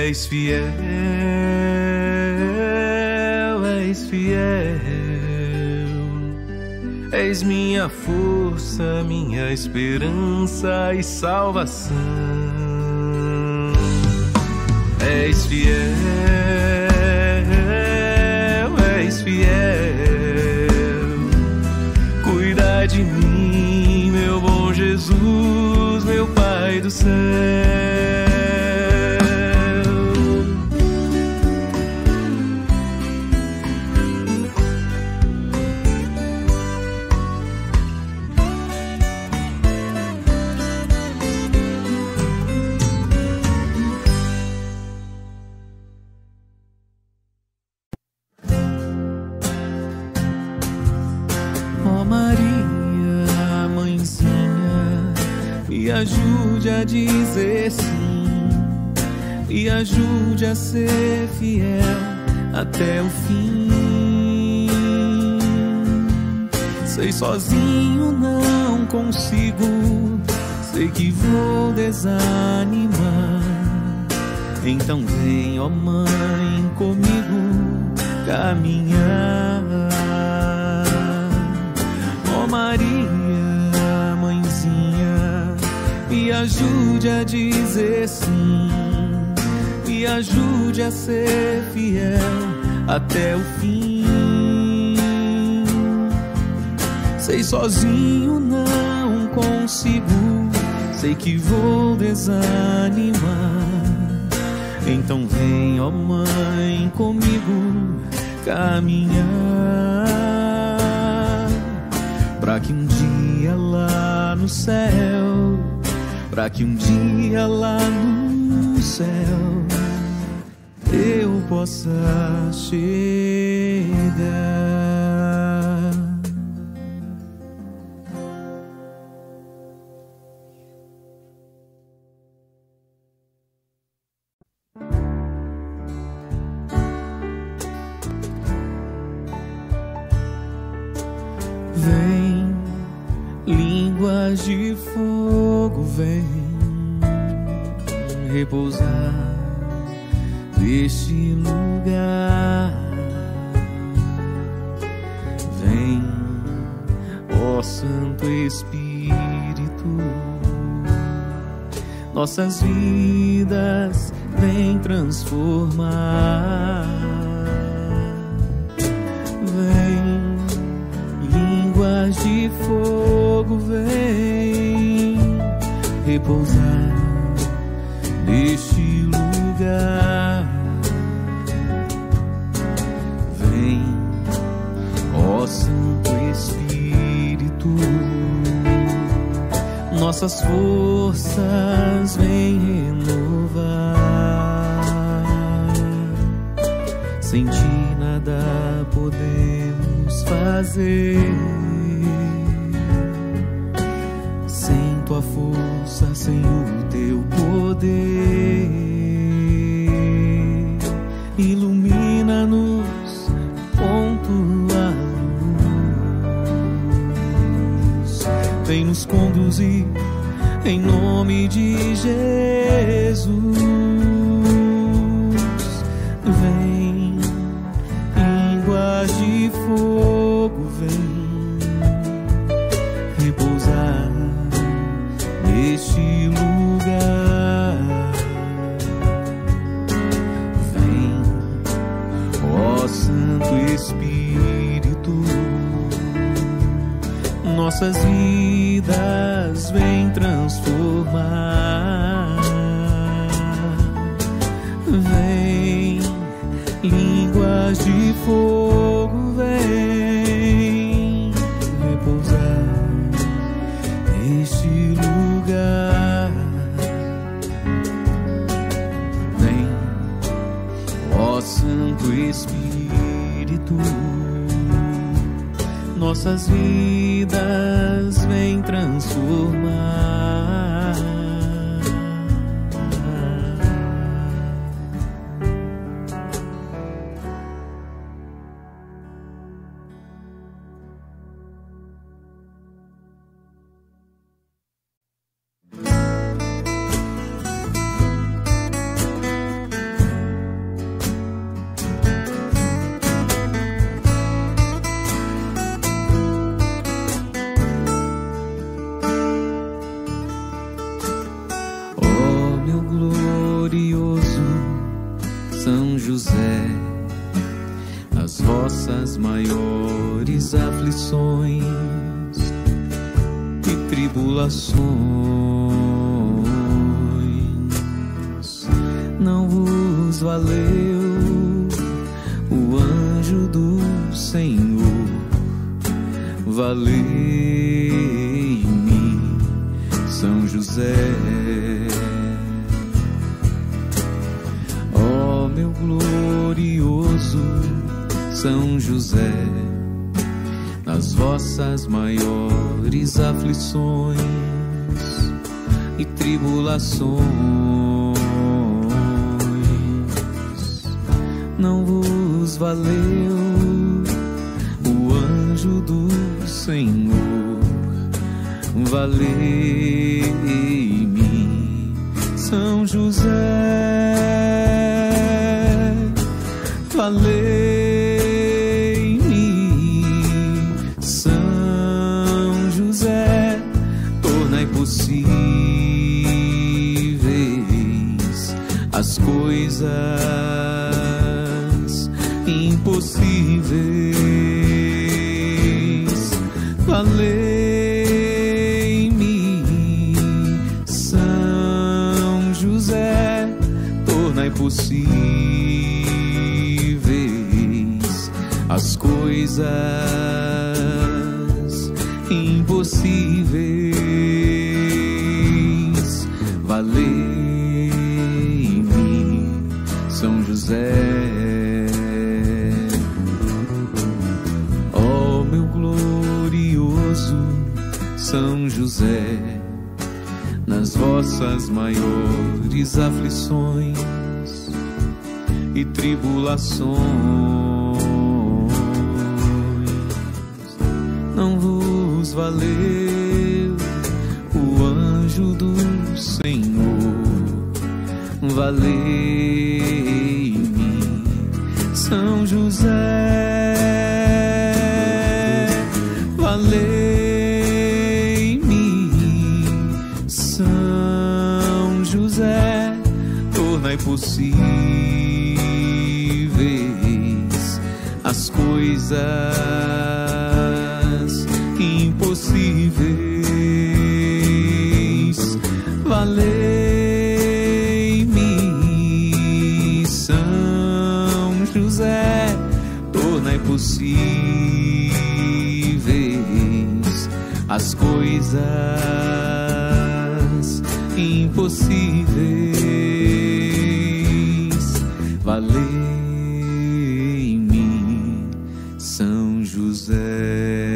És fiel, és fiel. És minha força, minha esperança e salvação. És fiel, és fiel. Cuida de mim, meu bom Jesus, meu Pai do céu. Me ajude a dizer sim, me ajude a ser fiel até o fim. Sei sozinho não consigo, sei que vou desanimar. Então vem, ó Mãe, comigo caminhar. Ó Maria, me ajude a dizer sim, me ajude a ser fiel até o fim. Sei sozinho não consigo, sei que vou desanimar. Então vem, ó Mãe, comigo caminhar, pra que um dia lá no céu, pra que um dia lá no céu eu possa chegar. Vem, línguas de fogo, vem repousar neste lugar. Vem, ó Santo Espírito, nossas vidas vem transformar. Vem, línguas de fogo, vem repousar neste lugar. Vem, ó Santo Espírito, nossas forças vem renovar. Sem ti nada podemos fazer, sem tua força, sem o teu poder. Ilumina-nos com tua luz, vem nos conduzir em nome de Jesus. Vem, línguas de fogo, vem repousar neste lugar. Vem, ó Santo Espírito, nossas vidas vem transformar. Vem, línguas de fogo, vem repousar neste lugar. Vem, ó Santo Espírito, nossas vidas vem transformar. tribulações. Não vos valeu o anjo do Senhor, valei-me, São José. Ó meu glorioso São José, nas vossas maiores aflições e tribulações, não vos valeu o anjo do Senhor, valei-me, São José, valei-me, São José, tornai possíveis as coisas impossíveis, valei-me, São José, tornai possíveis as coisas impossíveis, valei-me, São José. Ó meu glorioso São José, nas vossas maiores aflições e tribulações, não vos valeu o anjo do Senhor, valei-me, São José, valei-me, São José, tornai possíveis as coisas impossíveis, valei-me, São José, tornai possíveis as coisas impossíveis, valei-me, São José.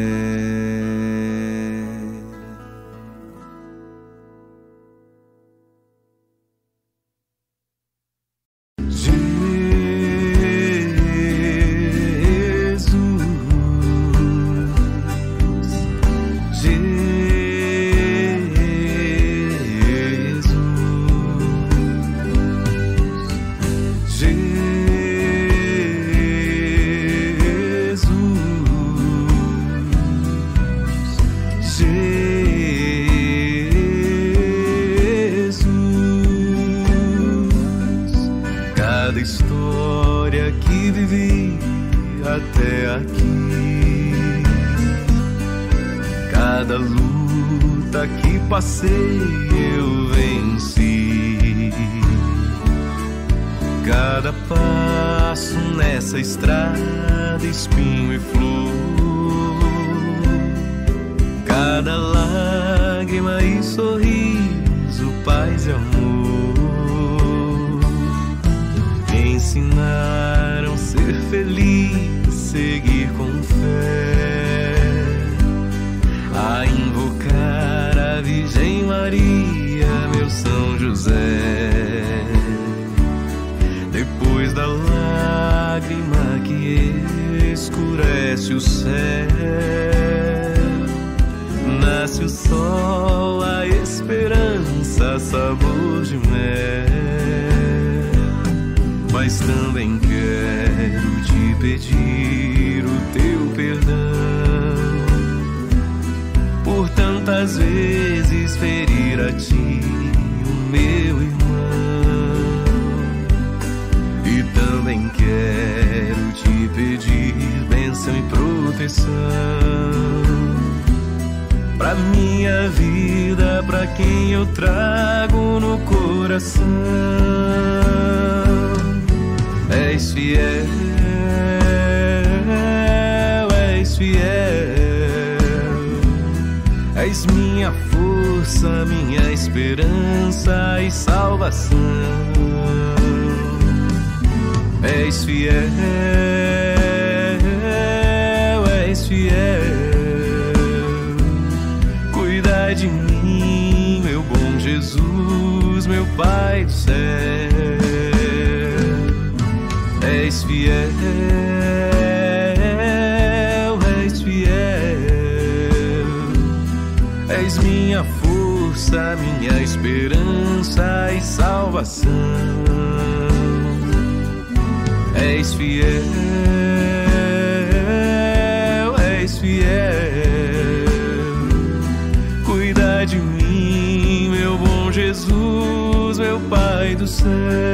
Cada história que vivi até aqui, cada luta que passei eu venci, cada passo nessa estrada espinho e flor, cada lágrima e sorriso, paz e amor, me ensinaram a ser feliz, seguir com fé, a invocar a Virgem Maria, meu São José. Depois da lágrima que escurece o céu, nasce o sol, a esperança, sabor de mel. Mas também quero te pedir o teu perdão por tantas vezes ferir a ti, o meu irmão. E também quero te pedir bênção e proteção pra minha vida, pra quem eu trago no coração. És fiel, és fiel, és minha força, minha esperança e salvação. És fiel, és fiel, cuida de mim, meu bom Jesus, meu Pai do céu. És fiel, és fiel, és minha força, minha esperança e salvação. És fiel, és fiel, cuida de mim, meu bom Jesus, meu Pai do céu.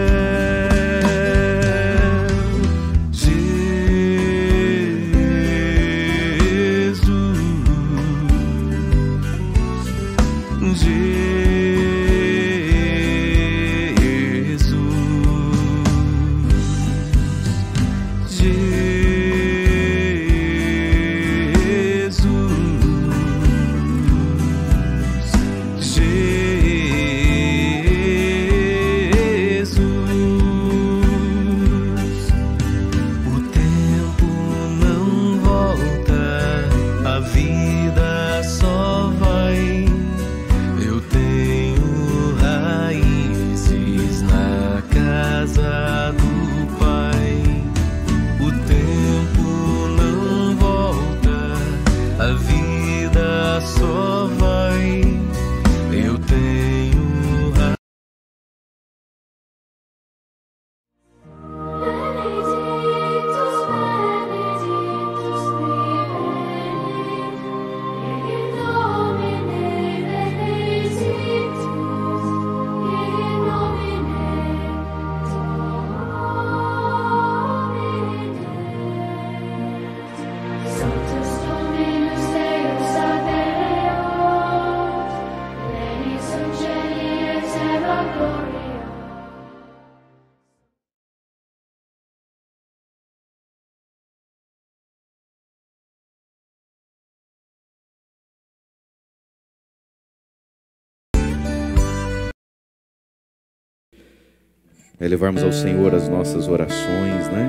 Levarmos ao Senhor as nossas orações, né?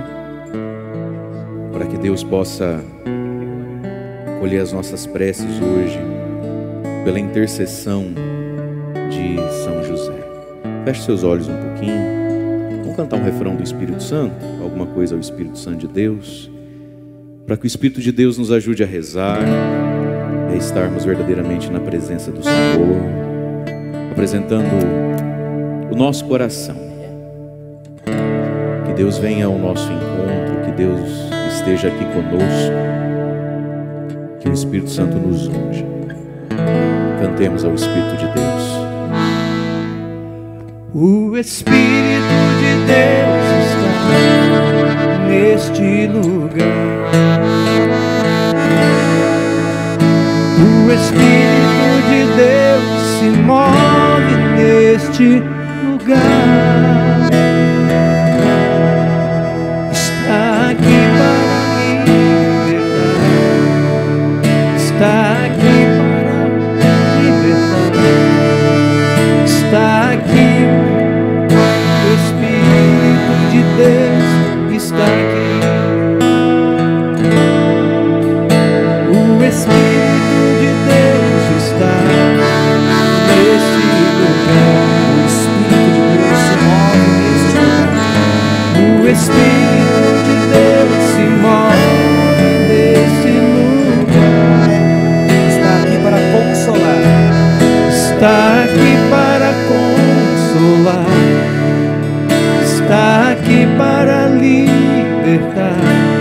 Para que Deus possa colher as nossas preces hoje, pela intercessão de São José. Feche seus olhos um pouquinho. Vamos cantar um refrão do Espírito Santo, alguma coisa ao Espírito Santo de Deus, para que o Espírito de Deus nos ajude a rezar e a estarmos verdadeiramente na presença do Senhor, apresentando o nosso coração. Que Deus venha ao nosso encontro, que Deus esteja aqui conosco, que o Espírito Santo nos unja. Cantemos ao Espírito de Deus. O Espírito de Deus está neste lugar. O Espírito de Deus se move neste lugar. Está aqui para libertar. Está aqui para libertar. Está aqui. O Espírito de Deus está aqui. O Espírito de Deus está neste lugar. O Espírito de Deus se move neste lugar. O Espírito de Deus se move neste lugar. Está aqui para consolar. Está aqui para consolar. Está aqui para libertar.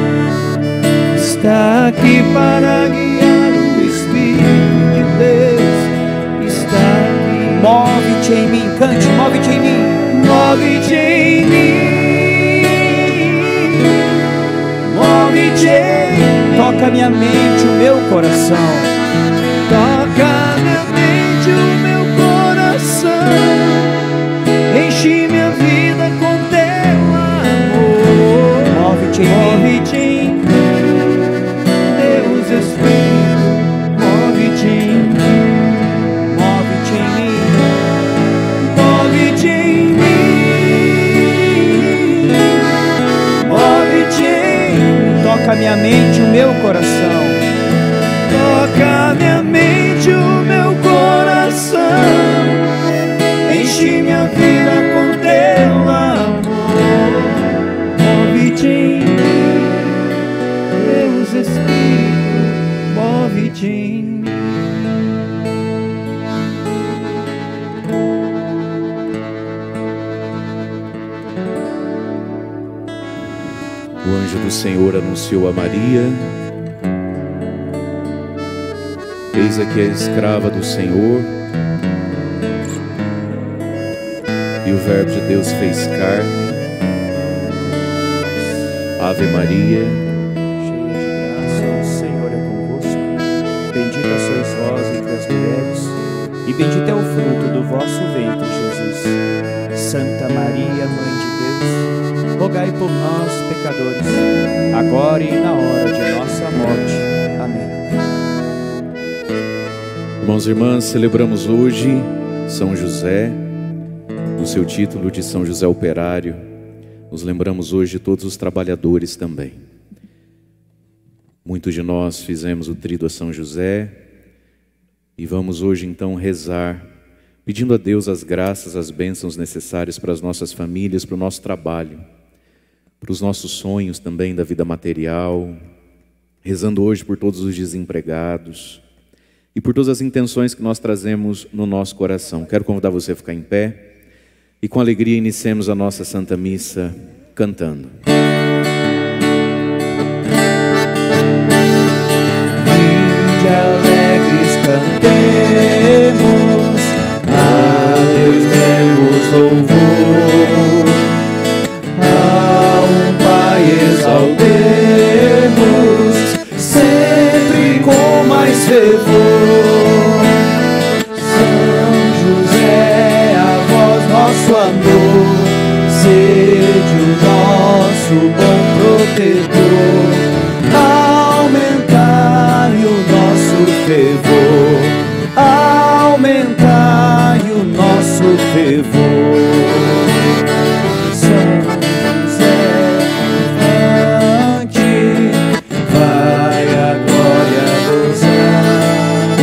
Está aqui para guiar. O Espírito de Deus está aqui. Move-te em mim, cante, move-te em mim. Move-te em mim. Move-te em mim. Toca minha mente, o meu coração. Toca Senhor anunciou a Maria: eis aqui a escrava do Senhor. E o Verbo de Deus fez carne. Ave Maria, cheia de graça, o Senhor é convosco. Bendita sois vós entre as mulheres, e bendito é o fruto do vosso ventre, Jesus. Santa Maria, Mãe de Deus, rogai por nós, pecadores, agora e na hora de nossa morte. Amém. Irmãos e irmãs, celebramos hoje São José, no seu título de São José Operário. Nos lembramos hoje de todos os trabalhadores também. Muitos de nós fizemos o tríduo a São José e vamos hoje então rezar, pedindo a Deus as graças, as bênçãos necessárias para as nossas famílias, para o nosso trabalho, para os nossos sonhos também da vida material, rezando hoje por todos os desempregados e por todas as intenções que nós trazemos no nosso coração. Quero convidar você a ficar em pé e com alegria iniciemos a nossa Santa Missa cantando. Vinde alegres cantemos, a Deus demos louvor, a um Pai exaltemos, sempre com mais fervor. São José, a vós nosso amor, sede o nosso bom protetor, aumentai o nosso fervor, aumentai o nosso fervor. São José, avante, vai a glória gozar,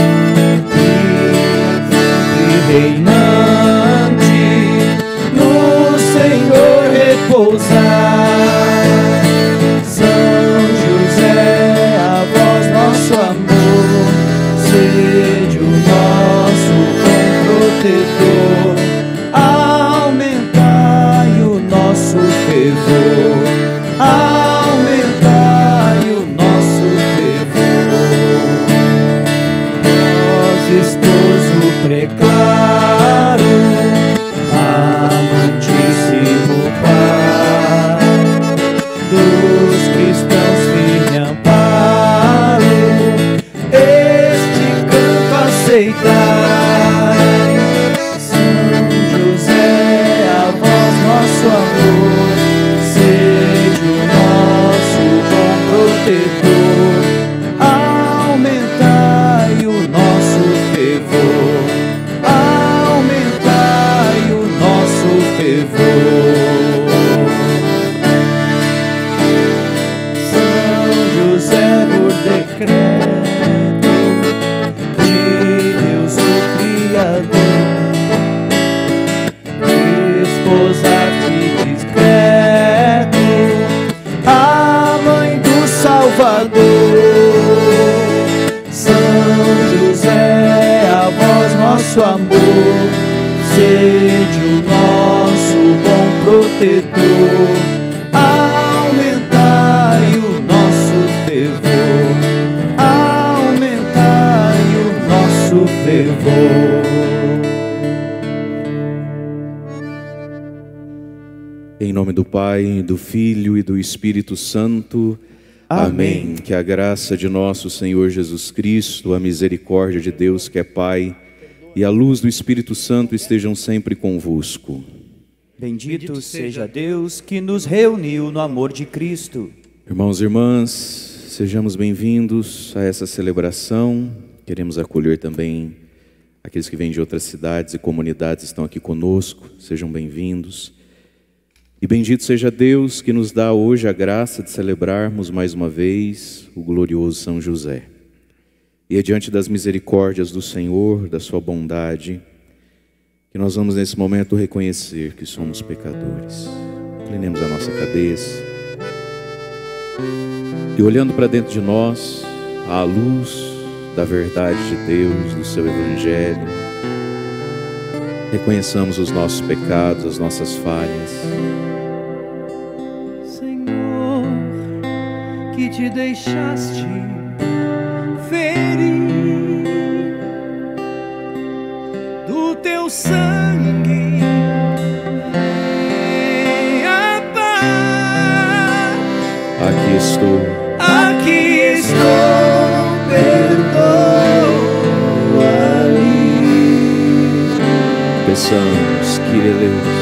e reinante no Senhor repousar. São José, a vós nosso amor, sede o nosso bom protetor, aumentai o nosso fervor, aumentai o nosso fervor. Nós, esposo preclaro, amantíssimo Pai, dos cristãos firme amparo, este canto aceitai. São José, a vós nosso amor, sede o nosso bom protetor, aumentai o nosso fervor, aumentai o nosso fervor. São José, por decreto de Deus o Criador, esposar-te discreto, a mãe do Salvador. São José, a vós nosso amor, sede o nosso bom protetor, aumentai o nosso fervor, aumentai o nosso fervor. Em nome do Pai, do Filho e do Espírito Santo. Amém. Que a graça de nosso Senhor Jesus Cristo, a misericórdia de Deus que é Pai e a luz do Espírito Santo estejam sempre convosco. Bendito seja Deus que nos reuniu no amor de Cristo. Irmãos e irmãs, sejamos bem-vindos a essa celebração. Queremos acolher também aqueles que vêm de outras cidades e comunidades, estão aqui conosco. Sejam bem-vindos. E bendito seja Deus que nos dá hoje a graça de celebrarmos mais uma vez o glorioso São José. E é diante das misericórdias do Senhor, da sua bondade, que nós vamos nesse momento reconhecer que somos pecadores. Inclinemos a nossa cabeça e olhando para dentro de nós, à luz da verdade de Deus, do seu Evangelho, reconheçamos os nossos pecados, as nossas falhas. Senhor, que te deixaste ferir, do teu sangue a paz. Aqui estou, perdoa-me. peçamos, Kyrie.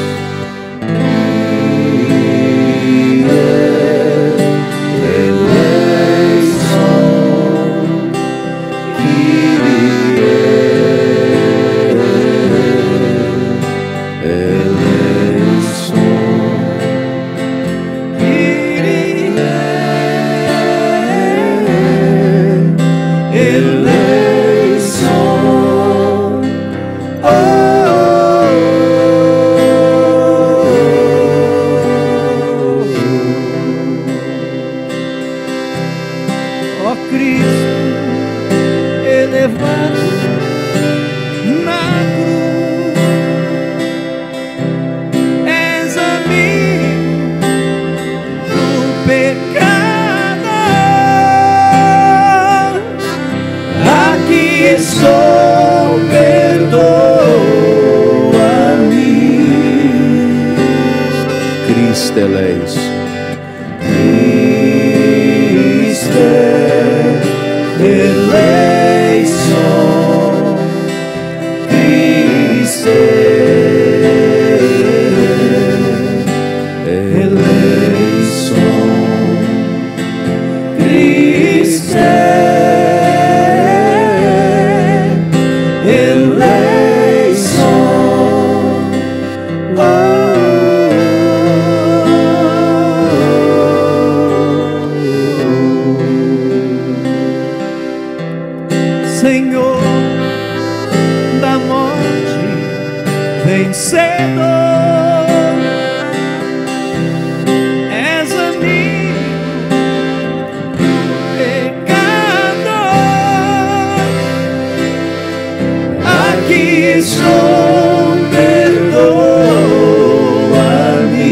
Senhor da morte vencedor, és amigo do pecador. Aqui estou, perdoa-me.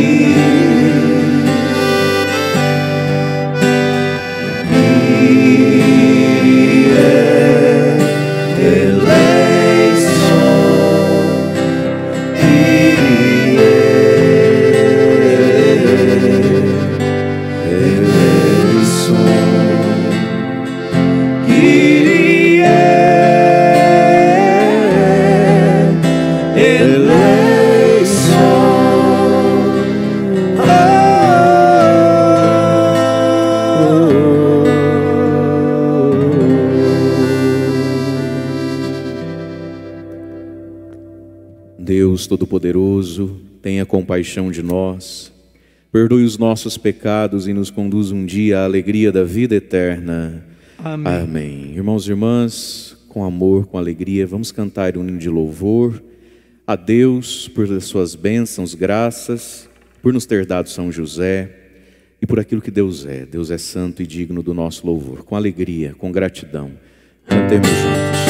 Deus Todo-Poderoso, tenha compaixão de nós, perdoe os nossos pecados e nos conduz um dia à alegria da vida eterna. Amém. Amém. Irmãos e irmãs, com amor, com alegria, vamos cantar um hino de louvor a Deus por suas bênçãos, graças, por nos ter dado São José e por aquilo que Deus é. Deus é santo e digno do nosso louvor. Com alegria, com gratidão, cantemos juntos.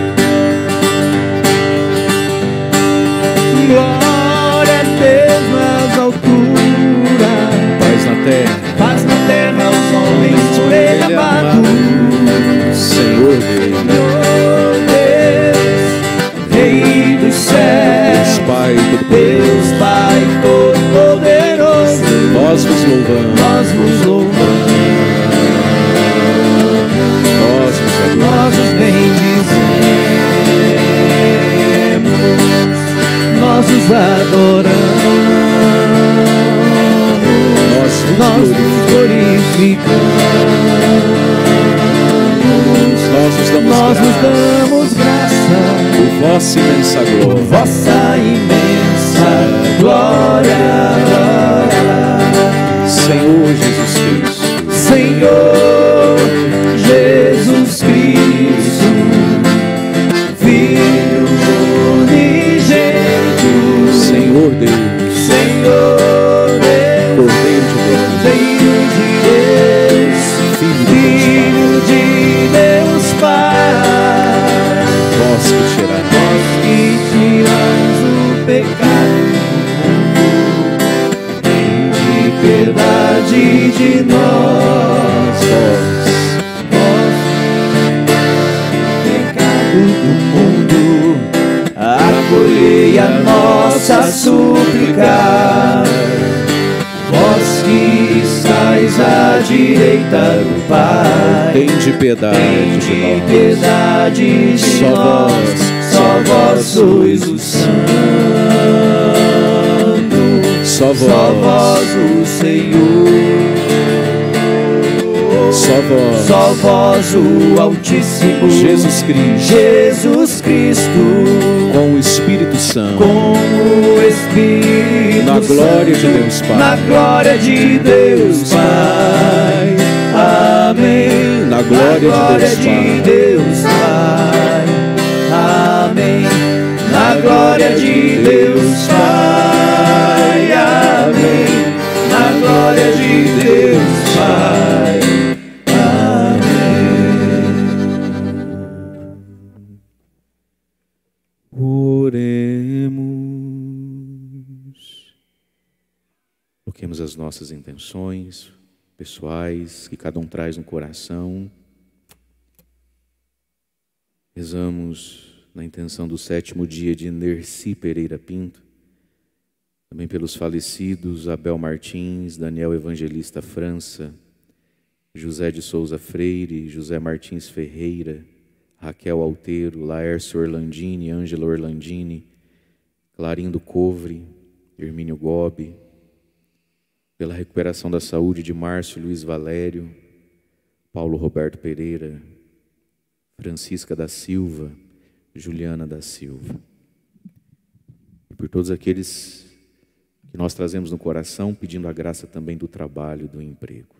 Glória a Deus nas alturas, Paz na terra aos homens por Ele amado. Senhor Deus, Rei dos céus, Deus Pai Todo-Poderoso, nós vos louvamos, nós os bendizemos, nós os adoramos, nós os glorificamos, nós nos damos graça por vossa imensa glória, Senhor Jesus Cristo, Senhor Jesus Cristo, Filho unigênito, Senhor Deus, Cordeiro de Deus, Filho de Deus Pai, vós que tirais o ouvi a nossa súplica. Vós que estais à direita do Pai, tende piedade de nós. Piedade de nós. Só vós sois o Santo, só vós o Senhor, só vós o Altíssimo, Jesus Cristo, Jesus Cristo, com o Espírito Santo, com o Espírito na glória Santo, de Deus Pai, na glória de Deus Pai, amém, na glória de Deus Pai, amém, na glória de Deus Pai, amém, na glória de Deus Pai, Coloquemos as nossas intenções pessoais, que cada um traz no coração. Rezamos na intenção do 7º dia de Nerci Pereira Pinto, também pelos falecidos Abel Martins, Daniel Evangelista França, José de Souza Freire, José Martins Ferreira, Raquel Alteiro, Laércio Orlandini, Ângela Orlandini, Clarindo Covre, Hermínio Gobi, pela recuperação da saúde de Márcio Luiz Valério, Paulo Roberto Pereira, Francisca da Silva, Juliana da Silva. E por todos aqueles que nós trazemos no coração, pedindo a graça também do trabalho e do emprego.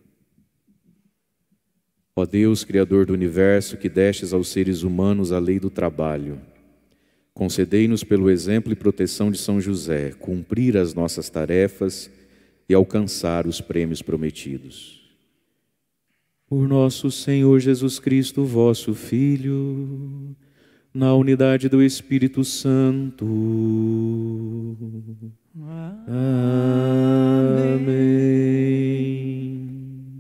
Ó Deus, Criador do Universo, que destes aos seres humanos a lei do trabalho, concedei-nos pelo exemplo e proteção de São José, cumprir as nossas tarefas e alcançar os prêmios prometidos. Por nosso Senhor Jesus Cristo, vosso Filho, na unidade do Espírito Santo. Amém.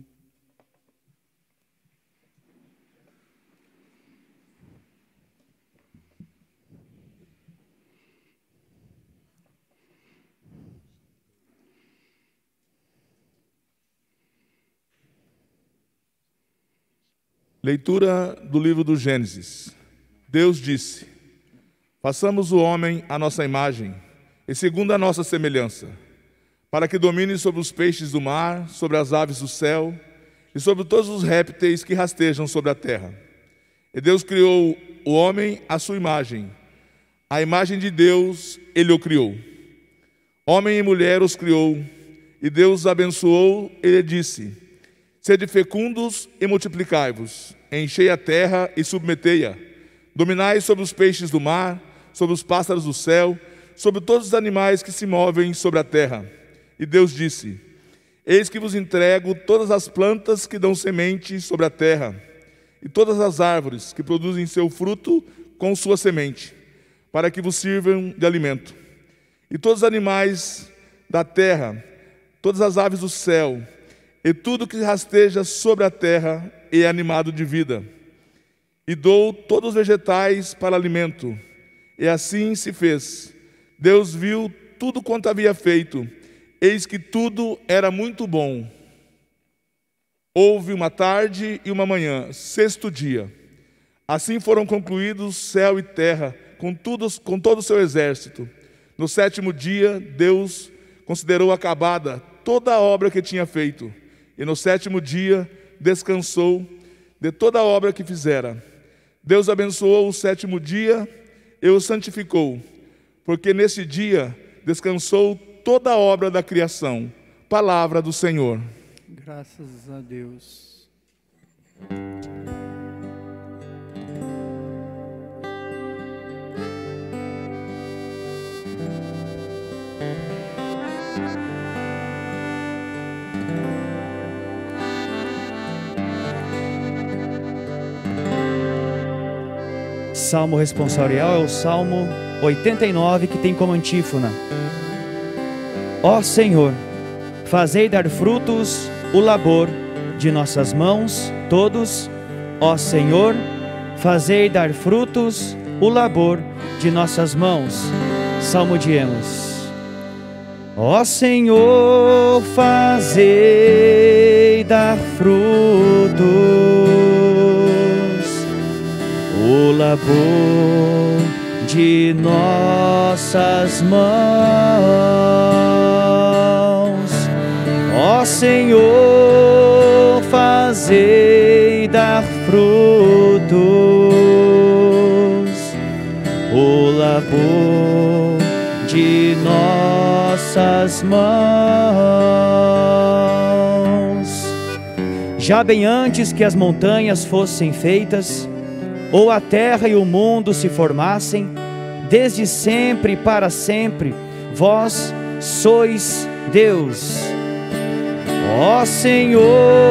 Leitura do livro do Gênesis. Deus disse: façamos o homem à nossa imagem e segundo a nossa semelhança, para que domine sobre os peixes do mar, sobre as aves do céu e sobre todos os répteis que rastejam sobre a terra. E Deus criou o homem à sua imagem. A imagem de Deus ele o criou. Homem e mulher os criou. E Deus os abençoou e lhe disse: sede fecundos e multiplicai-vos, enchei a terra e submetei-a, dominai sobre os peixes do mar, sobre os pássaros do céu, sobre todos os animais que se movem sobre a terra. E Deus disse: eis que vos entrego todas as plantas que dão semente sobre a terra, e todas as árvores que produzem seu fruto com sua semente, para que vos sirvam de alimento. E todos os animais da terra, todas as aves do céu, e tudo que rasteja sobre a terra é animado de vida. E dou todos os vegetais para alimento. E assim se fez. Deus viu tudo quanto havia feito, eis que tudo era muito bom. Houve uma tarde e uma manhã, 6º dia. Assim foram concluídos céu e terra, com todo o seu exército. No 7º dia, Deus considerou acabada toda a obra que tinha feito. E no 7º dia descansou de toda a obra que fizera. Deus abençoou o 7º dia e o santificou, porque nesse dia descansou toda a obra da criação. Palavra do Senhor. Graças a Deus. Salmo responsorial é o Salmo 89, que tem como antífona: ó Senhor, fazei dar frutos o labor de nossas mãos, todos. Ó Senhor, fazei dar frutos o labor de nossas mãos. salmodiemos. Ó Senhor, fazei dar frutos o labor de nossas mãos. Ó Senhor, fazei dar frutos o labor de nossas mãos. Já bem antes que as montanhas fossem feitas, ou a terra e o mundo se formassem, desde sempre e para sempre, vós sois Deus. Ó Senhor,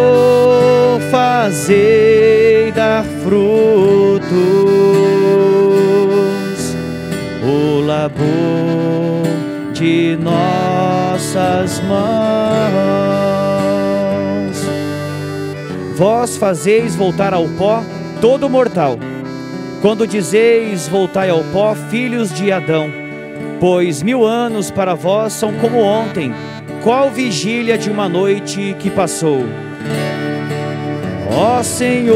fazei dar frutos o labor de nossas mãos. Vós fazeis voltar ao pó todo mortal, quando dizeis voltai ao pó, filhos de Adão, pois 1000 anos para vós são como ontem, qual vigília de uma noite que passou. Ó Senhor,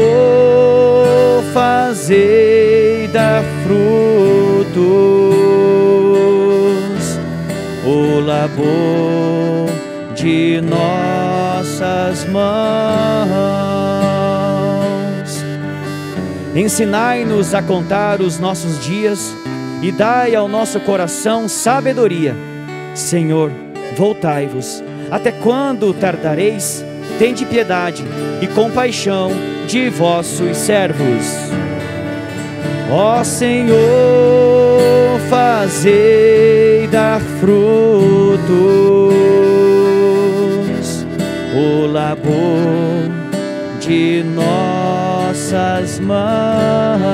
fazei dar frutos o labor de nossas mãos. Ensinai-nos a contar os nossos dias e dai ao nosso coração sabedoria. Senhor, voltai-vos. Até quando tardareis? Tende piedade e compaixão de vossos servos. Ó Senhor, fazei dar frutos o labor de nossas mãos.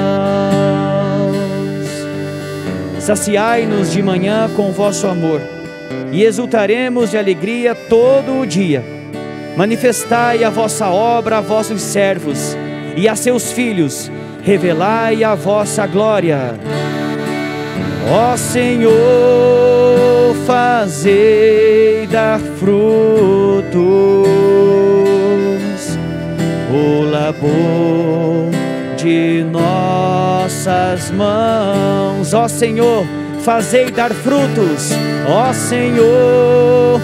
Saciai-nos de manhã com vosso amor e exultaremos de alegria todo o dia. Manifestai a vossa obra a vossos servos e a seus filhos, revelai a vossa glória. Ó Senhor, fazei dar frutos o labor de nossas mãos. Ó Senhor, fazei dar frutos. Ó Senhor,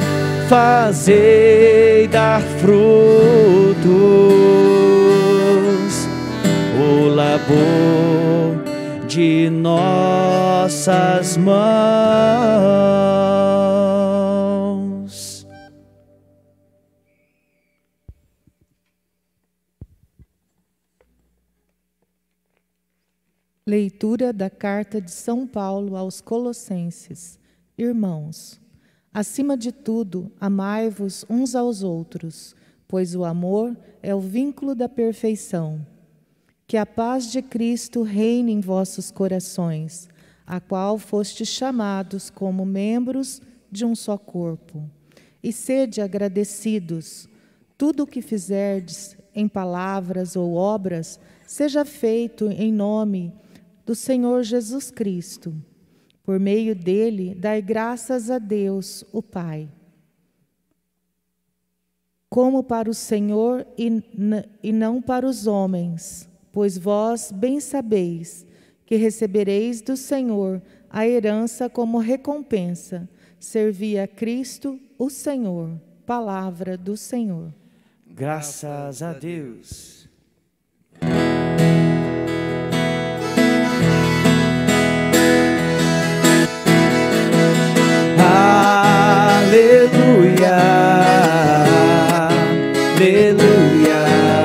fazei dar frutos o labor de nossas mãos. Leitura da Carta de São Paulo aos Colossenses. Irmãos, acima de tudo, amai-vos uns aos outros, pois o amor é o vínculo da perfeição. Que a paz de Cristo reine em vossos corações, a qual fostes chamados como membros de um só corpo. E sede agradecidos. Tudo o que fizerdes, em palavras ou obras, seja feito em nome do Senhor Jesus Cristo. Por meio dele, dai graças a Deus, o Pai. Como para o Senhor e não para os homens, pois vós bem sabeis que recebereis do Senhor a herança como recompensa. Servi a Cristo, o Senhor. Palavra do Senhor. Graças a Deus. Aleluia, aleluia,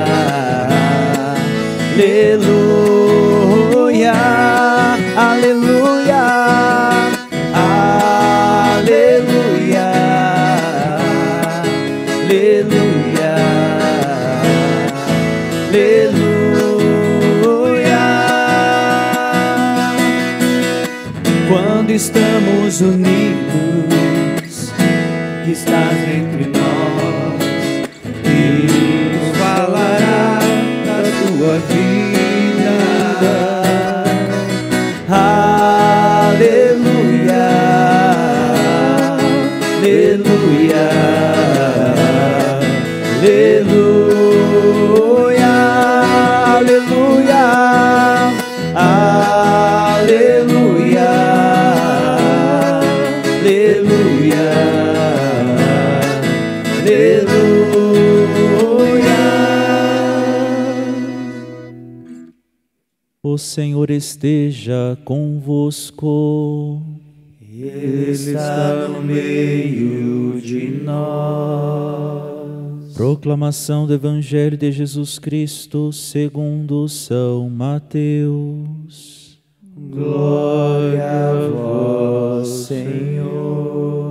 aleluia, aleluia, aleluia, aleluia, aleluia. Quando estamos unidos, que estás entre nós e nos falará da tua vida. Aleluia, O Senhor esteja convosco. Ele está no meio de nós. Proclamação do Evangelho de Jesus Cristo segundo São Mateus. Glória a vós, Senhor.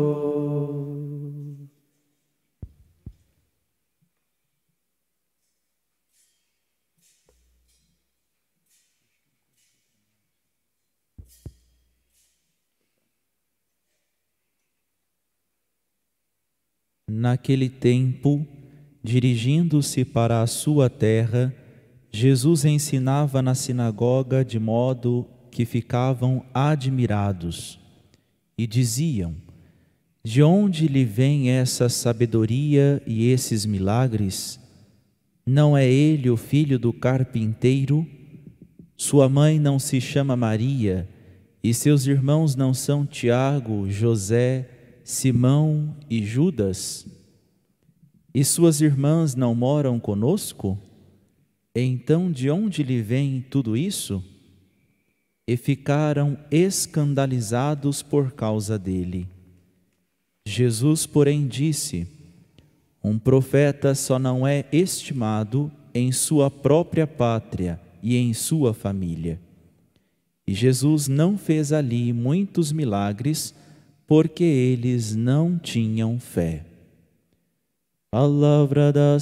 Naquele tempo, dirigindo-se para a sua terra, Jesus ensinava na sinagoga de modo que ficavam admirados e diziam: de onde lhe vem essa sabedoria e esses milagres? Não é ele o filho do carpinteiro? Sua mãe não se chama Maria e seus irmãos não são Tiago, José, Simão e Judas? E suas irmãs não moram conosco? Então de onde lhe vem tudo isso? E ficaram escandalizados por causa dele. Jesus, porém, disse: um profeta só não é estimado em sua própria pátria e em sua família. E Jesus não fez ali muitos milagres, porque eles não tinham fé. Palavra da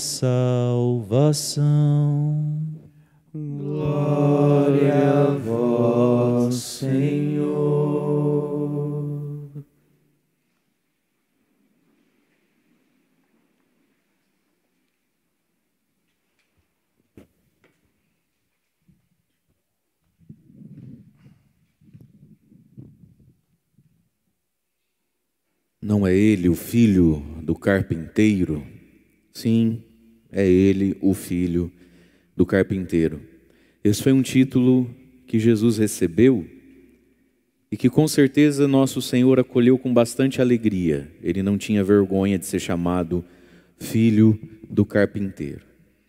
salvação. Glória a vós, Senhor. Não é ele o filho do carpinteiro? Sim, é ele o filho do carpinteiro. Esse foi um título que Jesus recebeu e que com certeza nosso Senhor acolheu com bastante alegria. Ele não tinha vergonha de ser chamado filho do carpinteiro.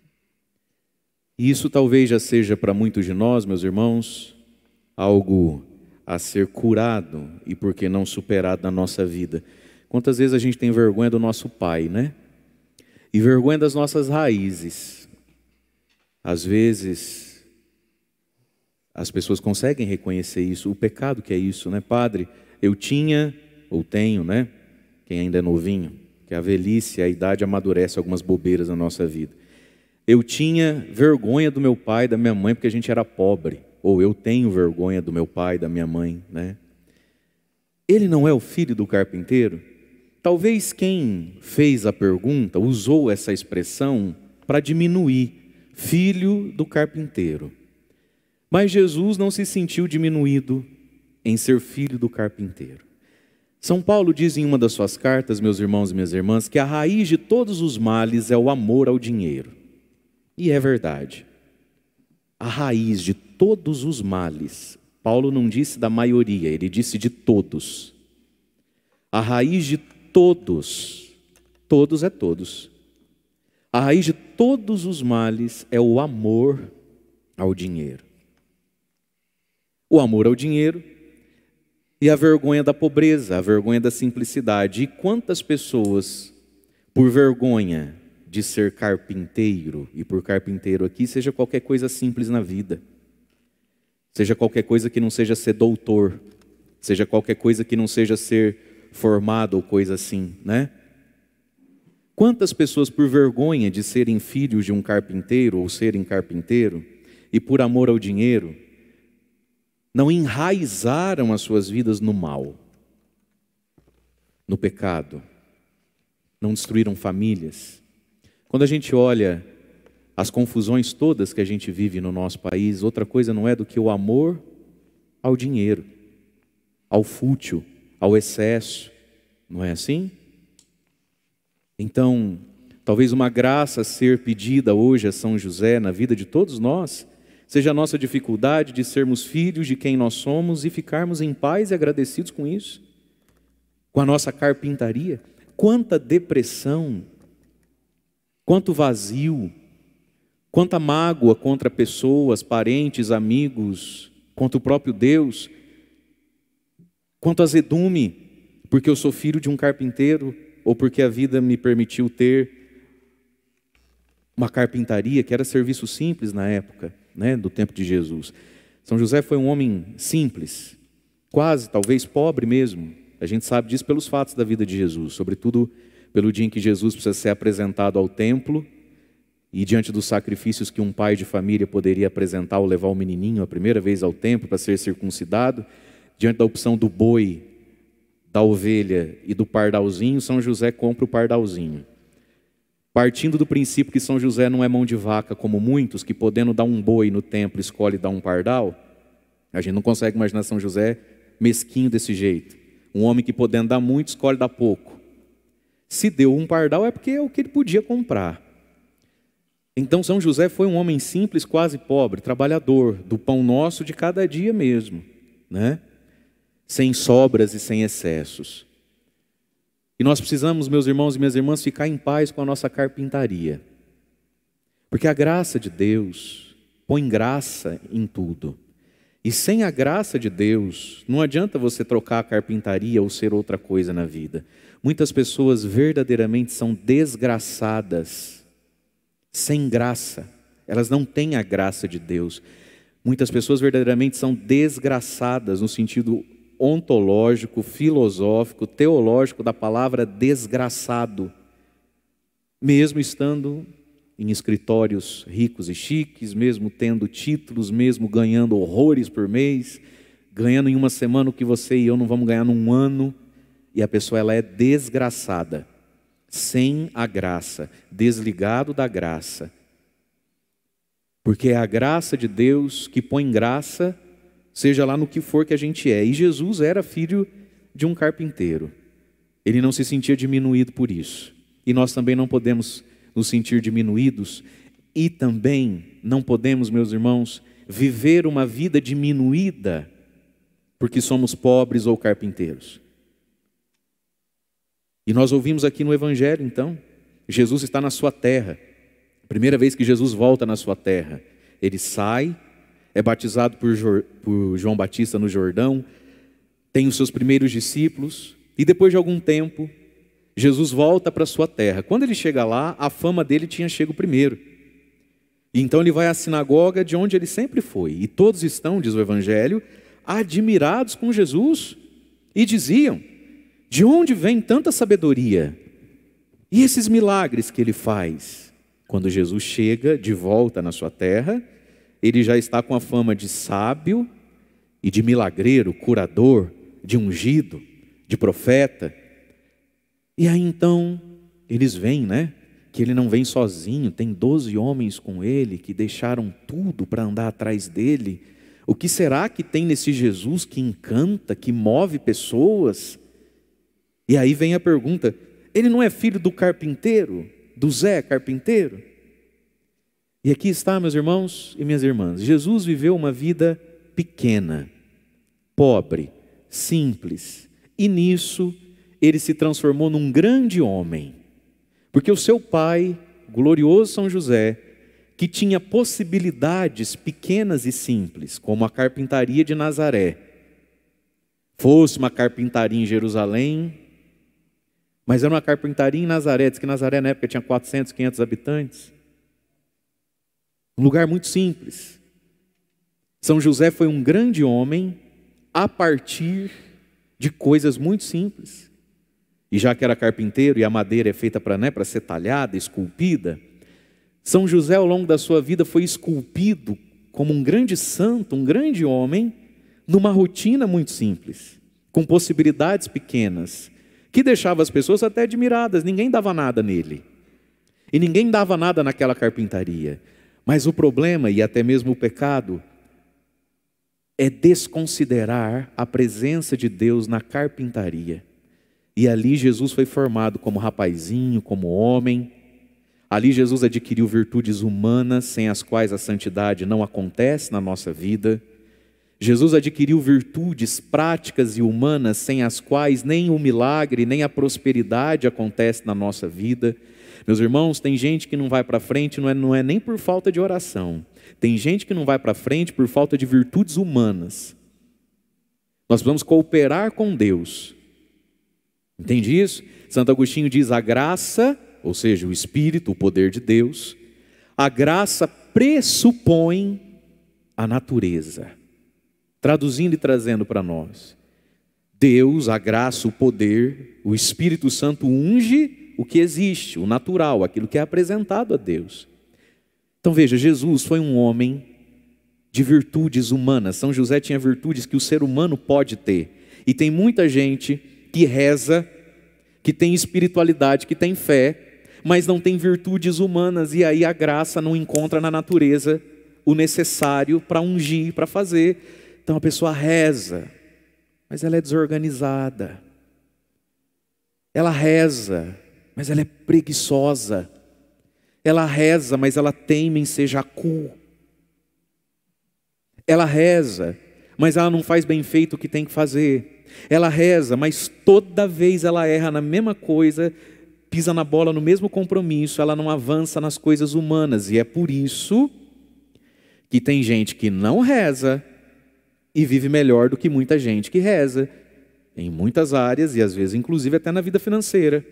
E isso talvez já seja para muitos de nós, meus irmãos, algo a ser curado e por que não superado na nossa vida. Quantas vezes a gente tem vergonha do nosso pai, né? E vergonha das nossas raízes. Às vezes, as pessoas conseguem reconhecer isso, o pecado que é isso, né? Padre, eu tinha, ou tenho, né? Quem ainda é novinho, que a velhice, a idade amadurece algumas bobeiras na nossa vida. Eu tinha vergonha do meu pai e da minha mãe porque a gente era pobre. Ou eu tenho vergonha do meu pai e da minha mãe, né? Ele não é o filho do carpinteiro? Talvez quem fez a pergunta usou essa expressão para diminuir, filho do carpinteiro. Mas Jesus não se sentiu diminuído em ser filho do carpinteiro. São Paulo diz em uma das suas cartas, meus irmãos e minhas irmãs, que a raiz de todos os males é o amor ao dinheiro. E é verdade. A raiz de todos os males, Paulo não disse da maioria, ele disse de todos. A raiz de todos, todos é todos. A raiz de todos os males é o amor ao dinheiro. O amor ao dinheiro e a vergonha da pobreza, a vergonha da simplicidade. E quantas pessoas, por vergonha de ser carpinteiro, e por carpinteiro aqui, seja qualquer coisa simples na vida, seja qualquer coisa que não seja ser doutor, seja qualquer coisa que não seja ser formado ou coisa assim, né? Quantas pessoas por vergonha de serem filhos de um carpinteiro ou serem carpinteiro e por amor ao dinheiro não enraizaram as suas vidas no mal, no pecado, não destruíram famílias. Quando a gente olha as confusões todas que a gente vive no nosso país, outra coisa não é do que o amor ao dinheiro, ao fútil, ao excesso, não é assim? Então, talvez uma graça a ser pedida hoje a São José na vida de todos nós, seja a nossa dificuldade de sermos filhos de quem nós somos e ficarmos em paz e agradecidos com isso. com a nossa carpintaria. Quanta depressão, quanto vazio, quanta mágoa contra pessoas, parentes, amigos, contra o próprio Deus, quanto azedume, porque eu sou filho de um carpinteiro, ou porque a vida me permitiu ter uma carpintaria, que era serviço simples na época, né, do tempo de Jesus. São José foi um homem simples, quase, talvez pobre mesmo. A gente sabe disso pelos fatos da vida de Jesus, sobretudo pelo dia em que Jesus precisa ser apresentado ao templo, e diante dos sacrifícios que um pai de família poderia apresentar ao levar o menininho a primeira vez ao templo para ser circuncidado, diante da opção do boi, da ovelha e do pardalzinho, São José compra o pardalzinho. Partindo do princípio que São José não é mão de vaca como muitos, que podendo dar um boi no templo, escolhe dar um pardal, a gente não consegue imaginar São José mesquinho desse jeito. Um homem que podendo dar muito, escolhe dar pouco. Se deu um pardal é porque é o que ele podia comprar. Então São José foi um homem simples, quase pobre, trabalhador, do pão nosso de cada dia mesmo, né? Sem sobras e sem excessos. E nós precisamos, meus irmãos e minhas irmãs, ficar em paz com a nossa carpintaria. Porque a graça de Deus põe graça em tudo. E sem a graça de Deus, não adianta você trocar a carpintaria ou ser outra coisa na vida. Muitas pessoas verdadeiramente são desgraçadas, sem graça. Elas não têm a graça de Deus. Muitas pessoas verdadeiramente são desgraçadas no sentido ontológico, filosófico, teológico da palavra desgraçado, mesmo estando em escritórios ricos e chiques, mesmo tendo títulos, mesmo ganhando horrores por mês, ganhando em uma semana o que você e eu não vamos ganhar num ano, e a pessoa ela é desgraçada, sem a graça, desligado da graça, porque é a graça de Deus que põe graça, seja lá no que for que a gente é. E Jesus era filho de um carpinteiro. Ele não se sentia diminuído por isso. E nós também não podemos nos sentir diminuídos. E também não podemos, meus irmãos, viver uma vida diminuída porque somos pobres ou carpinteiros. E nós ouvimos aqui no Evangelho, então, Jesus está na sua terra. Primeira vez que Jesus volta na sua terra. Ele sai, é batizado por João Batista no Jordão, tem os seus primeiros discípulos, e depois de algum tempo, Jesus volta para a sua terra. Quando ele chega lá, a fama dele tinha chegado primeiro. E então ele vai à sinagoga de onde ele sempre foi. E todos estão, diz o Evangelho, admirados com Jesus. E diziam, de onde vem tanta sabedoria? E esses milagres que ele faz? Quando Jesus chega de volta na sua terra, ele já está com a fama de sábio e de milagreiro, curador, de ungido, de profeta. E aí então, eles veem, né? Que ele não vem sozinho, tem 12 homens com ele que deixaram tudo para andar atrás dele. O que será que tem nesse Jesus que encanta, que move pessoas? E aí vem a pergunta, ele não é filho do carpinteiro, do Zé carpinteiro? E aqui está, meus irmãos e minhas irmãs, Jesus viveu uma vida pequena, pobre, simples, e nisso ele se transformou num grande homem, porque o seu pai, glorioso São José, que tinha possibilidades pequenas e simples, como a carpintaria de Nazaré, fosse uma carpintaria em Jerusalém, mas era uma carpintaria em Nazaré, diz que Nazaré na época tinha 400, 500 habitantes, um lugar muito simples. São José foi um grande homem a partir de coisas muito simples. E já que era carpinteiro e a madeira é feita para ser talhada, esculpida, São José ao longo da sua vida foi esculpido como um grande santo, um grande homem, numa rotina muito simples, com possibilidades pequenas, que deixava as pessoas até admiradas. Ninguém dava nada nele. E ninguém dava nada naquela carpintaria. Mas o problema, e até mesmo o pecado, é desconsiderar a presença de Deus na carpintaria. E ali Jesus foi formado como rapazinho, como homem. Ali Jesus adquiriu virtudes humanas, sem as quais a santidade não acontece na nossa vida. Jesus adquiriu virtudes práticas e humanas sem as quais nem o milagre, nem a prosperidade acontece na nossa vida. Meus irmãos, tem gente que não vai para frente, não é nem por falta de oração. Tem gente que não vai para frente por falta de virtudes humanas. Nós precisamos cooperar com Deus. Entende isso? Santo Agostinho diz: a graça, ou seja, o Espírito, o poder de Deus, a graça pressupõe a natureza. Traduzindo e trazendo para nós, Deus, a graça, o poder, o Espírito Santo unge o que existe, o natural, aquilo que é apresentado a Deus. Então veja, Jesus foi um homem de virtudes humanas. São José tinha virtudes que o ser humano pode ter. E tem muita gente que reza, que tem espiritualidade, que tem fé, mas não tem virtudes humanas, e aí a graça não encontra na natureza o necessário para ungir, para fazer. Então a pessoa reza, mas ela é desorganizada. Ela reza, mas ela é preguiçosa. Ela reza, mas ela teima em ser jacu. Ela reza, mas ela não faz bem feito o que tem que fazer. Ela reza, mas toda vez ela erra na mesma coisa, pisa na bola no mesmo compromisso, ela não avança nas coisas humanas. E é por isso que tem gente que não reza e vive melhor do que muita gente que reza, em muitas áreas e às vezes inclusive até na vida financeira.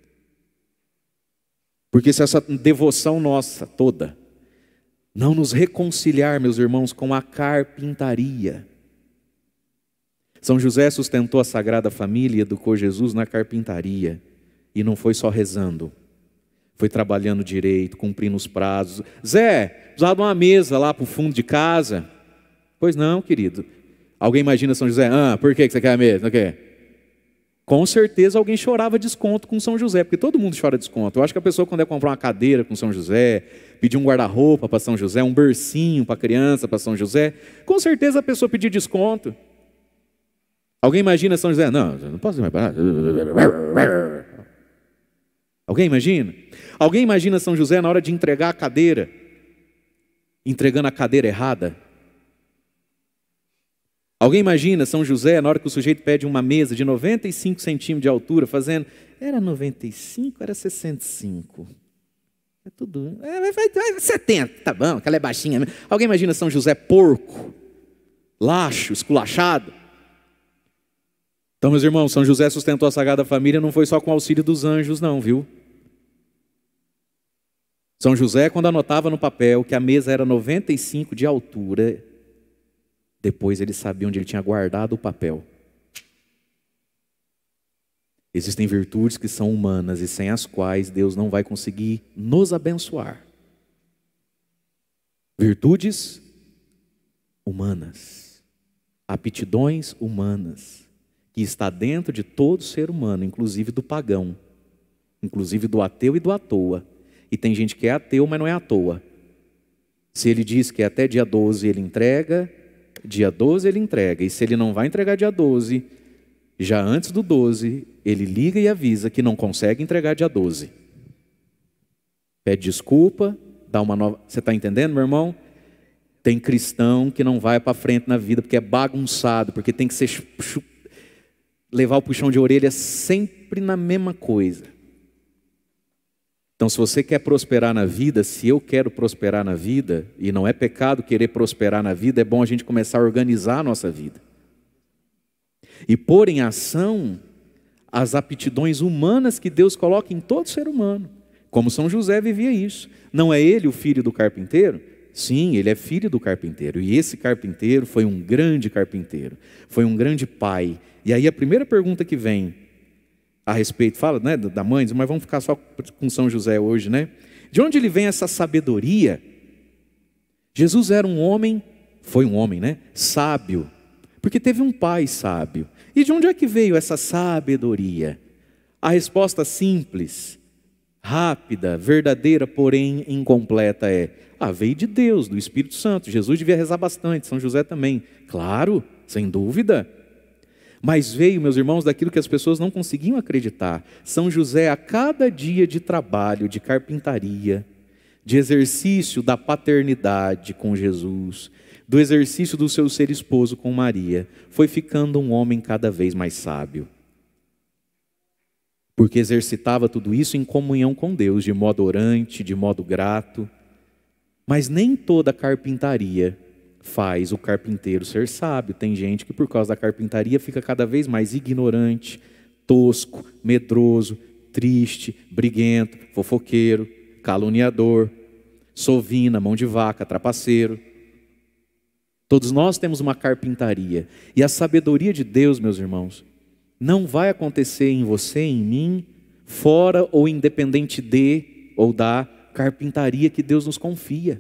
Porque se essa devoção nossa toda não nos reconciliar, meus irmãos, com a carpintaria. São José sustentou a Sagrada Família e educou Jesus na carpintaria. E não foi só rezando, foi trabalhando direito, cumprindo os prazos. Zé, precisava de uma mesa lá para o fundo de casa. Pois não, querido. Alguém imagina São José? Por que você quer a mesa? Okay. Com certeza alguém chorava desconto com São José, porque todo mundo chora desconto. Eu acho que a pessoa, quando é comprar uma cadeira com São José, pedir um guarda-roupa para São José, um bercinho para a criança, para São José, com certeza a pessoa pedir desconto. Alguém imagina São José? Não, não posso ir mais barato. Alguém imagina? Alguém imagina São José na hora de entregar a cadeira, entregando a cadeira errada? Alguém imagina São José na hora que o sujeito pede uma mesa de 95 centímetros de altura, fazendo, era 95, era 65? É tudo, 70, tá bom, que ela é baixinha. Alguém imagina São José porco, laxo, esculachado? Então, meus irmãos, São José sustentou a Sagrada Família, não foi só com o auxílio dos anjos não, viu? São José, quando anotava no papel que a mesa era 95 de altura, depois ele sabia onde ele tinha guardado o papel. Existem virtudes que são humanas e sem as quais Deus não vai conseguir nos abençoar. Virtudes humanas, aptidões humanas, que está dentro de todo ser humano, inclusive do pagão, inclusive do ateu e do à toa. E tem gente que é ateu, mas não é à toa. Se ele diz que é até dia 12 ele entrega, dia 12 ele entrega. E se ele não vai entregar dia 12, já antes do 12, ele liga e avisa que não consegue entregar dia 12. Pede desculpa, dá uma nova... Você está entendendo, meu irmão? Tem cristão que não vai para frente na vida porque é bagunçado, porque tem que ser... levar o puxão de orelha sempre na mesma coisa. Então, se você quer prosperar na vida, se eu quero prosperar na vida, e não é pecado querer prosperar na vida, é bom a gente começar a organizar a nossa vida. E pôr em ação as aptidões humanas que Deus coloca em todo ser humano. Como São José vivia isso. Não é ele o filho do carpinteiro? Sim, ele é filho do carpinteiro. E esse carpinteiro foi um grande carpinteiro. Foi um grande pai. E aí a primeira pergunta que vem a respeito, fala, né, da mãe, mas vamos ficar só com São José hoje, né? De onde ele vem essa sabedoria? Jesus era um homem, foi um homem, né? Sábio, porque teve um pai sábio. E de onde é que veio essa sabedoria? A resposta simples, rápida, verdadeira, porém incompleta é: veio de Deus, do Espírito Santo. Jesus devia rezar bastante, São José também. Claro, sem dúvida. Mas veio, meus irmãos, daquilo que as pessoas não conseguiam acreditar. São José, a cada dia de trabalho, de carpintaria, de exercício da paternidade com Jesus, do exercício do seu ser esposo com Maria, foi ficando um homem cada vez mais sábio. Porque exercitava tudo isso em comunhão com Deus, de modo orante, de modo grato. Mas nem toda carpintaria faz o carpinteiro ser sábio. Tem gente que por causa da carpintaria fica cada vez mais ignorante, tosco, medroso, triste, briguento, fofoqueiro, caluniador, sovina, mão de vaca, trapaceiro. Todos nós temos uma carpintaria. E a sabedoria de Deus, meus irmãos, não vai acontecer em você, em mim, fora ou independente de ou da carpintaria que Deus nos confia.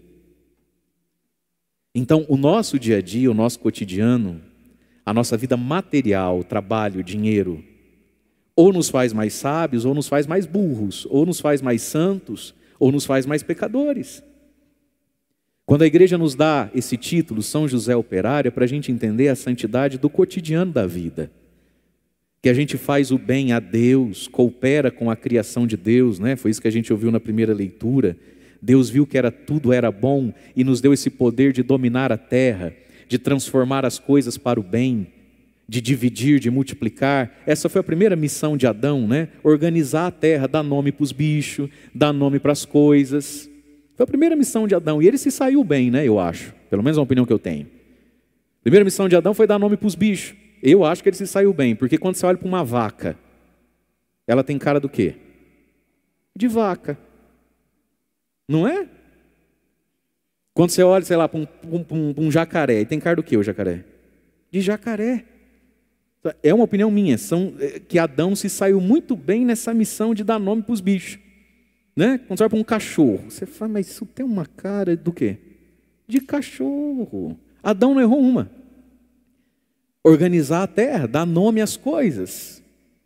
Então, o nosso dia a dia, o nosso cotidiano, a nossa vida material, trabalho, dinheiro, ou nos faz mais sábios, ou nos faz mais burros, ou nos faz mais santos, ou nos faz mais pecadores. Quando a igreja nos dá esse título, São José Operário, é para a gente entender a santidade do cotidiano da vida. Que a gente faz o bem a Deus, coopera com a criação de Deus, né? Foi isso que a gente ouviu na primeira leitura. Deus viu que tudo era bom e nos deu esse poder de dominar a terra, de transformar as coisas para o bem, de dividir, de multiplicar. Essa foi a primeira missão de Adão, né? Organizar a terra, dar nome para os bichos, dar nome para as coisas. Foi a primeira missão de Adão e ele se saiu bem, né? Eu acho, pelo menos é uma opinião que eu tenho. A primeira missão de Adão foi dar nome para os bichos. Eu acho que ele se saiu bem, porque quando você olha para uma vaca, ela tem cara do quê? De vaca. Não é? Quando você olha, sei lá, para um jacaré, e tem cara do quê o jacaré? De jacaré. É uma opinião minha, que Adão se saiu muito bem nessa missão de dar nome para os bichos. Né? Quando você olha para um cachorro, você fala, mas isso tem uma cara do quê? De cachorro. Adão não errou uma. Organizar a terra, dar nome às coisas.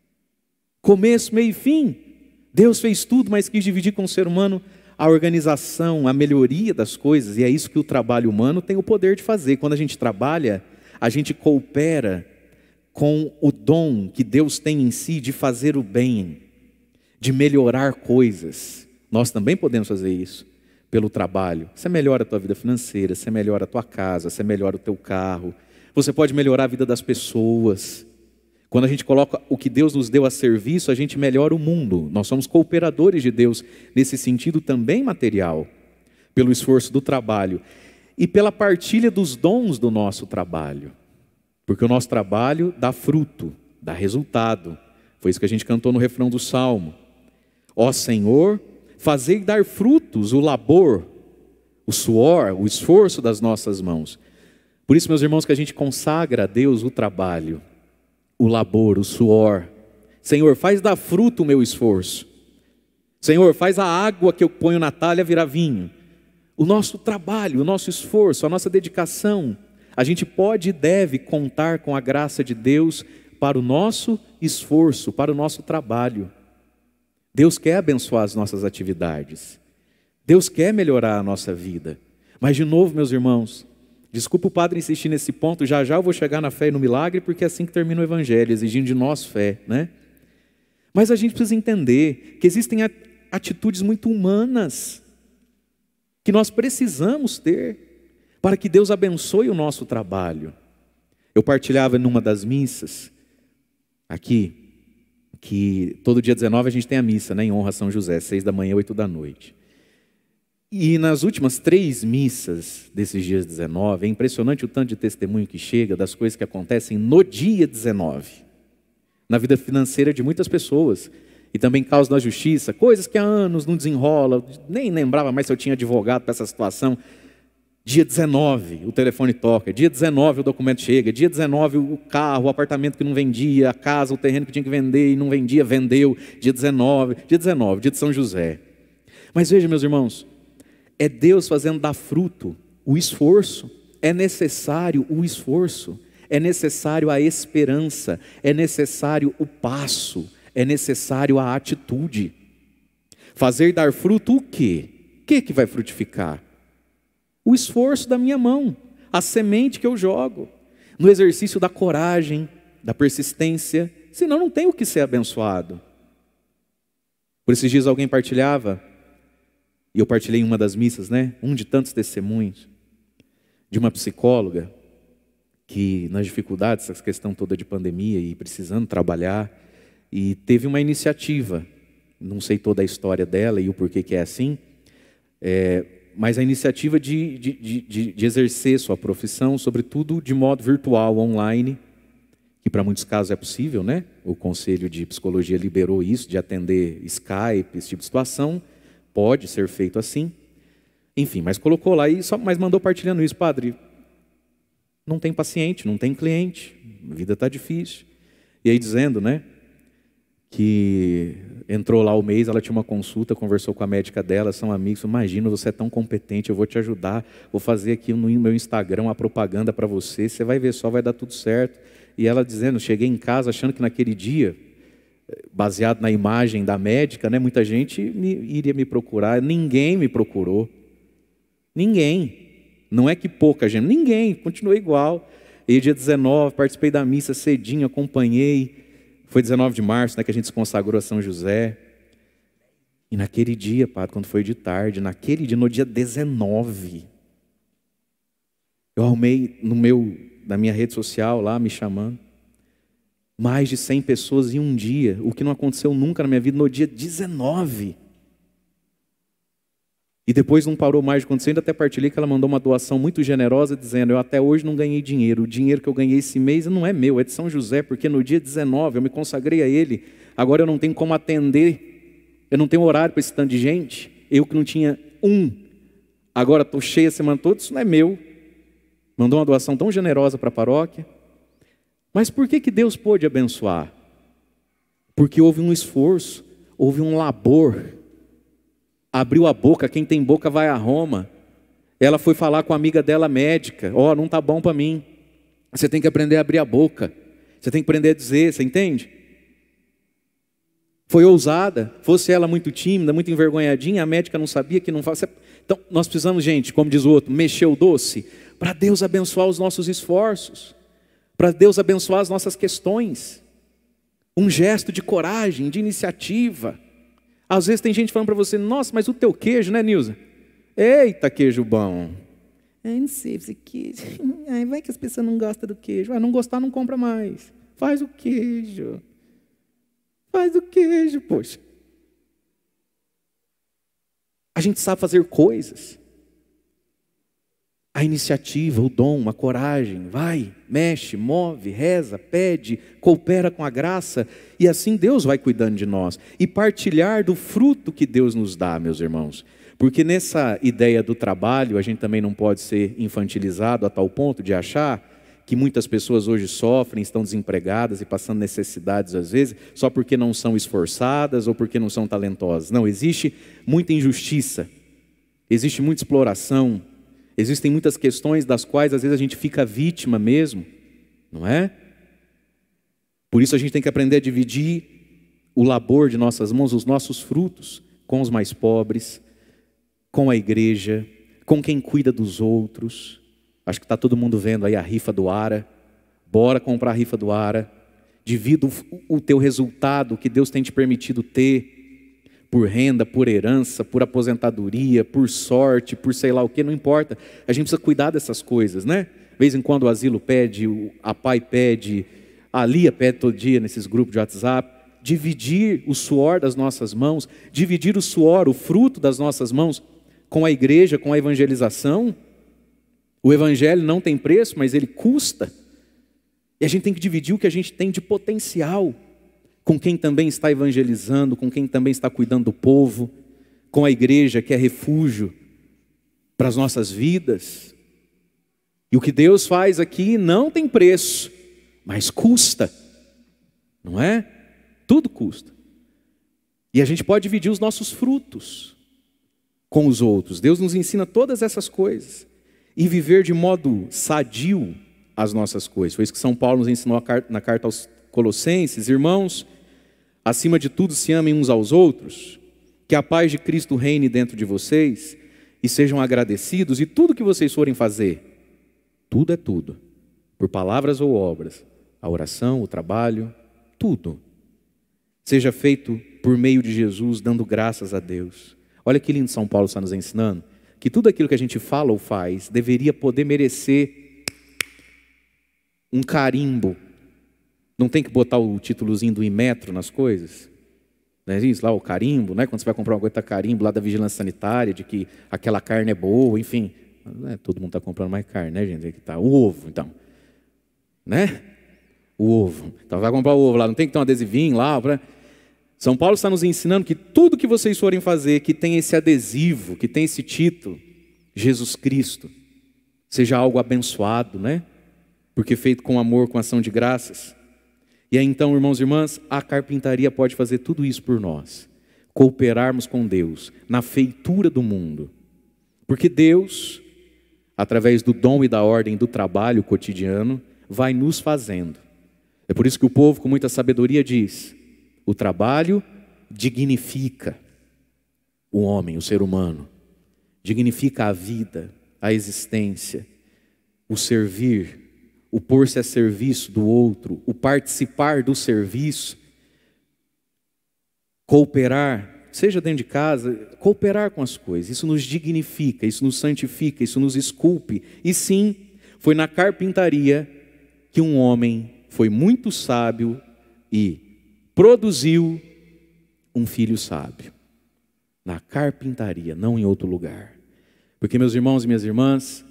Começo, meio e fim. Deus fez tudo, mas quis dividir com o ser humano a organização, a melhoria das coisas. E é isso que o trabalho humano tem o poder de fazer. Quando a gente trabalha, a gente coopera com o dom que Deus tem em si de fazer o bem, de melhorar coisas. Nós também podemos fazer isso pelo trabalho. Você melhora a tua vida financeira, você melhora a tua casa, você melhora o teu carro. Você pode melhorar a vida das pessoas. Quando a gente coloca o que Deus nos deu a serviço, a gente melhora o mundo. Nós somos cooperadores de Deus nesse sentido também material, pelo esforço do trabalho e pela partilha dos dons do nosso trabalho. Porque o nosso trabalho dá fruto, dá resultado. Foi isso que a gente cantou no refrão do Salmo. Ó Senhor, fazei dar frutos o labor, o suor, o esforço das nossas mãos. Por isso, meus irmãos, que a gente consagra a Deus o trabalho, o labor, o suor. Senhor, faz dar fruto o meu esforço. Senhor, faz a água que eu ponho na talha virar vinho. O nosso trabalho, o nosso esforço, a nossa dedicação. A gente pode e deve contar com a graça de Deus para o nosso esforço, para o nosso trabalho. Deus quer abençoar as nossas atividades. Deus quer melhorar a nossa vida. Mas de novo, meus irmãos, desculpa o padre insistir nesse ponto, já já eu vou chegar na fé e no milagre, porque é assim que termina o evangelho, exigindo de nós fé, né? Mas a gente precisa entender que existem atitudes muito humanas que nós precisamos ter para que Deus abençoe o nosso trabalho. Eu partilhava numa das missas aqui, que todo dia 19 a gente tem a missa, né, em honra a São José, 6 da manhã, 8 da noite. E nas últimas 3 missas desses dias 19, é impressionante o tanto de testemunho que chega das coisas que acontecem no dia 19, na vida financeira de muitas pessoas, e também causa da justiça, coisas que há anos não desenrola, nem lembrava mais se eu tinha advogado para essa situação. Dia 19, o telefone toca, dia 19 o documento chega, dia 19 o carro, o apartamento que não vendia, a casa, o terreno que tinha que vender e não vendia, vendeu, dia 19, dia de São José. Mas veja, meus irmãos, é Deus fazendo dar fruto, o esforço, é necessário o esforço, é necessário a esperança, é necessário o passo, é necessário a atitude. Fazer dar fruto o quê? O que vai frutificar? O esforço da minha mão, a semente que eu jogo, no exercício da coragem, da persistência, senão não tem o que ser abençoado. Por esses dias alguém partilhava, e eu partilhei em uma das missas, né? Um de tantos testemunhos, de uma psicóloga que, nas dificuldades, essa questão toda de pandemia e precisando trabalhar, e teve uma iniciativa, não sei toda a história dela e o porquê que é assim, mas a iniciativa de exercer sua profissão, sobretudo de modo virtual, online, que para muitos casos é possível, né? O Conselho de Psicologia liberou isso, de atender Skype, esse tipo de situação, pode ser feito assim. Enfim, mas colocou lá, mas mandou partilhando isso: padre, não tem paciente, não tem cliente, a vida está difícil. E aí dizendo, né, que entrou lá o mês, ela tinha uma consulta, conversou com a médica dela, são amigos, imagina, você é tão competente, eu vou te ajudar, vou fazer aqui no meu Instagram uma propaganda para você, você vai ver só, vai dar tudo certo. E ela dizendo, cheguei em casa achando que naquele dia, baseado na imagem da médica, né, muita gente iria me procurar, ninguém me procurou. Ninguém. Não é que pouca gente, ninguém, continuei igual. E dia 19, participei da missa cedinho, acompanhei. Foi 19 de março, né, que a gente se consagrou a São José. E naquele dia, padre, quando foi de tarde, naquele dia, no dia 19, eu arrumei na minha rede social lá, me chamando, mais de 100 pessoas em um dia, o que não aconteceu nunca na minha vida, no dia 19. E depois não parou mais de acontecer, ainda até partilhei que ela mandou uma doação muito generosa, dizendo, eu até hoje não ganhei dinheiro, o dinheiro que eu ganhei esse mês não é meu, é de São José, porque no dia 19 eu me consagrei a ele, agora eu não tenho como atender, eu não tenho horário para esse tanto de gente, eu que não tinha agora estou cheia a semana toda, isso não é meu. Mandou uma doação tão generosa para a paróquia. Mas por que Deus pôde abençoar? Porque houve um esforço, houve um labor. Abriu a boca, quem tem boca vai a Roma. Ela foi falar com a amiga dela médica, não está bom para mim. Você tem que aprender a abrir a boca. Você tem que aprender a dizer, você entende? Foi ousada, fosse ela muito tímida, muito envergonhadinha, a médica não sabia que não faz. Então nós precisamos, gente, como diz o outro, mexer o doce, para Deus abençoar os nossos esforços, para Deus abençoar as nossas questões. Um gesto de coragem, de iniciativa. Às vezes tem gente falando para você, nossa, mas o teu queijo, né, Nilza? Eita, queijo bom. Não sei, esse queijo. Vai que as pessoas não gostam do queijo. Não gostar, não compra mais. Faz o queijo. Faz o queijo, poxa. A gente sabe fazer coisas. A iniciativa, o dom, a coragem, vai, mexe, move, reza, pede, coopera com a graça, e assim Deus vai cuidando de nós. E partilhar do fruto que Deus nos dá, meus irmãos. Porque nessa ideia do trabalho, a gente também não pode ser infantilizado a tal ponto de achar que muitas pessoas hoje sofrem, estão desempregadas e passando necessidades às vezes, só porque não são esforçadas ou porque não são talentosas. Não, existe muita injustiça, existe muita exploração, existem muitas questões das quais às vezes a gente fica vítima mesmo, não é? Por isso a gente tem que aprender a dividir o labor de nossas mãos, os nossos frutos, com os mais pobres, com a igreja, com quem cuida dos outros. Acho que está todo mundo vendo aí a rifa do Ara. Bora comprar a rifa do Ara. Divida o teu resultado que Deus tem te permitido ter, por renda, por herança, por aposentadoria, por sorte, por sei lá o que, não importa. A gente precisa cuidar dessas coisas, né? De vez em quando o asilo pede, a PAI pede, a Lia pede todo dia nesses grupos de WhatsApp. Dividir o suor das nossas mãos, dividir o suor, o fruto das nossas mãos com a igreja, com a evangelização. O evangelho não tem preço, mas ele custa. E a gente tem que dividir o que a gente tem de potencial com quem também está evangelizando, com quem também está cuidando do povo, com a igreja que é refúgio para as nossas vidas. E o que Deus faz aqui não tem preço, mas custa, não é? Tudo custa. E a gente pode dividir os nossos frutos com os outros. Deus nos ensina todas essas coisas. E viver de modo sadio as nossas coisas. Foi isso que São Paulo nos ensinou na carta aos Colossenses. Irmãos, acima de tudo se amem uns aos outros, que a paz de Cristo reine dentro de vocês, e sejam agradecidos, e tudo que vocês forem fazer, tudo é tudo, por palavras ou obras, a oração, o trabalho, tudo, seja feito por meio de Jesus, dando graças a Deus. Olha que lindo São Paulo está nos ensinando, que tudo aquilo que a gente fala ou faz deveria poder merecer um carimbo. Não tem que botar o títulozinho do Inmetro nas coisas? Não é isso lá, o carimbo, né? Quando você vai comprar uma coisa, tá carimbo lá da vigilância sanitária, de que aquela carne é boa, enfim. Não é, todo mundo está comprando mais carne, né, gente? Aqui tá o ovo, então. Né? O ovo. Então vai comprar o ovo lá, não tem que ter um adesivinho lá. São Paulo está nos ensinando que tudo que vocês forem fazer, que tem esse adesivo, que tem esse título, Jesus Cristo, seja algo abençoado, né? Porque feito com amor, com ação de graças. E aí então, irmãos e irmãs, a carpintaria pode fazer tudo isso por nós. Cooperarmos com Deus na feitura do mundo. Porque Deus, através do dom e da ordem do trabalho cotidiano, vai nos fazendo. É por isso que o povo, com muita sabedoria, diz: o trabalho dignifica o homem, o ser humano. Dignifica a vida, a existência, o servir, o pôr-se a serviço do outro, o participar do serviço, cooperar, seja dentro de casa, cooperar com as coisas. Isso nos dignifica, isso nos santifica, isso nos esculpe. E sim, foi na carpintaria que um homem foi muito sábio e produziu um filho sábio. Na carpintaria, não em outro lugar. Porque, meus irmãos e minhas irmãs,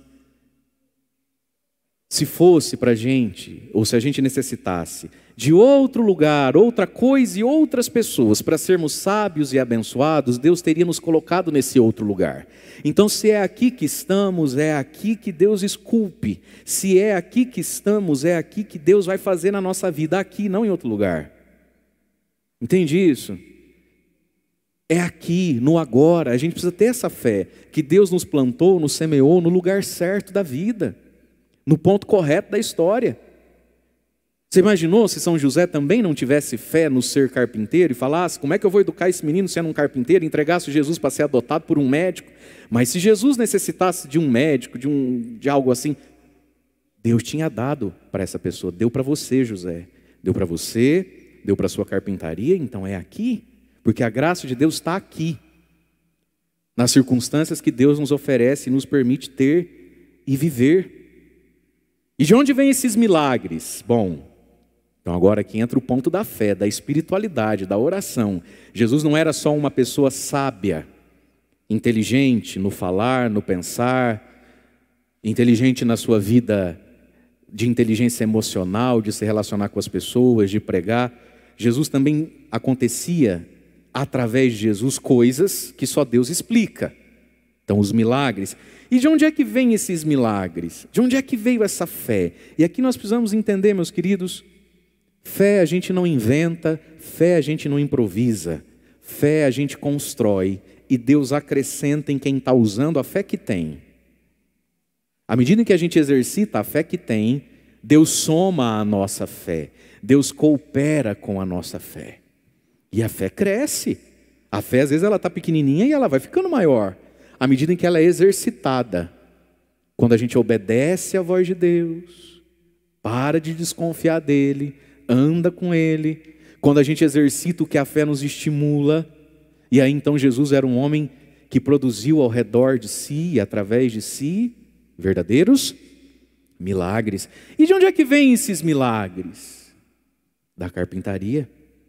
se fosse para a gente, ou se a gente necessitasse de outro lugar, outra coisa e outras pessoas para sermos sábios e abençoados, Deus teria nos colocado nesse outro lugar. Então, se é aqui que estamos, é aqui que Deus esculpe. Se é aqui que estamos, é aqui que Deus vai fazer na nossa vida, aqui, não em outro lugar. Entende isso? É aqui, no agora. A gente precisa ter essa fé, que Deus nos plantou, nos semeou no lugar certo da vida, no ponto correto da história. Você imaginou se São José também não tivesse fé no ser carpinteiro e falasse: como é que eu vou educar esse menino sendo um carpinteiro, e entregasse Jesus para ser adotado por um médico? Mas se Jesus necessitasse de um médico, de algo assim, Deus tinha dado para essa pessoa. Deu para você, José. Deu para você, deu para a sua carpintaria, então é aqui. Porque a graça de Deus está aqui, nas circunstâncias que Deus nos oferece e nos permite ter e viver. E de onde vêm esses milagres? Bom, então agora aqui entra o ponto da fé, da espiritualidade, da oração. Jesus não era só uma pessoa sábia, inteligente no falar, no pensar, inteligente na sua vida de inteligência emocional, de se relacionar com as pessoas, de pregar. Jesus também acontecia através de Jesus coisas que só Deus explica. Então os milagres. E de onde é que vêm esses milagres? De onde é que veio essa fé? E aqui nós precisamos entender, meus queridos, fé a gente não inventa, fé a gente não improvisa, fé a gente constrói, e Deus acrescenta em quem está usando a fé que tem. À medida que a gente exercita a fé que tem, Deus soma a nossa fé, Deus coopera com a nossa fé. E a fé cresce. A fé às vezes ela está pequenininha e ela vai ficando maior, à medida em que ela é exercitada. Quando a gente obedece à voz de Deus, para de desconfiar dele, anda com ele. Quando a gente exercita o que a fé nos estimula. E aí então Jesus era um homem que produziu ao redor de si e através de si verdadeiros milagres. E de onde é que vêm esses milagres? Da carpintaria.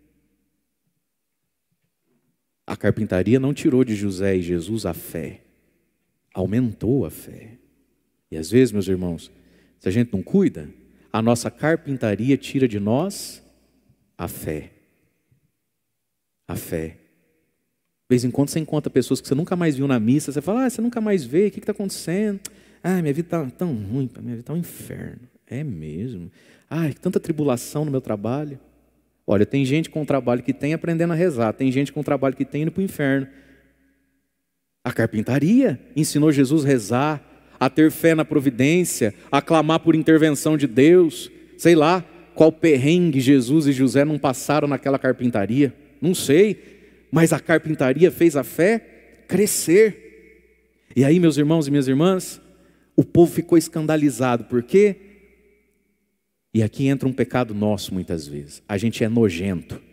A carpintaria não tirou de José e Jesus a fé, aumentou a fé. E às vezes, meus irmãos, se a gente não cuida, a nossa carpintaria tira de nós a fé. A fé. De vez em quando você encontra pessoas que você nunca mais viu na missa, você fala: você nunca mais vê, o que está acontecendo? Minha vida está tão ruim, minha vida está um inferno. É mesmo? Tanta tribulação no meu trabalho. Olha, tem gente com o trabalho que tem aprendendo a rezar, tem gente com o trabalho que tem indo para o inferno. A carpintaria ensinou Jesus a rezar, a ter fé na providência, a clamar por intervenção de Deus. Sei lá qual perrengue Jesus e José não passaram naquela carpintaria, não sei, mas a carpintaria fez a fé crescer. E aí, meus irmãos e minhas irmãs, o povo ficou escandalizado, por quê? E aqui entra um pecado nosso muitas vezes. A gente é nojento.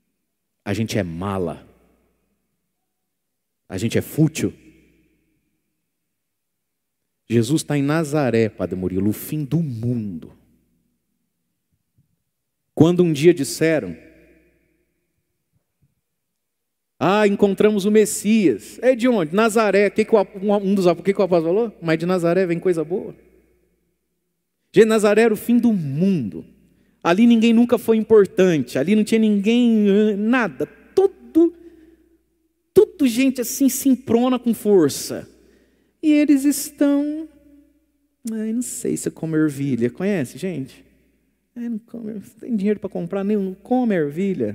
A gente é mala. A gente é fútil. Jesus está em Nazaré, Padre Murilo, o fim do mundo. Quando um dia disseram, encontramos o Messias. É de onde? Nazaré. O que o apóstolo falou? Mas de Nazaré vem coisa boa. De Nazaré era o fim do mundo. Ali ninguém nunca foi importante. Ali não tinha ninguém, nada. Tudo gente assim, simprona com força. E eles estão... não sei se é come ervilha. Conhece, gente? Não tem dinheiro para comprar, nem não come ervilha.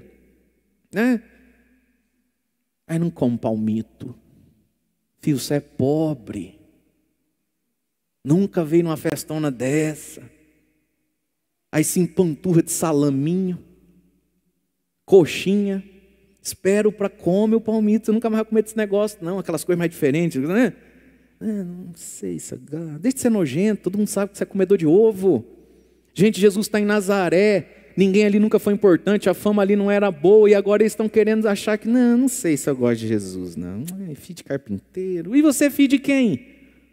Aí não come palmito. Filho, você é pobre. Nunca veio numa festona dessa. Aí se empanturra de salaminho, coxinha. Espero para comer o palmito. Você nunca mais vai comer desse negócio, não. Aquelas coisas mais diferentes, né? Não sei, deixa de ser nojento. Todo mundo sabe que você é comedor de ovo. Gente, Jesus está em Nazaré. Ninguém ali nunca foi importante. A fama ali não era boa. E agora eles estão querendo achar que... Não sei se eu gosto de Jesus, não. É filho de carpinteiro. E você é filho de quem?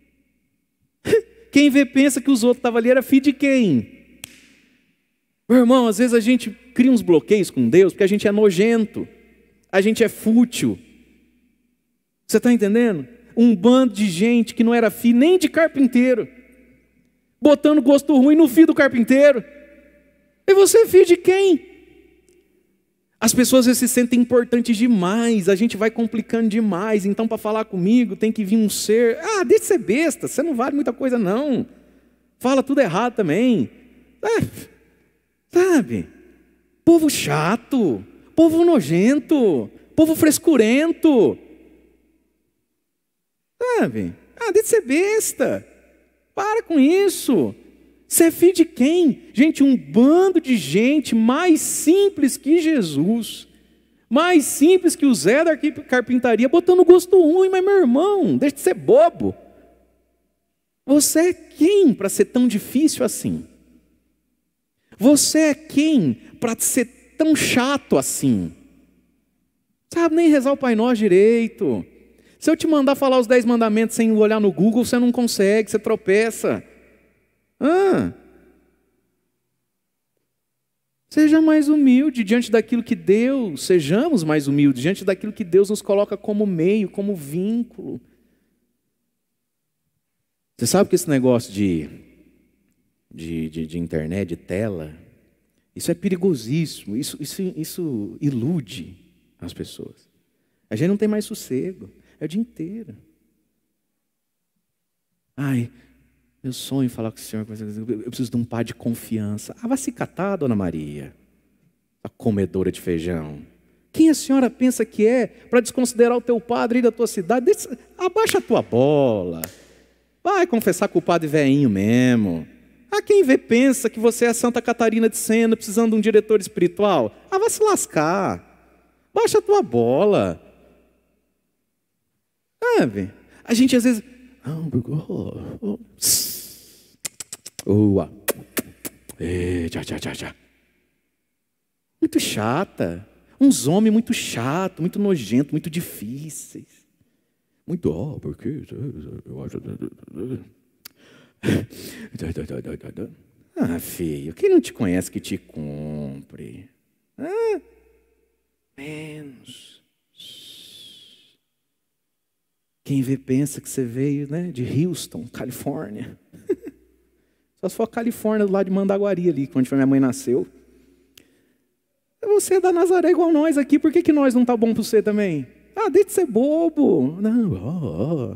Quem vê pensa que os outros estavam ali era filho de quem? Meu irmão, às vezes a gente cria uns bloqueios com Deus porque a gente é nojento. A gente é fútil. Você está entendendo? Um bando de gente que não era filho nem de carpinteiro, botando gosto ruim no filho do carpinteiro. E você é filho de quem? As pessoas às vezes se sentem importantes demais, a gente vai complicando demais. Então para falar comigo tem que vir um ser, deixa de ser besta, você não vale muita coisa não. Fala tudo errado também. Sabe? Povo chato, povo nojento, povo frescurento. Sabe? Deixa de ser besta. Para com isso. Você é filho de quem? Gente, um bando de gente mais simples que Jesus, mais simples que o Zé da carpintaria, botando gosto ruim. Mas meu irmão, deixa de ser bobo. Você é quem para ser tão difícil assim? Você é quem para ser tão chato assim? Sabe nem rezar o Pai Nosso direito. Se eu te mandar falar os 10 mandamentos sem olhar no Google, você não consegue, você tropeça. Seja mais humilde diante daquilo que Deus, sejamos mais humildes diante daquilo que Deus nos coloca como meio, como vínculo. Você sabe que esse negócio de internet, de tela, isso é perigosíssimo, isso ilude as pessoas. A gente não tem mais sossego, é o dia inteiro. Meu sonho é falar com o Senhor, eu preciso de um pai de confiança. Vai se catar, Dona Maria, a comedora de feijão. Quem a senhora pensa que é para desconsiderar o teu padre aí da tua cidade? Abaixa a tua bola. Vai confessar com o padre velhinho mesmo. Quem vê pensa que você é Santa Catarina de Sena, precisando de um diretor espiritual. Vai se lascar. Baixa a tua bola. Sabe? A gente às vezes... Muito chata. Uns homens muito chatos, muito nojentos, muito difíceis. Muito, porque... filho, quem não te conhece que te compre. Menos. Quem vê pensa que você veio, de Houston, Califórnia. Só se for a Califórnia, do lado de Mandaguari ali, onde minha mãe nasceu. Você é da Nazaré igual nós aqui, por que nós não tá bom para você também? Deixa de ser bobo. Não.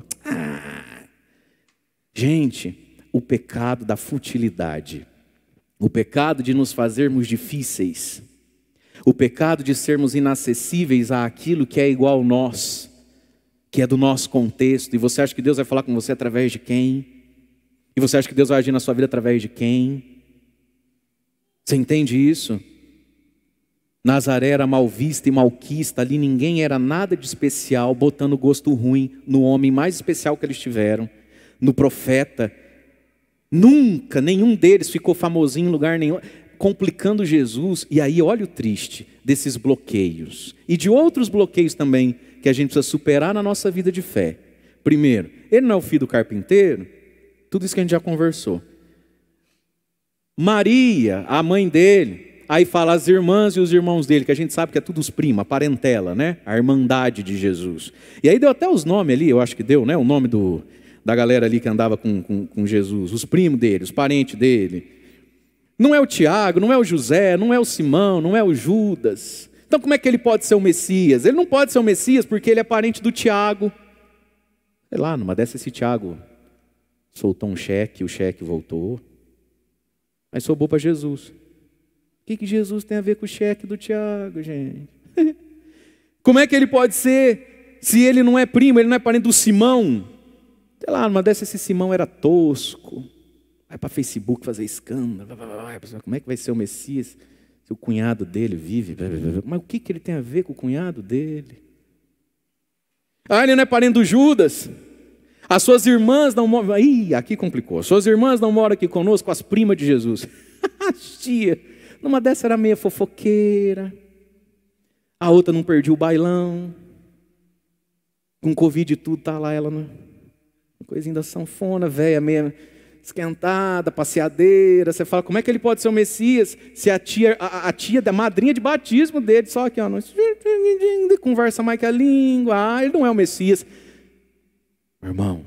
Gente, o pecado da futilidade, o pecado de nos fazermos difíceis, o pecado de sermos inacessíveis àquilo que é igual a nós, que é do nosso contexto, e você acha que Deus vai falar com você através de quem? E você acha que Deus vai agir na sua vida através de quem? Você entende isso? Nazaré era mal vista e malquista, ali ninguém era nada de especial, botando gosto ruim no homem mais especial que eles tiveram, no profeta. Nunca, nenhum deles ficou famosinho em lugar nenhum, complicando Jesus. E aí olha o triste desses bloqueios, e de outros bloqueios também, que a gente precisa superar na nossa vida de fé. Primeiro, ele não é o filho do carpinteiro, Tudo isso que a gente já conversou. Maria, a mãe dele, aí fala as irmãs e os irmãos dele, que a gente sabe que é tudo os primos, a parentela, né? A irmandade de Jesus. E aí deu até os nomes ali, eu acho que deu, né? O nome da galera ali que andava com Jesus, os primos dele, os parentes dele. Não é o Tiago, não é o José, não é o Simão, não é o Judas. Então como é que ele pode ser o Messias? Ele não pode ser o Messias porque ele é parente do Tiago. Sei lá, numa dessa esse Tiago soltou um cheque, o cheque voltou. Aí sobrou para Jesus. O que Jesus tem a ver com o cheque do Tiago, gente? Como é que ele pode ser, se ele não é primo, ele não é parente do Simão? Sei lá, numa dessas esse Simão era tosco. Vai para Facebook fazer escândalo. Como é que vai ser o Messias se o cunhado dele vive? Mas o que ele tem a ver com o cunhado dele? Ah, ele não é parente do Judas. As suas irmãs não moram... Ih, aqui complicou. As suas irmãs não moram aqui conosco, as primas de Jesus. Tia, numa dessa era meia fofoqueira. A outra não perdia o bailão. Com Covid e tudo, tá lá ela, né? Coisinha da sanfona, velha, meia esquentada, passeadeira. Você fala, como é que ele pode ser o Messias se a tia da madrinha de batismo dele, só aqui, ó, conversa mais que a língua. Ah, ele não é o Messias. Meu irmão,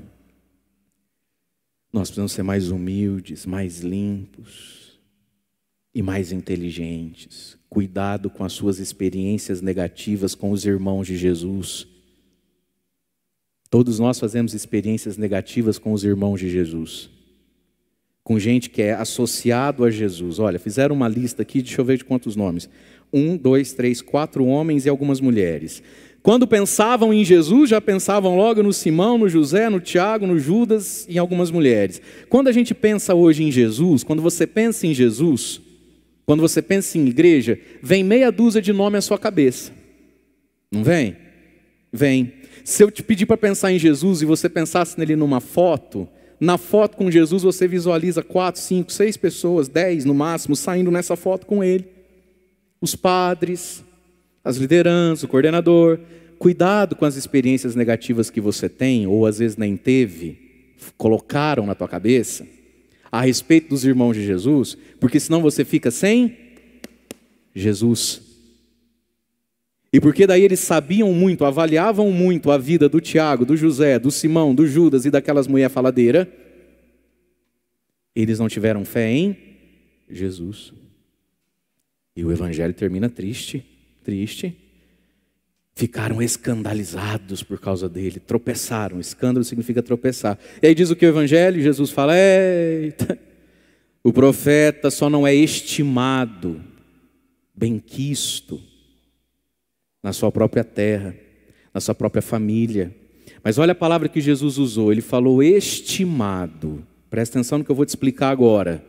nós precisamos ser mais humildes, mais limpos e mais inteligentes. Cuidado com as suas experiências negativas com os irmãos de Jesus. Todos nós fazemos experiências negativas com os irmãos de Jesus. Com gente que é associado a Jesus. Olha, fizeram uma lista aqui, deixa eu ver de quantos nomes. 1, 2, 3, 4 homens e algumas mulheres. Quando pensavam em Jesus, já pensavam logo no Simão, no José, no Tiago, no Judas e em algumas mulheres. Quando a gente pensa hoje em Jesus, quando você pensa em Jesus, quando você pensa em igreja, vem meia dúzia de nome à sua cabeça. Não vem? Vem. Se eu te pedir para pensar em Jesus e você pensasse nele numa foto, na foto com Jesus você visualiza 4, 5, 6 pessoas, 10 no máximo, saindo nessa foto com ele. Os padres, as lideranças, o coordenador. Cuidado com as experiências negativas que você tem, ou às vezes nem teve, colocaram na tua cabeça, a respeito dos irmãos de Jesus, porque senão você fica sem Jesus. E porque daí eles sabiam muito, avaliavam muito a vida do Tiago, do José, do Simão, do Judas e daquelas mulheres faladeiras, eles não tiveram fé em Jesus. E o evangelho termina triste, triste. Ficaram escandalizados por causa dele, tropeçaram. Escândalo significa tropeçar. E aí diz o que o evangelho? Jesus fala, eita, o profeta só não é estimado, benquisto, na sua própria terra, na sua própria família. Mas olha a palavra que Jesus usou, ele falou estimado. Presta atenção no que eu vou te explicar agora.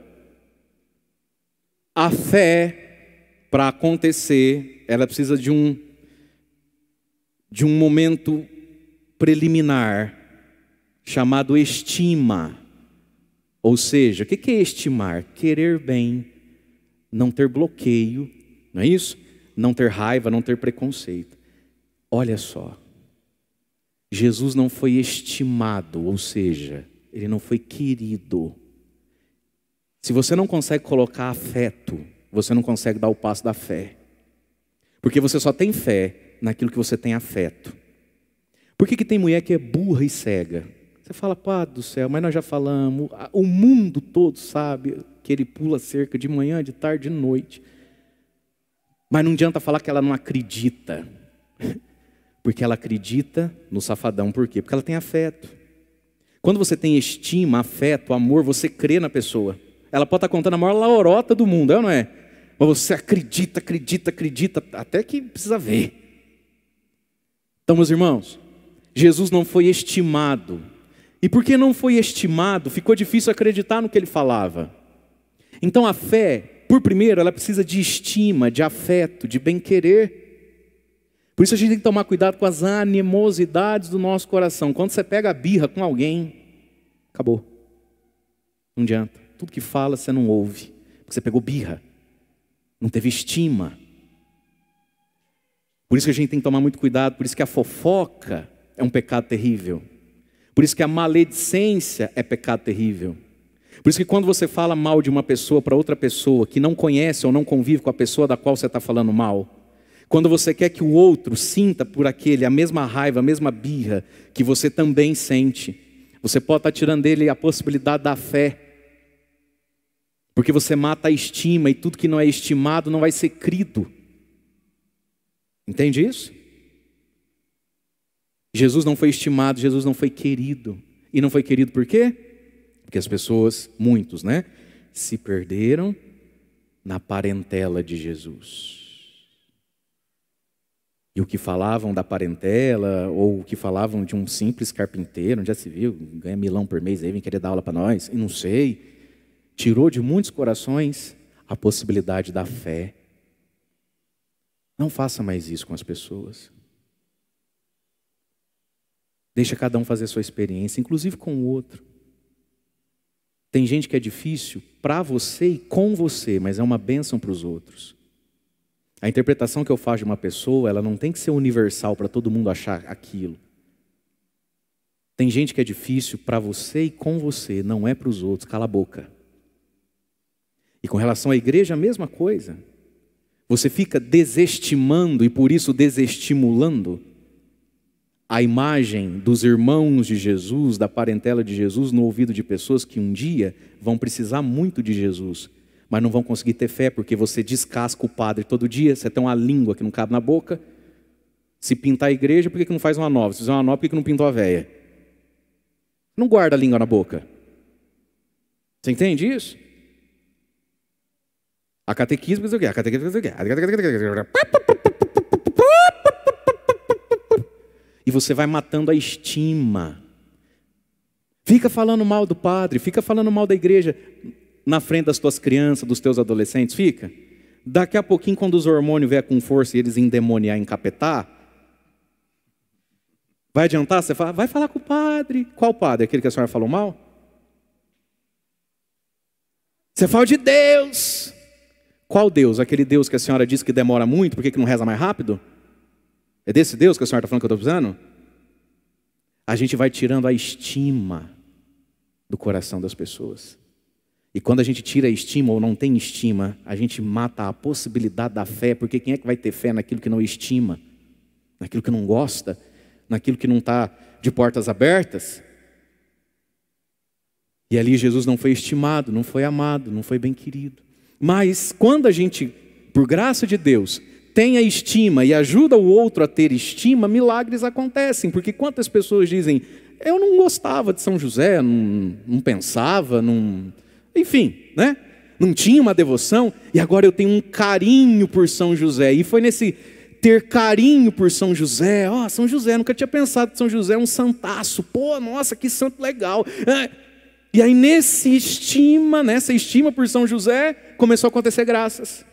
A fé, para acontecer, ela precisa de um momento preliminar, chamado estima. Ou seja, o que é estimar? Querer bem, não ter bloqueio, não é isso? Não ter raiva, não ter preconceito. Olha só, Jesus não foi estimado, ou seja, ele não foi querido. Se você não consegue colocar afeto, você não consegue dar o passo da fé. Porque você só tem fé naquilo que você tem afeto. Por que tem mulher que é burra e cega? Você fala, Pai do céu, mas nós já falamos, o mundo todo sabe que ele pula cerca de manhã, de tarde, de noite. Mas não adianta falar que ela não acredita. Porque ela acredita no safadão. Por quê? Porque ela tem afeto. Quando você tem estima, afeto, amor, você crê na pessoa. Ela pode estar contando a maior laurota do mundo, é ou não é? Mas você acredita, até que precisa ver. Então, meus irmãos, Jesus não foi estimado. E porque não foi estimado, ficou difícil acreditar no que ele falava. Então a fé, por primeiro, ela precisa de estima, de afeto, de bem-querer. Por isso a gente tem que tomar cuidado com as animosidades do nosso coração. Quando você pega a birra com alguém, acabou. Não adianta. Tudo que fala você não ouve. Porque você pegou birra. Não teve estima. Por isso que a gente tem que tomar muito cuidado. Por isso que a fofoca é um pecado terrível. Por isso que a maledicência é pecado terrível. Por isso que quando você fala mal de uma pessoa para outra pessoa que não conhece ou não convive com a pessoa da qual você está falando mal, quando você quer que o outro sinta por aquele a mesma raiva, a mesma birra que você também sente, você pode estar tirando dele a possibilidade da fé. Porque você mata a estima e tudo que não é estimado não vai ser crido. Entende isso? Jesus não foi estimado, Jesus não foi querido. E não foi querido por quê? Porque as pessoas, muitos, né, se perderam na parentela de Jesus. E o que falavam da parentela, ou o que falavam de um simples carpinteiro, onde já se viu, ganha milão por mês, aí vem querer dar aula para nós, e não sei, tirou de muitos corações a possibilidade da fé. Não faça mais isso com as pessoas. Deixa cada um fazer a sua experiência, inclusive com o outro. Tem gente que é difícil para você e com você, mas é uma bênção para os outros. A interpretação que eu faço de uma pessoa, ela não tem que ser universal para todo mundo achar aquilo. Tem gente que é difícil para você e com você, não é para os outros, cala a boca. E com relação à igreja, a mesma coisa. Você fica desestimando e por isso desestimulando a imagem dos irmãos de Jesus, da parentela de Jesus, no ouvido de pessoas que um dia vão precisar muito de Jesus, mas não vão conseguir ter fé, porque você descasca o padre todo dia, você tem uma língua que não cabe na boca. Se pintar a igreja, por que não faz uma nova? Se fizer uma nova, por que não pintou a véia? Não guarda a língua na boca. Você entende isso? A catequismo, o quê? A catequismo, o quê? E você vai matando a estima. Fica falando mal do padre, fica falando mal da igreja na frente das tuas crianças, dos teus adolescentes, fica. Daqui a pouquinho, quando os hormônios vier com força e eles endemoniar, encapetar, vai adiantar? Você fala, vai falar com o padre. Qual padre? Aquele que a senhora falou mal? Você fala de Deus. Qual Deus? Aquele Deus que a senhora disse que demora muito, por que não reza mais rápido? É desse Deus que a senhora está falando que eu estou precisando? A gente vai tirando a estima do coração das pessoas. E quando a gente tira a estima ou não tem estima, a gente mata a possibilidade da fé, porque quem é que vai ter fé naquilo que não estima? Naquilo que não gosta? Naquilo que não está de portas abertas? E ali Jesus não foi estimado, não foi amado, não foi bem querido. Mas quando a gente, por graça de Deus, tem a estima e ajuda o outro a ter estima, milagres acontecem. Porque quantas pessoas dizem, eu não gostava de São José, não pensava, enfim, né? Não tinha uma devoção, e agora eu tenho um carinho por São José. E foi nesse ter carinho por São José, São José, nunca tinha pensado que São José é um santaço, nossa, que santo legal. E aí nessa estima por São José, começou a acontecer graças.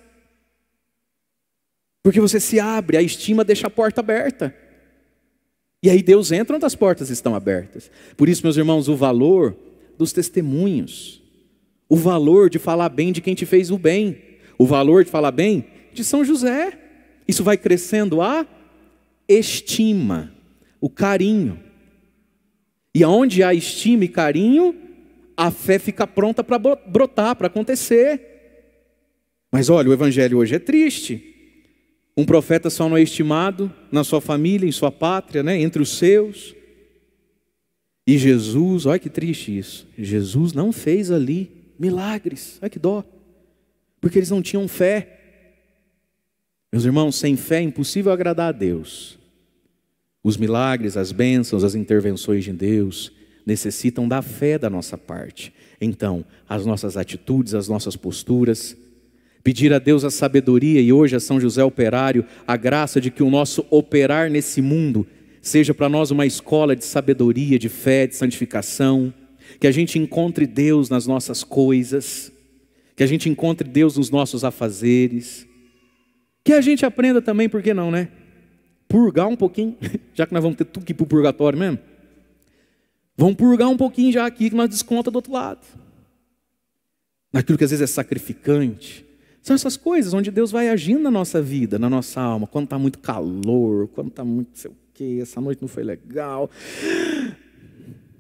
Porque você se abre, a estima deixa a porta aberta. E aí Deus entra onde as portas estão abertas. Por isso, meus irmãos, o valor dos testemunhos. O valor de falar bem de quem te fez o bem. O valor de falar bem de São José. Isso vai crescendo a estima, o carinho. E aonde há estima e carinho, a fé fica pronta para brotar, para acontecer. Mas olha, o evangelho hoje é triste. Um profeta só não é estimado na sua família, em sua pátria, né? Entre os seus. E Jesus, olha que triste isso. Jesus não fez ali milagres. Olha que dó. Porque eles não tinham fé. Meus irmãos, sem fé é impossível agradar a Deus. Os milagres, as bênçãos, as intervenções de Deus necessitam da fé da nossa parte. Então, as nossas atitudes, as nossas posturas, pedir a Deus a sabedoria, e hoje a São José Operário, a graça de que o nosso operar nesse mundo seja para nós uma escola de sabedoria, de fé, de santificação, que a gente encontre Deus nas nossas coisas, que a gente encontre Deus nos nossos afazeres, que a gente aprenda também, por que não, né? Purgar um pouquinho, já que nós vamos ter tudo que ir para o purgatório mesmo. Vamos purgar um pouquinho já aqui, que nós desconta do outro lado. Naquilo que às vezes é sacrificante. São essas coisas onde Deus vai agindo na nossa vida, na nossa alma. Quando está muito calor, quando está muito não sei o quê, essa noite não foi legal.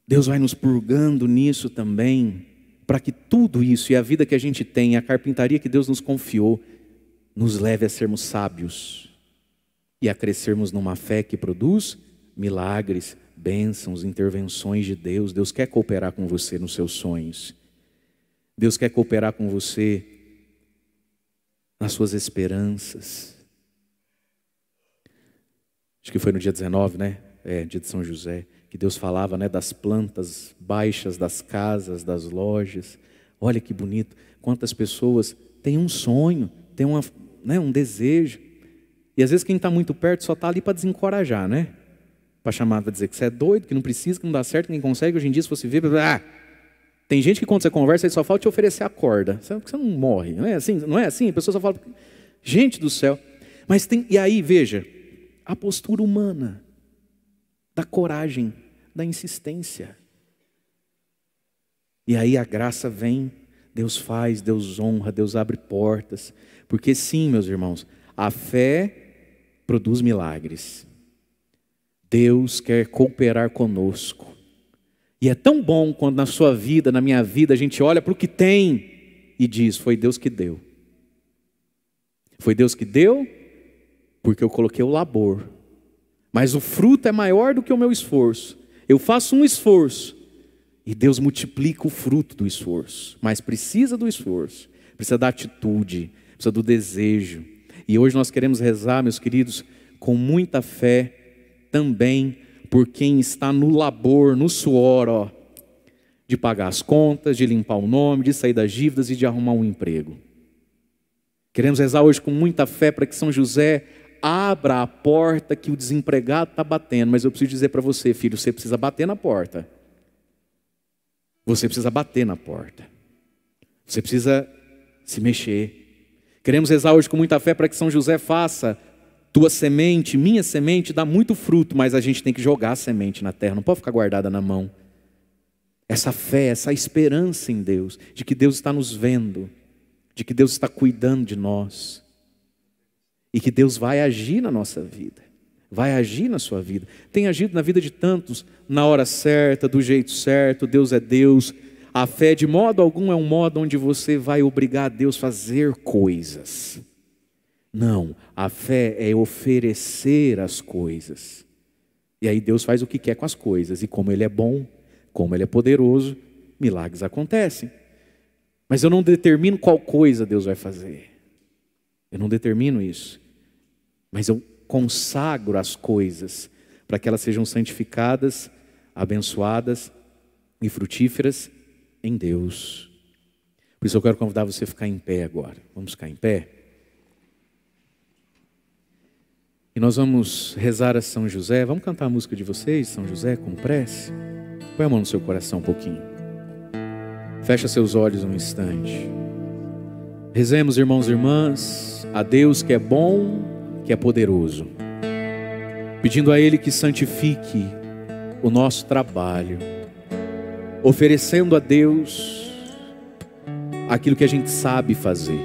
Deus vai nos purgando nisso também, para que tudo isso e a vida que a gente tem, a carpintaria que Deus nos confiou, nos leve a sermos sábios e a crescermos numa fé que produz milagres, bênçãos, intervenções de Deus. Deus quer cooperar com você nos seus sonhos. Deus quer cooperar com você nas suas esperanças. Acho que foi no dia 19, né? Dia de São José, que Deus falava, né, das plantas baixas, das casas, das lojas. Olha que bonito, quantas pessoas têm um sonho, têm um desejo. E às vezes quem está muito perto só está ali para desencorajar, né? Para chamar, para dizer que você é doido, que não precisa, que não dá certo, que ninguém consegue. Hoje em dia, se você ver, tem gente que quando você conversa, ele só falta te oferecer a corda. Sabe que você não morre, não é assim? Não é assim? A pessoa só fala, gente do céu. Mas tem, e aí, veja, a postura humana, da coragem, da insistência. E aí a graça vem, Deus faz, Deus honra, Deus abre portas. Porque sim, meus irmãos, a fé produz milagres. Deus quer cooperar conosco. E é tão bom quando na sua vida, na minha vida, a gente olha para o que tem e diz, foi Deus que deu. Foi Deus que deu, porque eu coloquei o labor. Mas o fruto é maior do que o meu esforço. Eu faço um esforço e Deus multiplica o fruto do esforço. Mas precisa do esforço, precisa da atitude, precisa do desejo. E hoje nós queremos rezar, meus queridos, com muita fé também por quem está no labor, no suor, de pagar as contas, de limpar o nome, de sair das dívidas e de arrumar um emprego. Queremos rezar hoje com muita fé para que São José abra a porta que o desempregado está batendo. Mas eu preciso dizer para você, filho, você precisa bater na porta. Você precisa bater na porta. Você precisa se mexer. Queremos rezar hoje com muita fé para que São José faça tua semente, minha semente, dá muito fruto, mas a gente tem que jogar a semente na terra, não pode ficar guardada na mão. Essa fé, essa esperança em Deus, de que Deus está nos vendo, de que Deus está cuidando de nós, e que Deus vai agir na nossa vida, vai agir na sua vida. Tem agido na vida de tantos, na hora certa, do jeito certo. Deus é Deus. A fé de modo algum é um modo onde você vai obrigar a Deus a fazer coisas. Não, a fé é oferecer as coisas. E aí Deus faz o que quer com as coisas. E como Ele é bom, como Ele é poderoso, milagres acontecem. Mas eu não determino qual coisa Deus vai fazer. Eu não determino isso. Mas eu consagro as coisas para que elas sejam santificadas, abençoadas e frutíferas em Deus. Por isso eu quero convidar você a ficar em pé agora. Vamos ficar em pé? E nós vamos rezar a São José. Vamos cantar a música de vocês, São José, com prece? Põe a mão no seu coração um pouquinho. Fecha seus olhos um instante. Rezemos, irmãos e irmãs, a Deus que é bom, que é poderoso, pedindo a Ele que santifique o nosso trabalho, oferecendo a Deus aquilo que a gente sabe fazer.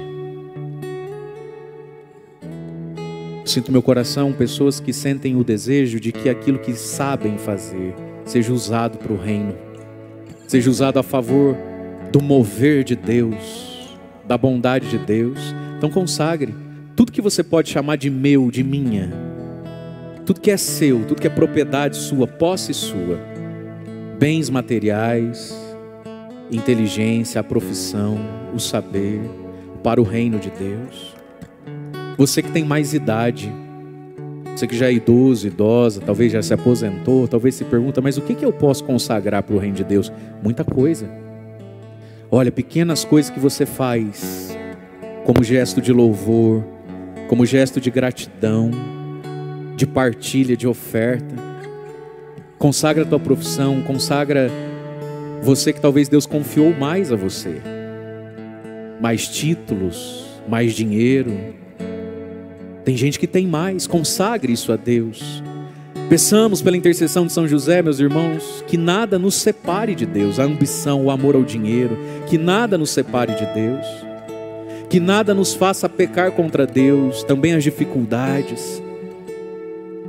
Sinto no meu coração pessoas que sentem o desejo de que aquilo que sabem fazer seja usado para o reino, seja usado a favor do mover de Deus, da bondade de Deus. Então consagre tudo que você pode chamar de meu, de minha, tudo que é seu, tudo que é propriedade sua, posse sua, bens materiais, inteligência, a profissão, o saber, para o reino de Deus. Você que tem mais idade, você que já é idoso, idosa, talvez já se aposentou, talvez se pergunta, mas o que eu posso consagrar para o reino de Deus? Muita coisa. Olha, pequenas coisas que você faz, como gesto de louvor, como gesto de gratidão, de partilha, de oferta. Consagra a tua profissão, consagra você que talvez Deus confiou mais a você. Mais títulos, mais dinheiro. Tem gente que tem mais, consagre isso a Deus. Peçamos pela intercessão de São José, meus irmãos, que nada nos separe de Deus, a ambição, o amor ao dinheiro, que nada nos separe de Deus, que nada nos faça pecar contra Deus, também as dificuldades.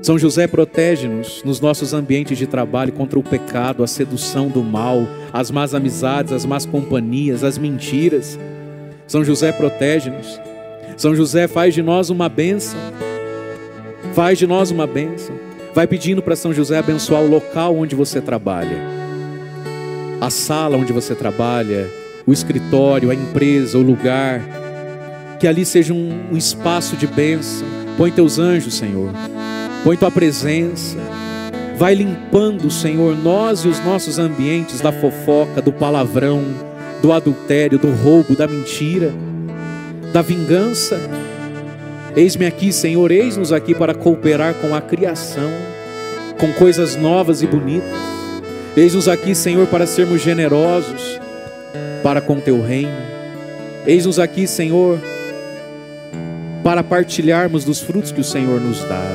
São José, protege-nos nos nossos ambientes de trabalho contra o pecado, a sedução do mal, as más amizades, as más companhias, as mentiras. São José, protege-nos. São José, faz de nós uma bênção. Faz de nós uma bênção. Vai pedindo para São José abençoar o local onde você trabalha, a sala onde você trabalha, o escritório, a empresa, o lugar. Que ali seja um espaço de bênção. Põe teus anjos, Senhor. Põe tua presença. Vai limpando, Senhor, nós e os nossos ambientes da fofoca, do palavrão, do adultério, do roubo, da mentira, da vingança. Eis-me aqui, Senhor, eis-nos aqui para cooperar com a criação, com coisas novas e bonitas. Eis-nos aqui, Senhor, para sermos generosos para com teu reino. Eis-nos aqui, Senhor, para partilharmos dos frutos que o Senhor nos dá.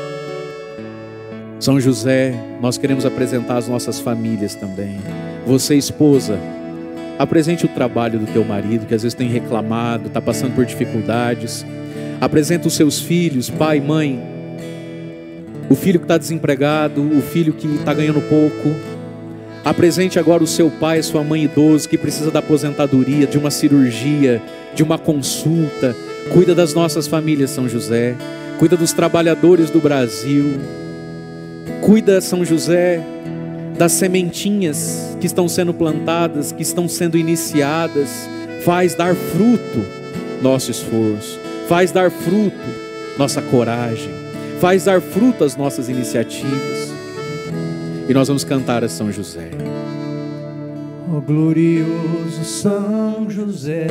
São José, nós queremos apresentar as nossas famílias também. Você, esposa, apresente o trabalho do teu marido, que às vezes tem reclamado, está passando por dificuldades. Apresenta os seus filhos, pai, mãe. O filho que está desempregado, o filho que está ganhando pouco. Apresente agora o seu pai, a sua mãe idoso, que precisa da aposentadoria, de uma cirurgia, de uma consulta. Cuida das nossas famílias, São José. Cuida dos trabalhadores do Brasil. Cuida, São José, das sementinhas que estão sendo plantadas, que estão sendo iniciadas. Faz dar fruto nosso esforço. Faz dar fruto nossa coragem. Faz dar fruto as nossas iniciativas. E nós vamos cantar a São José. Ó glorioso São José,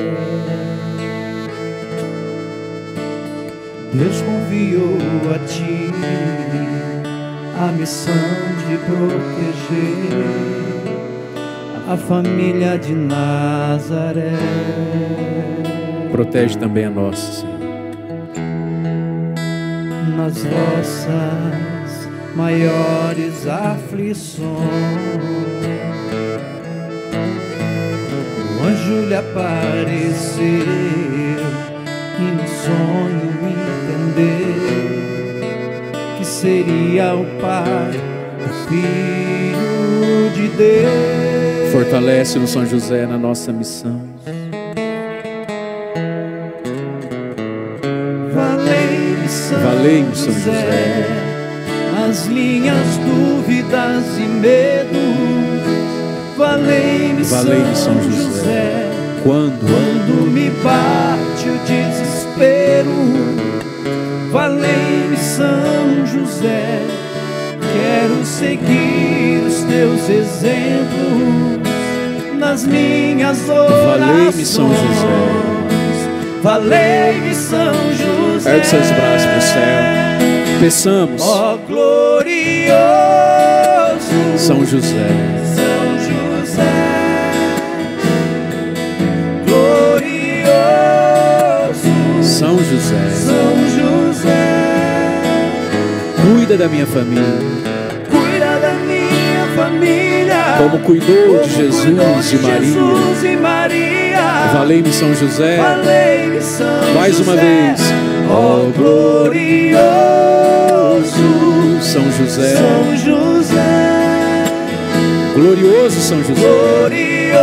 Deus confiou a ti a missão de proteger a família de Nazaré. Protege também a nossa, Senhor. Nas vossas maiores aflições, o anjo lhe apareceu e no sonho entendeu que seria o Pai, o Filho de Deus. Fortalece-nos, São José, na nossa missão. Valei-me, São José, nas minhas dúvidas e medos. Valei-me, São José, quando me bate o desespero. Valei-me, São José, quero seguir os teus exemplos nas minhas orações. Valei-me, São José. Valei-me, São José. Ergue seus braços para o céu. Peçamos. Ó glorioso São José. São José, glorioso São José. São José, Cuida da minha família. cuida da minha família, Como cuidou de Jesus e Maria. Valei-me, São José. Valei-me, São Mais uma José. vez. Ó glorioso São José. São José, Glorioso São José. glorioso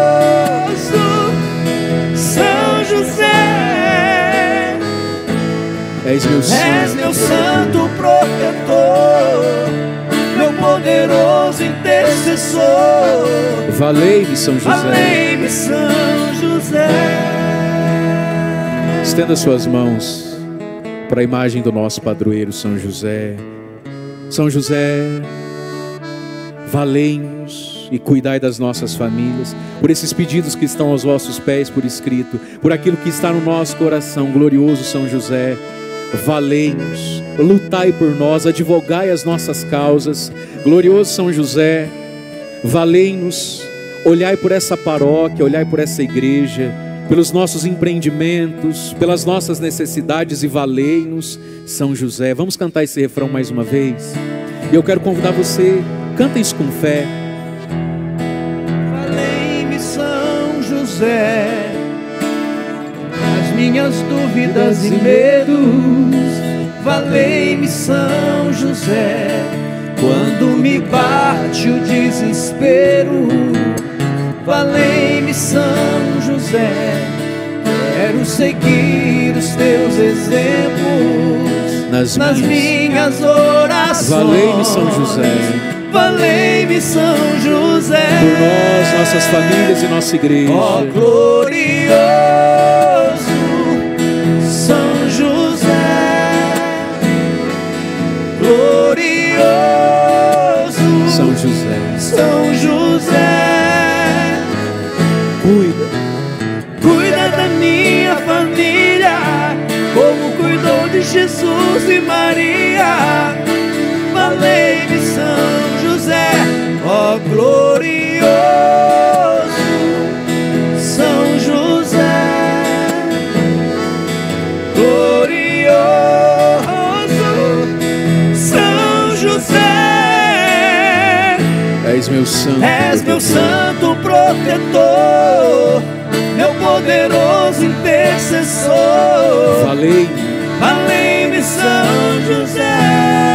São José, És meu és santo. meu santo protetor, meu poderoso intercessor. Valei-me, São José. Valei-me, São José. Estenda suas mãos para a imagem do nosso padroeiro São José. São José, valei-nos e cuidai das nossas famílias, por esses pedidos que estão aos vossos pés por escrito, por aquilo que está no nosso coração. Glorioso São José, valei-nos, lutai por nós, advogai as nossas causas. Glorioso São José, valei-nos, olhai por essa paróquia, olhai por essa igreja, pelos nossos empreendimentos, pelas nossas necessidades, e valei-nos, São José. Vamos cantar esse refrão mais uma vez? E eu quero convidar você, canta isso com fé. Valei-me, São José, nas minhas dúvidas e medos. valei-me São José, quando me bate o desespero. Valei-me São José, quero seguir os teus exemplos nas minhas orações. Valei-me São José, valei-me São José, por nós, nossas famílias e nossa igreja. ó glorioso São José, glorioso São José, São José, cuida da minha família, como cuidou de Jesus e Maria. Valei-me São José, ó glorioso São José, glorioso São José. és meu santo, És meu santo protetor, meu poderoso intercessor. Valei-me São José.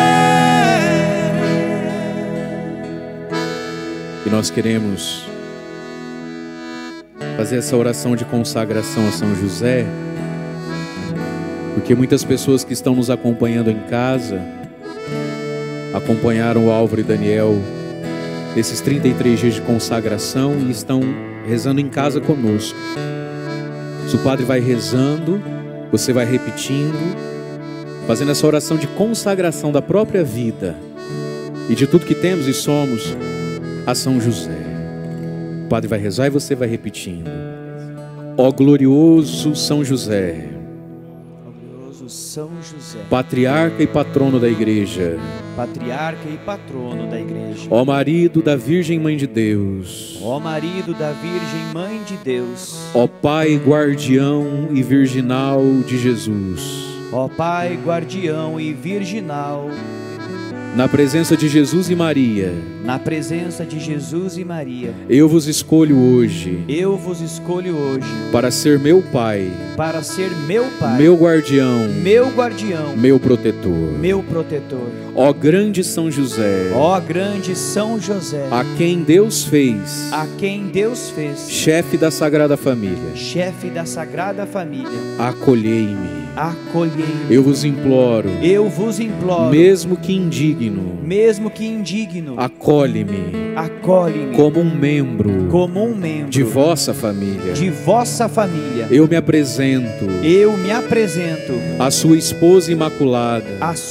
E nós queremos fazer essa oração de consagração a São José, porque muitas pessoas que estão nos acompanhando em casa acompanharam o Álvaro e Daniel nesses 33 dias de consagração e estão rezando em casa conosco. Se o padre vai rezando, você vai repetindo, fazendo essa oração de consagração da própria vida e de tudo que temos e somos a São José. O padre vai rezar e você vai repetindo: ó glorioso São José, São José, patriarca e patrono da igreja, patriarca e patrono da igreja, ó marido da Virgem Mãe de Deus, ó marido da Virgem Mãe de Deus, ó Pai guardião e virginal de Jesus, ó Pai guardião e virginal, na presença de Jesus e Maria, na presença de Jesus e Maria, eu vos escolho hoje para ser meu Pai, meu guardião, meu protetor. Ó grande São José, a quem Deus fez chefe da Sagrada Família, acolhei-me. Eu vos imploro, mesmo que indigno, acolhe-me como um membro de vossa família. Eu me apresento à sua esposa imaculada,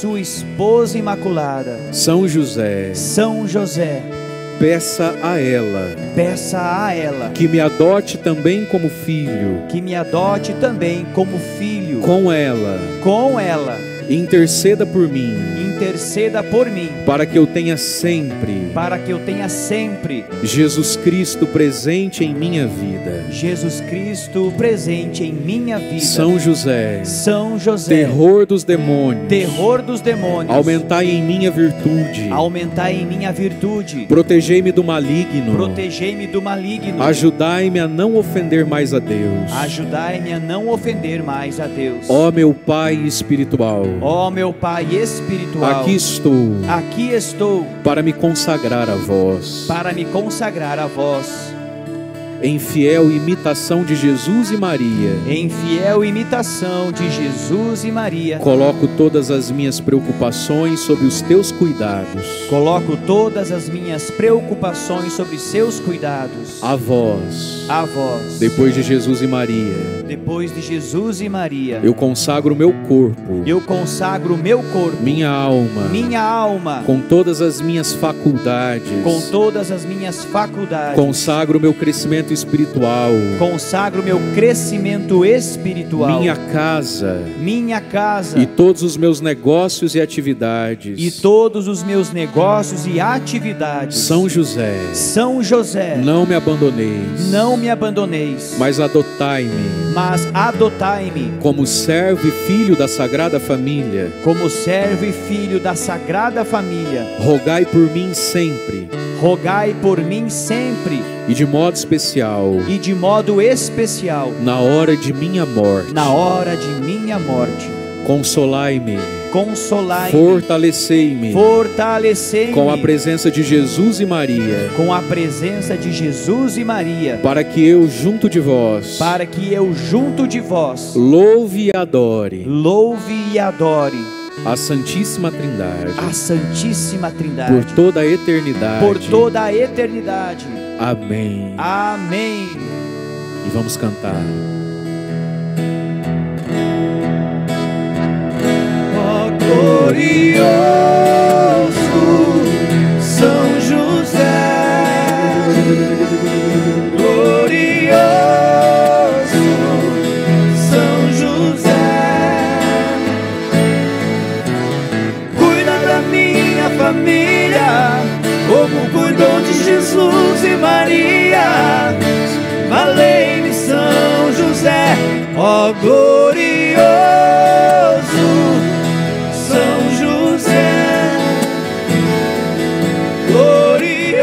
São José. Peça a ela que me adote também como filho. Com ela, interceda por mim, para que eu tenha sempre Jesus Cristo presente em minha vida. São José, terror dos demônios, aumentai em minha virtude, protegei-me do maligno, ajudai-me a não ofender mais a Deus. Ó meu Pai espiritual, aqui estou para me consagrar a vós, em fiel imitação de Jesus e Maria, coloco todas as minhas preocupações sob os teus cuidados. A vós, depois de Jesus e Maria, eu consagro meu corpo, minha alma, com todas as minhas faculdades, consagro meu crescimento espiritual, minha casa e todos os meus negócios e atividades. São José, não me abandoneis, mas adotai-me como servo e filho da Sagrada Família. Rogai por mim sempre, e de modo especial, na hora de minha morte. Consolai-me consolai-me, fortalecei-me, fortalecei-me com a presença de Jesus e Maria, com a presença de Jesus e Maria, para que eu junto de vós, para que eu junto de vós louve e adore a Santíssima Trindade, a Santíssima Trindade, por toda a eternidade, por toda a eternidade. Amém. Amém. E vamos cantar. Ó glorioso São José, glorioso São José, cuida da minha família, como cuidou de Jesus e Maria. Valei-me São José, ó glorioso São José, glorioso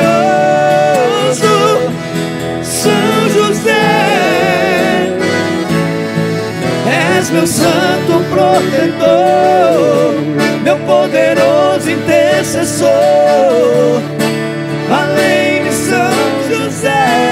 São José, és meu santo protetor, meu poderoso intercessor. Valei-me São José.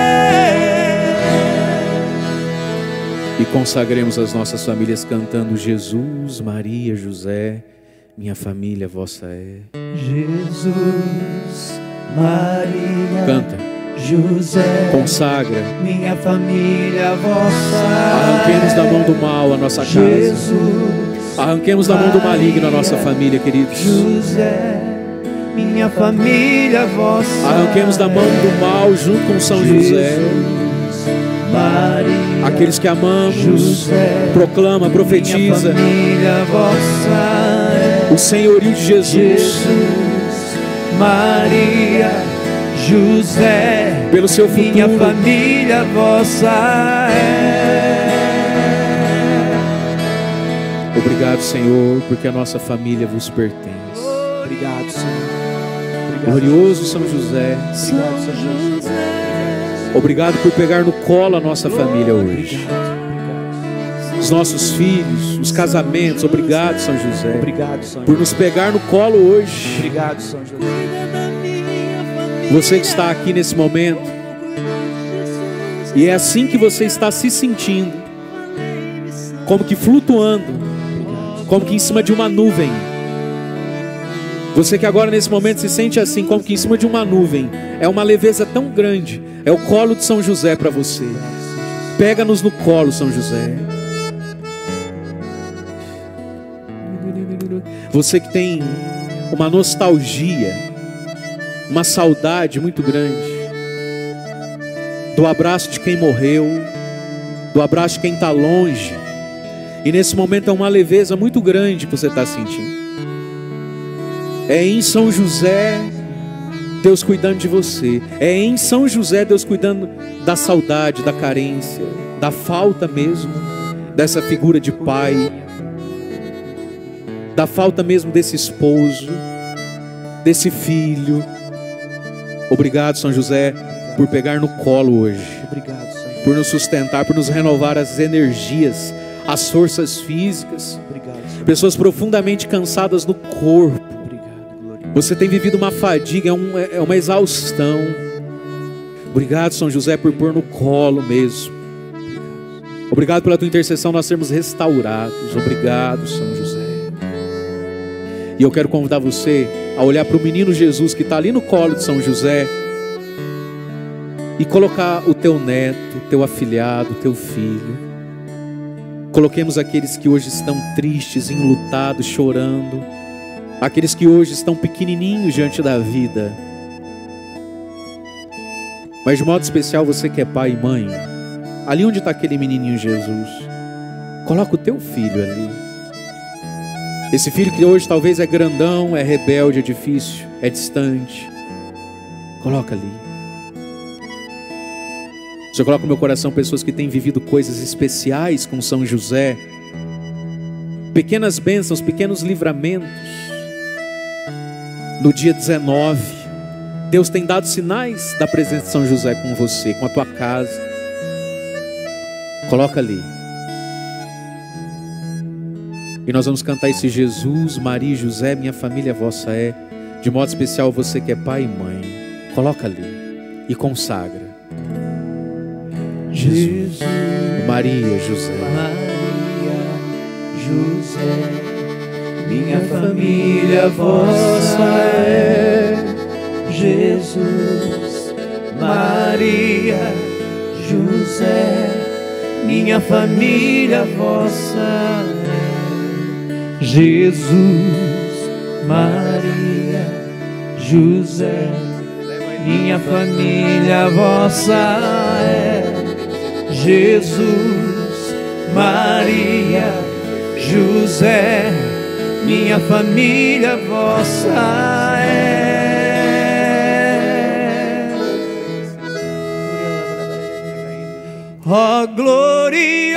E consagremos as nossas famílias cantando: Jesus, Maria, José, minha família vossa é. Jesus, Maria, Canta, José, consagra. minha família vossa. Arranquemos da mão do mal a nossa casa. Jesus, Arranquemos da mão do maligno a nossa família, queridos. José, minha família vossa. Arranquemos da mão do mal junto com São José. Maria, Aqueles que amamos, José, proclama, profetiza minha família vossa. o senhorio de Jesus. Jesus, Maria, José, Pelo seu futuro. minha família vossa é. Obrigado, Senhor, porque a nossa família vos pertence. Obrigado, Senhor. Glorioso São José, Obrigado, São José. obrigado por pegar no colo a nossa família hoje. Os nossos filhos, os casamentos, obrigado, São José, Obrigado, São por José. nos pegar no colo hoje. Obrigado, São José. Você que está aqui nesse momento, e é assim que você está se sentindo, como que flutuando, como que em cima de uma nuvem. Você que agora nesse momento se sente assim, como que em cima de uma nuvem. É uma leveza tão grande. É o colo de São José para você. Pega-nos no colo, São José. Você que tem uma nostalgia, uma saudade muito grande do abraço de quem morreu, do abraço de quem está longe. E nesse momento é uma leveza muito grande que você está sentindo. É em São José Deus cuidando de você. É em São José Deus cuidando da saudade, da carência, da falta mesmo dessa figura de pai, da falta mesmo desse esposo, desse filho. Obrigado, São José, por pegar no colo hoje. Obrigado, Senhor. Por nos sustentar, por nos renovar as energias, as forças físicas. Obrigado, Senhor. Pessoas profundamente cansadas no corpo. Obrigado, glória. Você tem vivido uma fadiga, é uma exaustão. Obrigado, São José, por pôr no colo mesmo. Obrigado pela tua intercessão, nós sermos restaurados. Obrigado, São José. E eu quero convidar você a olhar para o menino Jesus que está ali no colo de São José e colocar o teu neto, o teu afilhado, o teu filho. Coloquemos aqueles que hoje estão tristes, enlutados, chorando, aqueles que hoje estão pequenininhos diante da vida. Mas de modo especial, você que é pai e mãe, ali onde está aquele menininho Jesus, coloca o teu filho ali. Esse filho que hoje talvez é grandão, é rebelde, é difícil, é distante. Coloca ali. Você coloca no meu coração pessoas que têm vivido coisas especiais com São José. Pequenas bênçãos, pequenos livramentos. No dia 19, Deus tem dado sinais da presença de São José com você, com a tua casa. Coloca ali. E nós vamos cantar esse Jesus, Maria e José, minha família vossa é. De modo especial você que é pai e mãe, coloca ali e consagra. Jesus, Maria, José. Maria, José, minha família vossa é. Jesus, Maria, José, minha família vossa é. Jesus, Maria, José, minha família vossa é. Jesus, Maria, José, minha família vossa é. Ó glorioso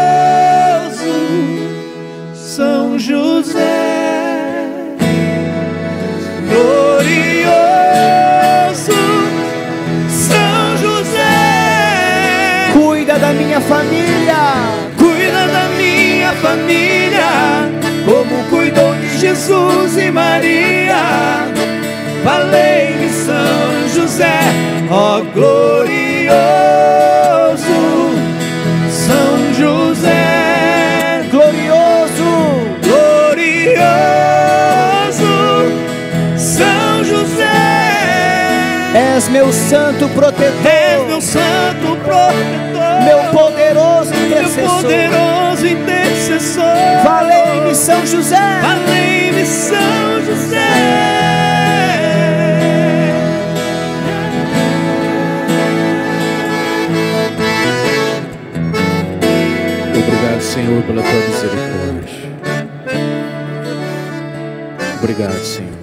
São José, glorioso São José, Cuida da minha família, cuida da minha família, como cuidou de Jesus e Maria. Valei-me São José, ó glorioso São José, glorioso, glorioso São José. és meu santo protetor, És meu santo protetor, meu poderoso meu intercessor. poderoso intercessor. Valei-me São José, Valei-me São José. Obrigado, Senhor, pela tua misericórdia. Obrigado, Senhor.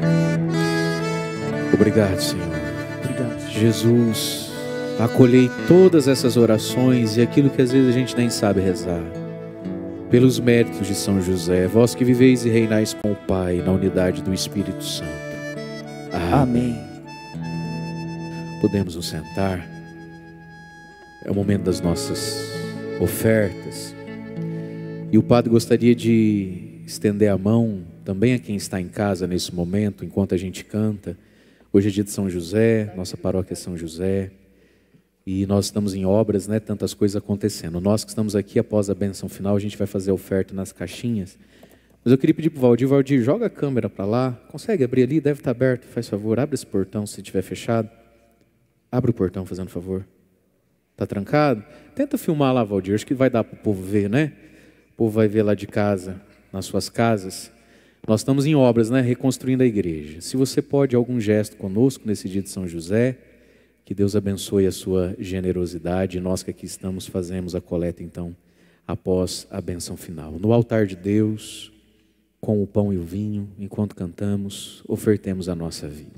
Obrigado, Senhor. obrigado. Jesus, acolhei todas essas orações e aquilo que às vezes a gente nem sabe rezar. Pelos méritos de São José, vós que viveis e reinais com o Pai na unidade do Espírito Santo. Amém. Podemos nos sentar. É o momento das nossas ofertas. E o padre gostaria de estender a mão também a quem está em casa nesse momento, enquanto a gente canta. Hoje é dia de São José, nossa paróquia é São José. E nós estamos em obras, né? Tantas coisas acontecendo. Nós que estamos aqui após a bênção final, a gente vai fazer a oferta nas caixinhas. Mas eu queria pedir para o Valdir. Valdir, joga a câmera para lá. Consegue abrir ali? Deve estar aberto. Faz favor, abre esse portão se estiver fechado. Abre o portão, fazendo favor. Está trancado? Tenta filmar lá, Valdir. Acho que vai dar para o povo ver, né? O povo vai ver lá de casa, nas suas casas. Nós estamos em obras, né? Reconstruindo a igreja. Se você pode, algum gesto conosco nesse dia de São José, que Deus abençoe a sua generosidade. Nós que aqui estamos fazemos a coleta, então, após a bênção final. No altar de Deus, com o pão e o vinho, enquanto cantamos, ofertemos a nossa vida.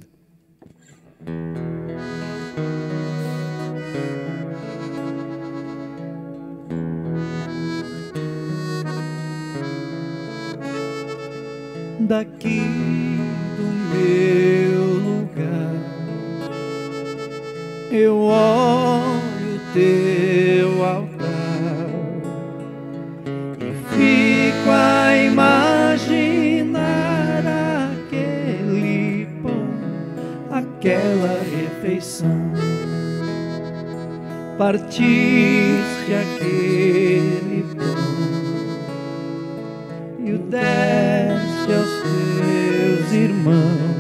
Daqui do meu lugar eu olho teu altar e fico a imaginar aquele pão, aquela refeição. Partiste aquele pão e o deste aos teus irmãos.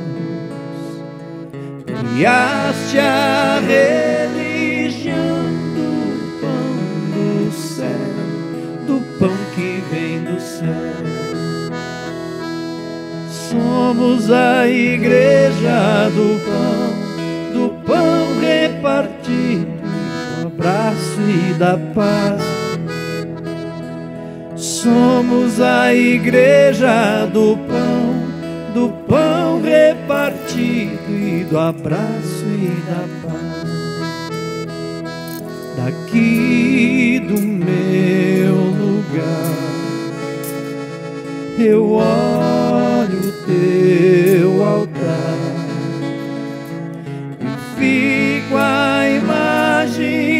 Criaste a religião do pão do céu, do pão que vem do céu. Somos a igreja do pão repartido, do abraço e da paz. Somos a igreja do pão repartido e do abraço e da paz. Daqui do meu lugar eu olho teu altar e fico a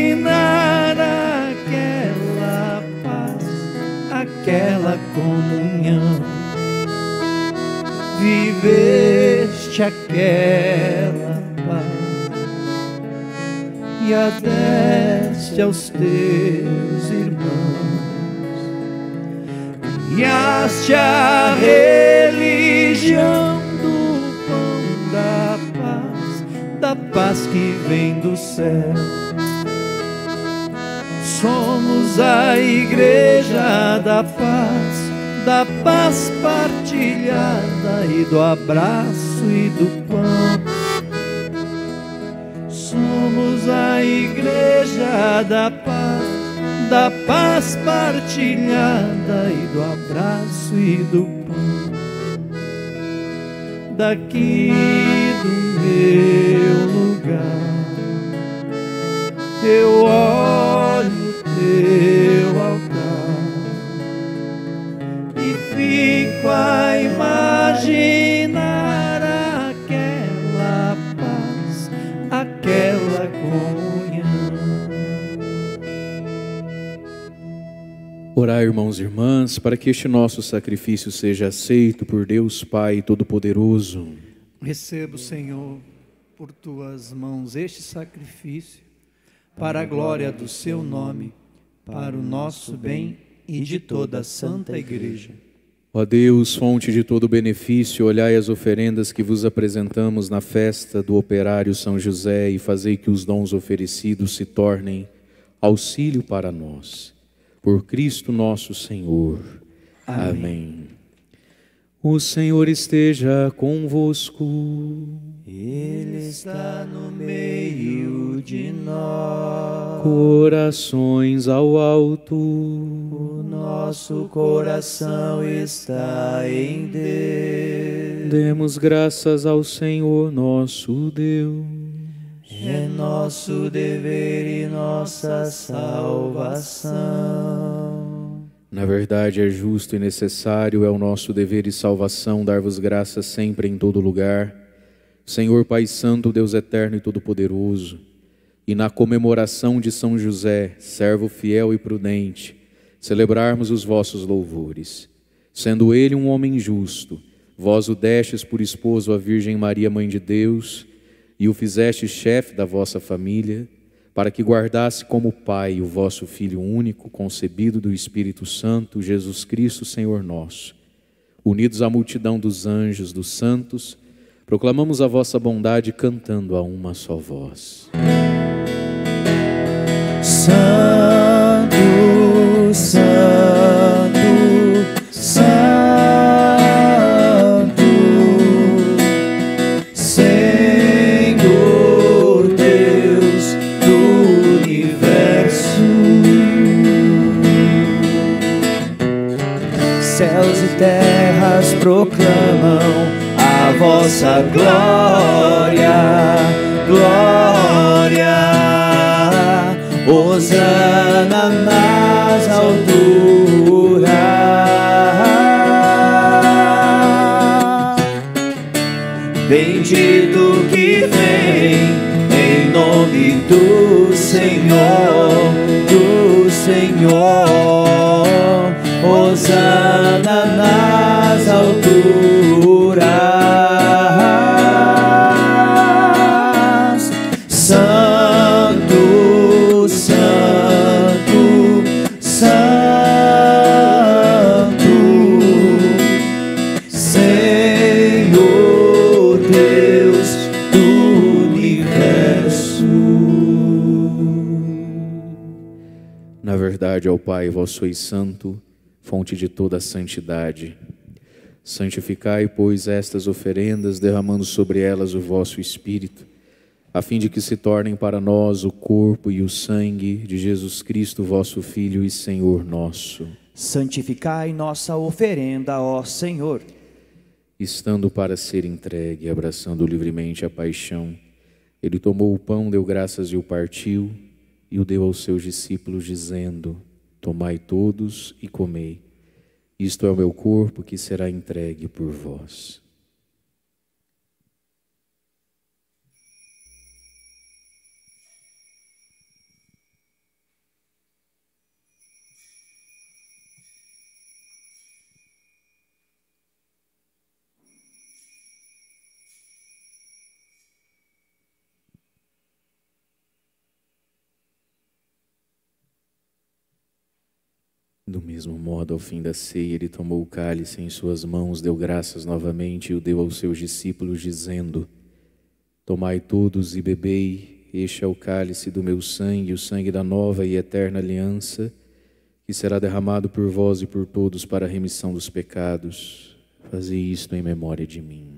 imaginar aquela paz, aquela comunhão. comunhão. Viveste aquela paz e a deste aos teus irmãos. Criaste a religião do pão da paz que vem do céu. Somos a igreja da paz partilhada e do abraço e do pão. Somos a igreja da paz partilhada e do abraço e do pão. Daqui do meu lugar eu olho teu altar e fico a imaginar aquela paz, aquela comunhão. Orar, irmãos e irmãs, para que este nosso sacrifício seja aceito por Deus Pai Todo-Poderoso. Receba, Senhor, por tuas mãos este sacrifício, para a glória do seu nome, para o nosso bem e de toda a Santa Igreja. Ó Deus, fonte de todo benefício, olhai as oferendas que vos apresentamos na festa do operário São José e fazei que os dons oferecidos se tornem auxílio para nós. Por Cristo nosso Senhor. Amém. O Senhor esteja convosco. Ele está no meio de nós. Corações ao alto. O nosso coração está em Deus. Demos graças ao Senhor nosso Deus. É nosso dever e nossa salvação. Na verdade, é justo e necessário, é o nosso dever e salvação dar-vos graças sempre em todo lugar, Senhor Pai Santo, Deus eterno e todo-poderoso, e na comemoração de São José, servo fiel e prudente, celebrarmos os vossos louvores. Sendo ele um homem justo, vós o destes por esposo à Virgem Maria, Mãe de Deus, e o fizeste chefe da vossa família, para que guardasse como Pai o vosso Filho único, concebido do Espírito Santo, Jesus Cristo, Senhor nosso. Unidos à multidão dos anjos, dos santos, proclamamos a vossa bondade cantando a uma só voz. Santo, Santo, Santo, Senhor Deus do universo. Céus e terras proclamam a vossa glória, glória. Hosana nas alturas. Bendito que vem em nome do Senhor, do Senhor. Hosana nas alturas. Santo, Santo, Santo, Senhor Deus do universo. Na verdade, ó Pai, vós sois santo, fonte de toda a santidade. Santificai, pois, estas oferendas, derramando sobre elas o vosso Espírito, a fim de que se tornem para nós o corpo e o sangue de Jesus Cristo, vosso Filho e Senhor nosso. Santificai nossa oferenda, ó Senhor. Estando para ser entregue, abraçando livremente a paixão, ele tomou o pão, deu graças e o partiu, e o deu aos seus discípulos, dizendo: tomai todos e comei. Isto é o meu corpo que será entregue por vós. Do mesmo modo, ao fim da ceia, ele tomou o cálice em suas mãos, deu graças novamente e o deu aos seus discípulos, dizendo: Tomai todos e bebei, este é o cálice do meu sangue, o sangue da nova e eterna aliança, que será derramado por vós e por todos para a remissão dos pecados. Fazei isto em memória de mim.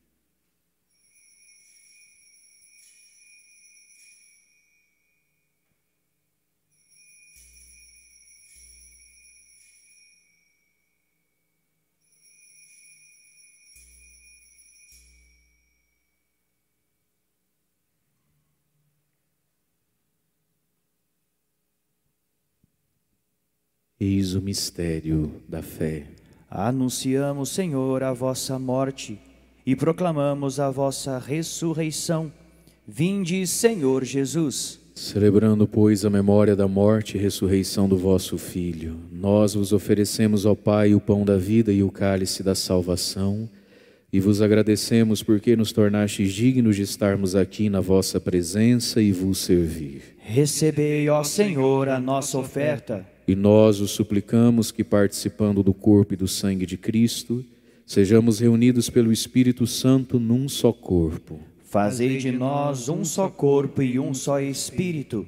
Eis o mistério da fé. Anunciamos, Senhor, a vossa morte e proclamamos a vossa ressurreição. Vinde, Senhor Jesus. Celebrando, pois, a memória da morte e ressurreição do vosso Filho, nós vos oferecemos, ó Pai, o pão da vida e o cálice da salvação, e vos agradecemos porque nos tornastes dignos de estarmos aqui na vossa presença e vos servir. Recebei, ó Senhor, a nossa oferta. E nós os suplicamos que, participando do corpo e do sangue de Cristo, sejamos reunidos pelo Espírito Santo num só corpo. Fazei de nós um só corpo e um só Espírito.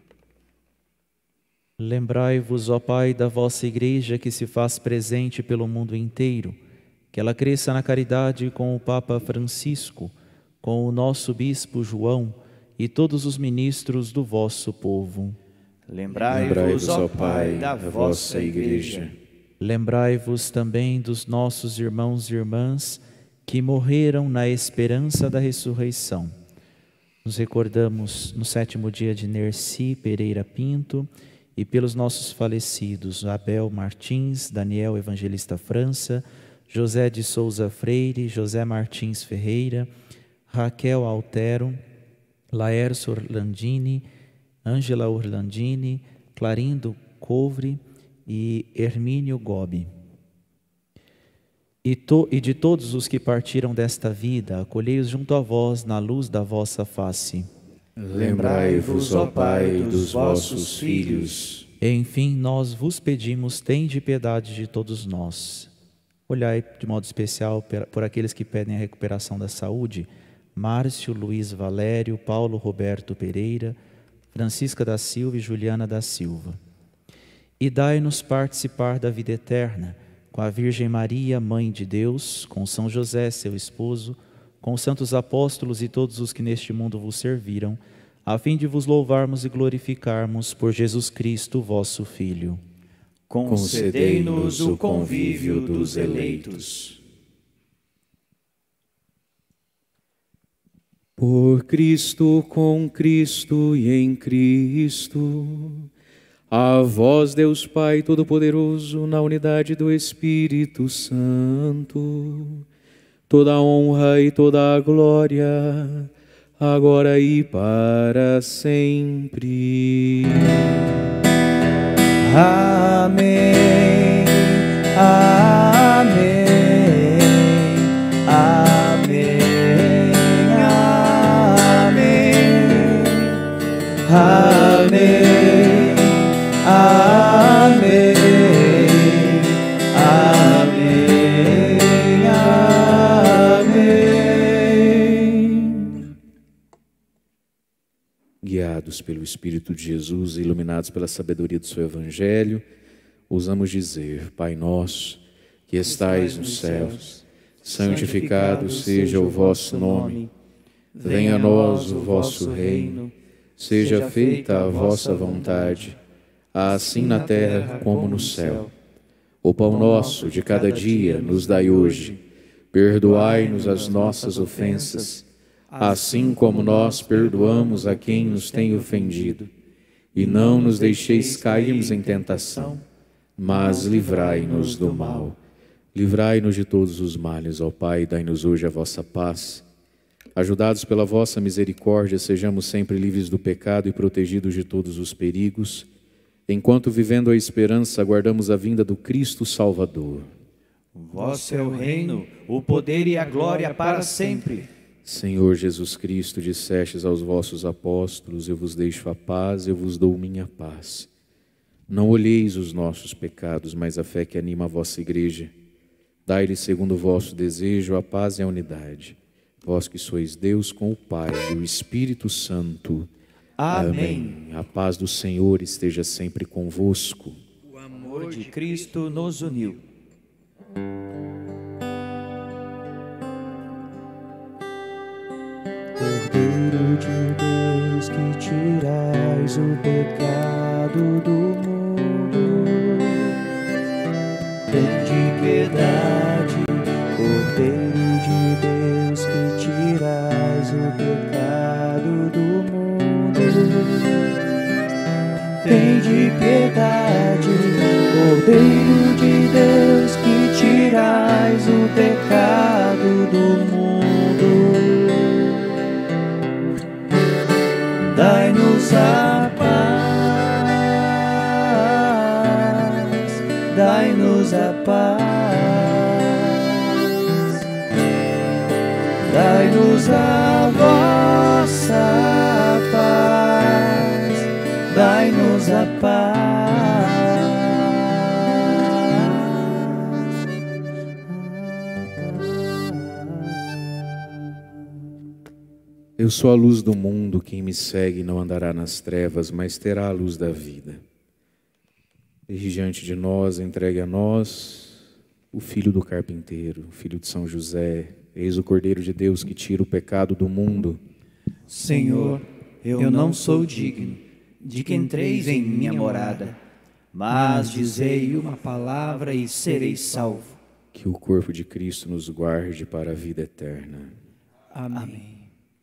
Lembrai-vos, ó Pai, da vossa Igreja que se faz presente pelo mundo inteiro, que ela cresça na caridade com o Papa Francisco, com o nosso Bispo João e todos os ministros do vosso povo. Lembrai-vos, ó Pai, da vossa Igreja. Lembrai-vos também dos nossos irmãos e irmãs que morreram na esperança da ressurreição. Nos recordamos no 7º dia de Nerci Pereira Pinto e pelos nossos falecidos Abel Martins, Daniel Evangelista França, José de Souza Freire, José Martins Ferreira, Raquel Altero, Laércio Orlandini, Ângela Orlandini, Clarindo Couvre e Hermínio Gobi. E de todos os que partiram desta vida, acolhei-os junto a vós na luz da vossa face. Lembrai-vos, ó Pai, dos vossos filhos. Enfim, nós vos pedimos, tende piedade de todos nós. Olhai de modo especial por aqueles que pedem a recuperação da saúde: Márcio Luiz Valério, Paulo Roberto Pereira, Francisca da Silva e Juliana da Silva. E dai-nos participar da vida eterna, com a Virgem Maria, Mãe de Deus, com São José, seu esposo, com os santos apóstolos e todos os que neste mundo vos serviram, a fim de vos louvarmos e glorificarmos por Jesus Cristo, vosso Filho. Concedei-nos o convívio dos eleitos. Por Cristo, com Cristo e em Cristo, a vós, Deus Pai Todo-Poderoso, na unidade do Espírito Santo, toda a honra e toda a glória, agora e para sempre. Amém. Amém. Amém, amém, amém, amém. Guiados pelo Espírito de Jesus e iluminados pela sabedoria do seu Evangelho, ousamos dizer: Pai nosso, que estais nos céus, santificado seja o vosso nome. Venha a nós o vosso reino. Seja feita a vossa vontade, assim na terra como no céu. O pão nosso de cada dia nos dai hoje. Perdoai-nos as nossas ofensas, assim como nós perdoamos a quem nos tem ofendido. E não nos deixeis cairmos em tentação, mas livrai-nos do mal. Livrai-nos de todos os males, ó Pai, dai-nos hoje a vossa paz. Ajudados pela vossa misericórdia, sejamos sempre livres do pecado e protegidos de todos os perigos, enquanto, vivendo a esperança, aguardamos a vinda do Cristo Salvador. Vosso é o reino, o poder e a glória para sempre. Senhor Jesus Cristo, dissestes aos vossos apóstolos: eu vos deixo a paz, eu vos dou minha paz. Não olheis os nossos pecados, mas a fé que anima a vossa igreja. Dai-lhe, segundo o vosso desejo, a paz e a unidade. Vós que sois Deus com o Pai e o Espírito Santo. Amém. A paz do Senhor esteja sempre convosco. O amor de Cristo nos uniu. Cordeiro de Deus, que tirais o pecado do mundo, tende piedade. Cordeiro de Deus, que tirais o pecado do mundo, tende piedade. Cordeiro de Deus, que tirais o pecado do mundo, dai-nos a paz, dai-nos a paz, dai-nos a vossa paz, dai-nos a paz. Eu sou a luz do mundo, quem me segue não andará nas trevas, mas terá a luz da vida. Desde diante de nós, entregue a nós o Filho do Carpinteiro, o Filho de São José. Eis o Cordeiro de Deus que tira o pecado do mundo. Senhor, eu não sou digno de que entreis em minha morada, mas dizei uma palavra e serei salvo. Que o corpo de Cristo nos guarde para a vida eterna. Amém.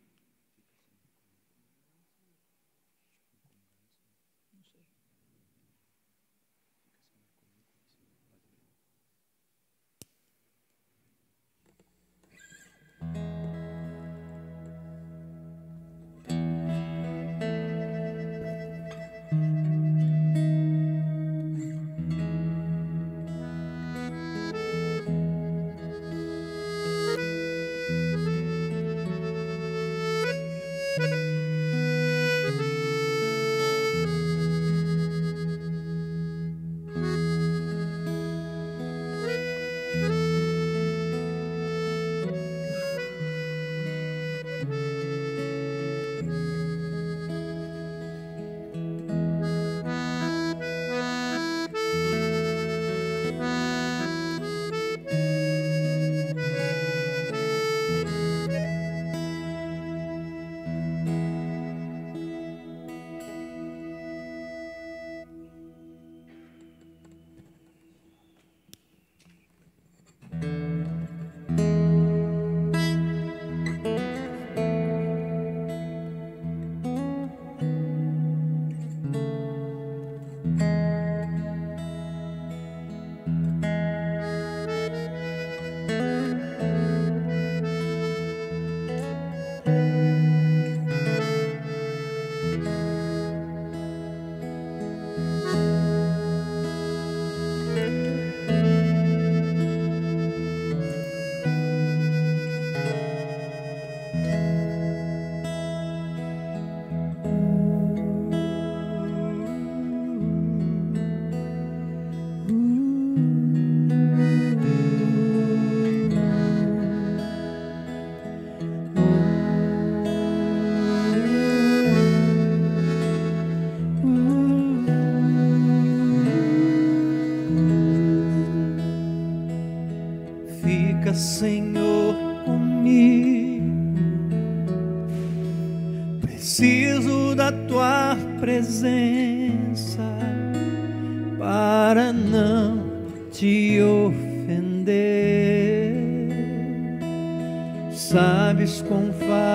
Senhor, comigo. Preciso da tua presença para não te ofender. Sabes quão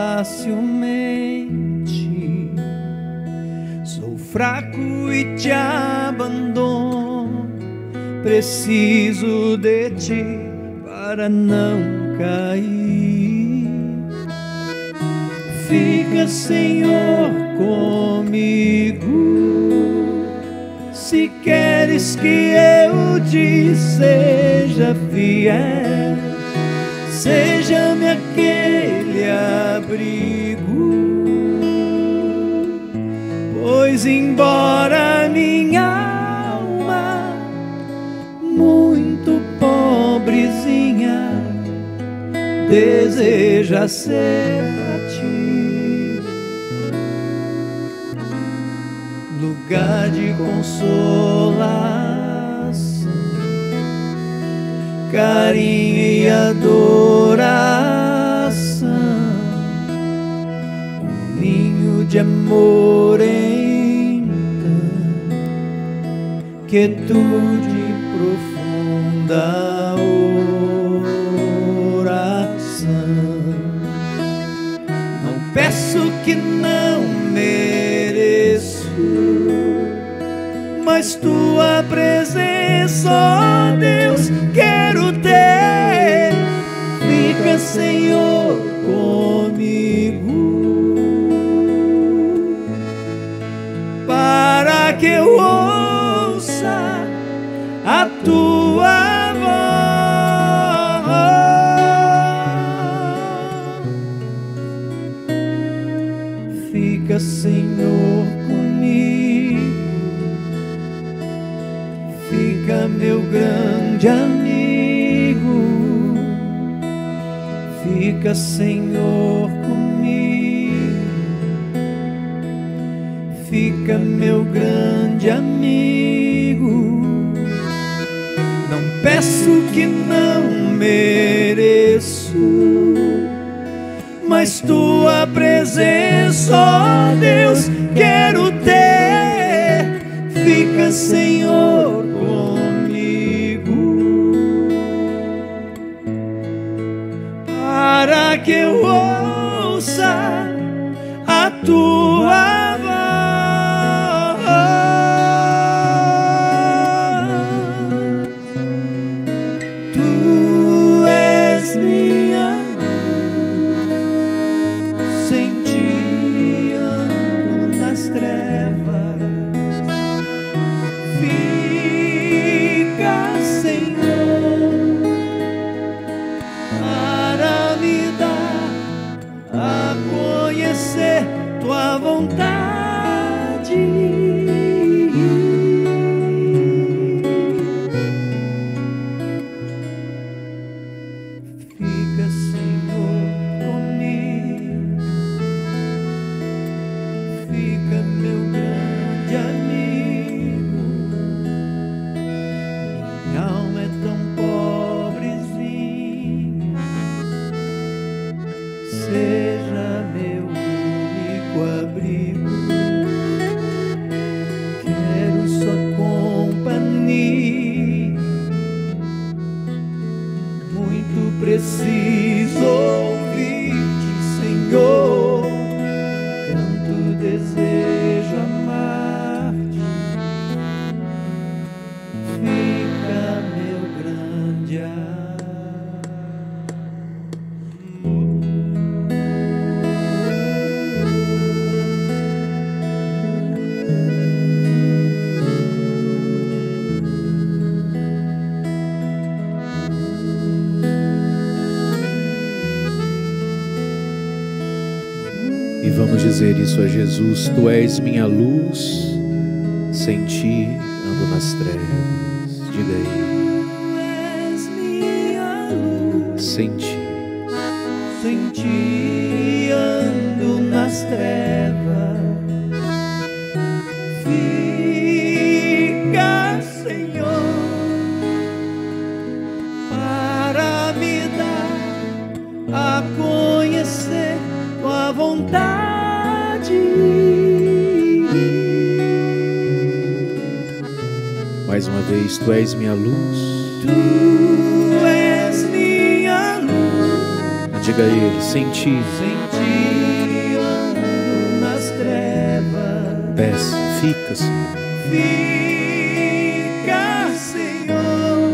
facilmente sou fraco e te abandono. Preciso de ti para não cair. Fica, Senhor, comigo. Se queres que eu te seja fiel, seja-me aquele abrigo. Pois embora minha deseja ser a ti lugar de consolação, carinho e adoração, um ninho de amor em quietude profunda oração. Não peço que não mereço, mas tua presença, ó Deus, quero ter. Fica, Senhor, comigo, para que eu ouça a tua voz. Fica, Senhor, comigo, fica, meu grande amigo. Fica, Senhor, comigo, fica, meu grande amigo. Não peço que não mereço, mas tua presença, ó Deus, quero ter. Fica, Senhor, comigo, para que eu ouça a tua voz. Tu és minha luz, sem ti ando nas trevas. Fica, Senhor, para me dar a conhecer tua vontade. Fica, Senhor, comigo, fica, meu grande amigo. Minha alma é tão pobrezinha, seja meu único abrigo. Quero sua companhia, muito preciso ouvir-te, Senhor. Tanto desejo amar-te. Fica, meu grande E vamos dizer isso a Jesus: Tu és minha luz, sem ti ando nas trevas. Diga aí. és minha luz, Sem ti. sem ti ando nas trevas. Fica, Senhor, para me dar a conhecer tua vontade. Mais uma vez, Tu és minha luz. Tu és minha luz, Diga a Ele: sem ti. sem ti ando nas trevas. Peça, fica, Senhor. Fica, Senhor,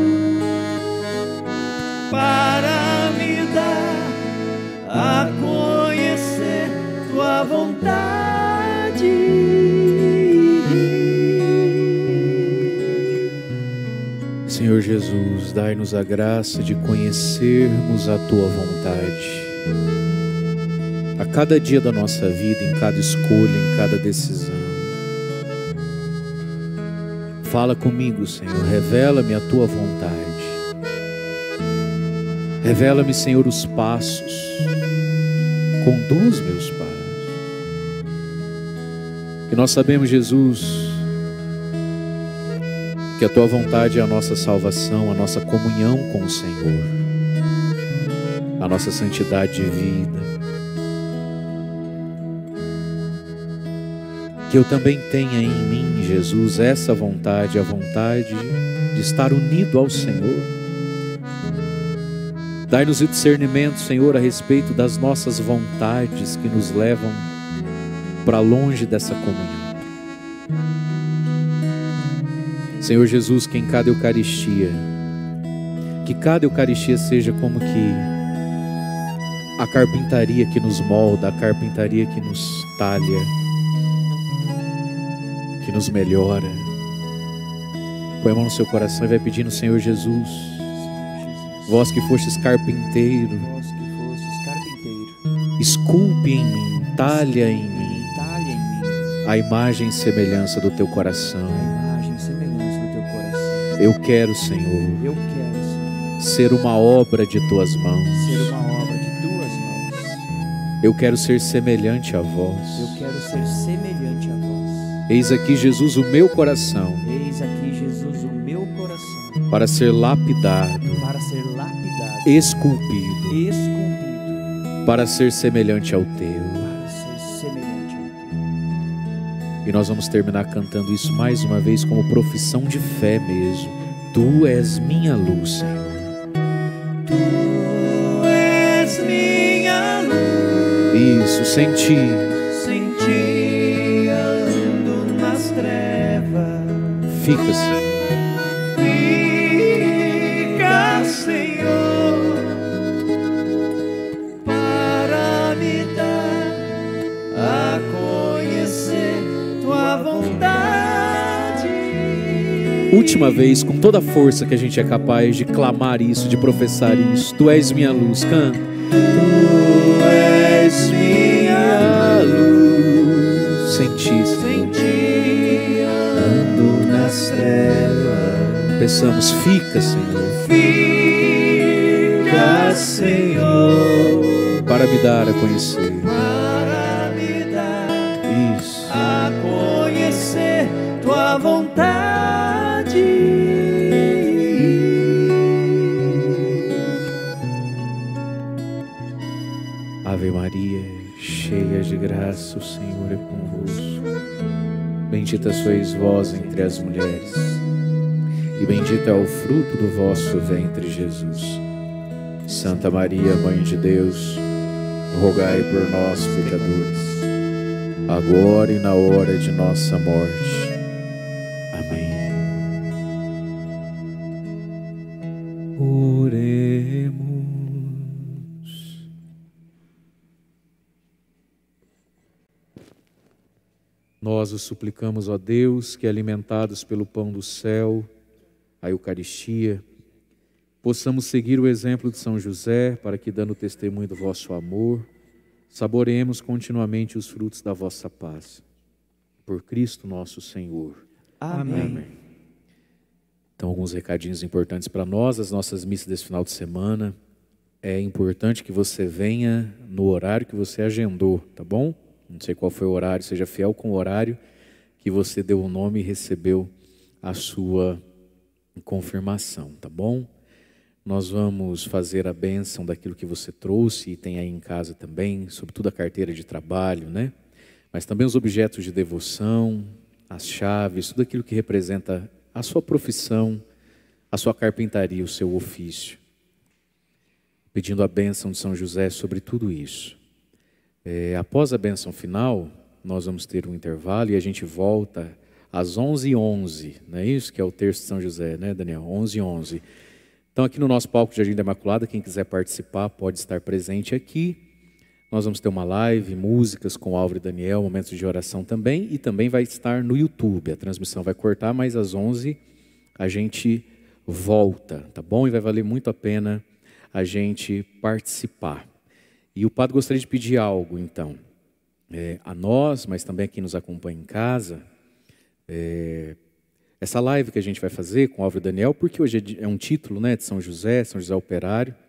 para me dar a conhecer tua vontade. Senhor Jesus, dai-nos a graça de conhecermos a Tua vontade. A cada dia da nossa vida, em cada escolha, em cada decisão. Fala comigo, Senhor, revela-me a Tua vontade. Revela-me, Senhor, os passos. Conduz meus passos. Que nós sabemos, Jesus, que a Tua vontade é a nossa salvação, a nossa comunhão com o Senhor, a nossa santidade de vida. Que eu também tenha em mim, Jesus, essa vontade, a vontade de estar unido ao Senhor. Dai-nos o discernimento, Senhor, a respeito das nossas vontades que nos levam para longe dessa comunhão. Senhor Jesus, que em cada Eucaristia, que cada Eucaristia seja como que a carpintaria que nos molda, a carpintaria que nos talha, que nos melhora. Põe a mão no seu coração e vai pedindo, Senhor Jesus, vós que fostes carpinteiro, esculpe em mim, talha em mim a imagem e semelhança do teu coração. Eu quero, Senhor, ser uma obra de tuas mãos. Eu quero ser semelhante a vós. Eis aqui, Jesus, o meu coração. Para ser lapidado, esculpido, para ser semelhante ao teu. E nós vamos terminar cantando isso mais uma vez como profissão de fé mesmo. Tu és minha luz, Senhor. Tu és minha luz. Isso, sem ti ando nas trevas. fica, Senhor. Fica, Senhor, para me dar a conhecer tua vontade. Última vez, com toda a força que a gente é capaz de clamar isso, de professar isso. Tu és minha luz, canta. Tu és minha luz. Sem ti, Senhor, ando nas trevas. peçamos, fica, Senhor. Fica, Senhor, Para me dar a conhecer. para me dar Isso. a conhecer tua vontade. Ave Maria, cheia de graça, o Senhor é convosco. Bendita sois vós entre as mulheres, e bendito é o fruto do vosso ventre, Jesus. Santa Maria, Mãe de Deus, rogai por nós, pecadores, agora e na hora de nossa morte. Amém. Oremos. Nós os suplicamos, ó Deus, que alimentados pelo pão do céu, a Eucaristia, possamos seguir o exemplo de São José, para que, dando testemunho do vosso amor, saboreemos continuamente os frutos da vossa paz. Por Cristo nosso Senhor. Amém. Então, alguns recadinhos importantes para nós, as nossas missas desse final de semana. É importante que você venha no horário que você agendou, tá bom? Não sei qual foi o horário, seja fiel com o horário que você deu o nome e recebeu a sua confirmação, tá bom? Nós vamos fazer a bênção daquilo que você trouxe e tem aí em casa também, sobretudo a carteira de trabalho, né? Mas também os objetos de devoção, as chaves, tudo aquilo que representa a sua profissão, a sua carpintaria, o seu ofício. Pedindo a bênção de São José sobre tudo isso. Após a bênção final, nós vamos ter um intervalo e a gente volta às 11h11, não é isso? Que é o terço de São José, né, Daniel? 11h11. Então, aqui no nosso palco de Jardim da Imaculada, quem quiser participar pode estar presente aqui. Nós vamos ter uma live, músicas com Álvaro e Daniel, momentos de oração também, e também vai estar no YouTube. A transmissão vai cortar, mas às 11h a gente volta, tá bom? E vai valer muito a pena a gente participar. E o padre gostaria de pedir algo, então, a nós, mas também a quem nos acompanha em casa, essa live que a gente vai fazer com Álvaro e Daniel, porque hoje é um título, né, de São José Operário,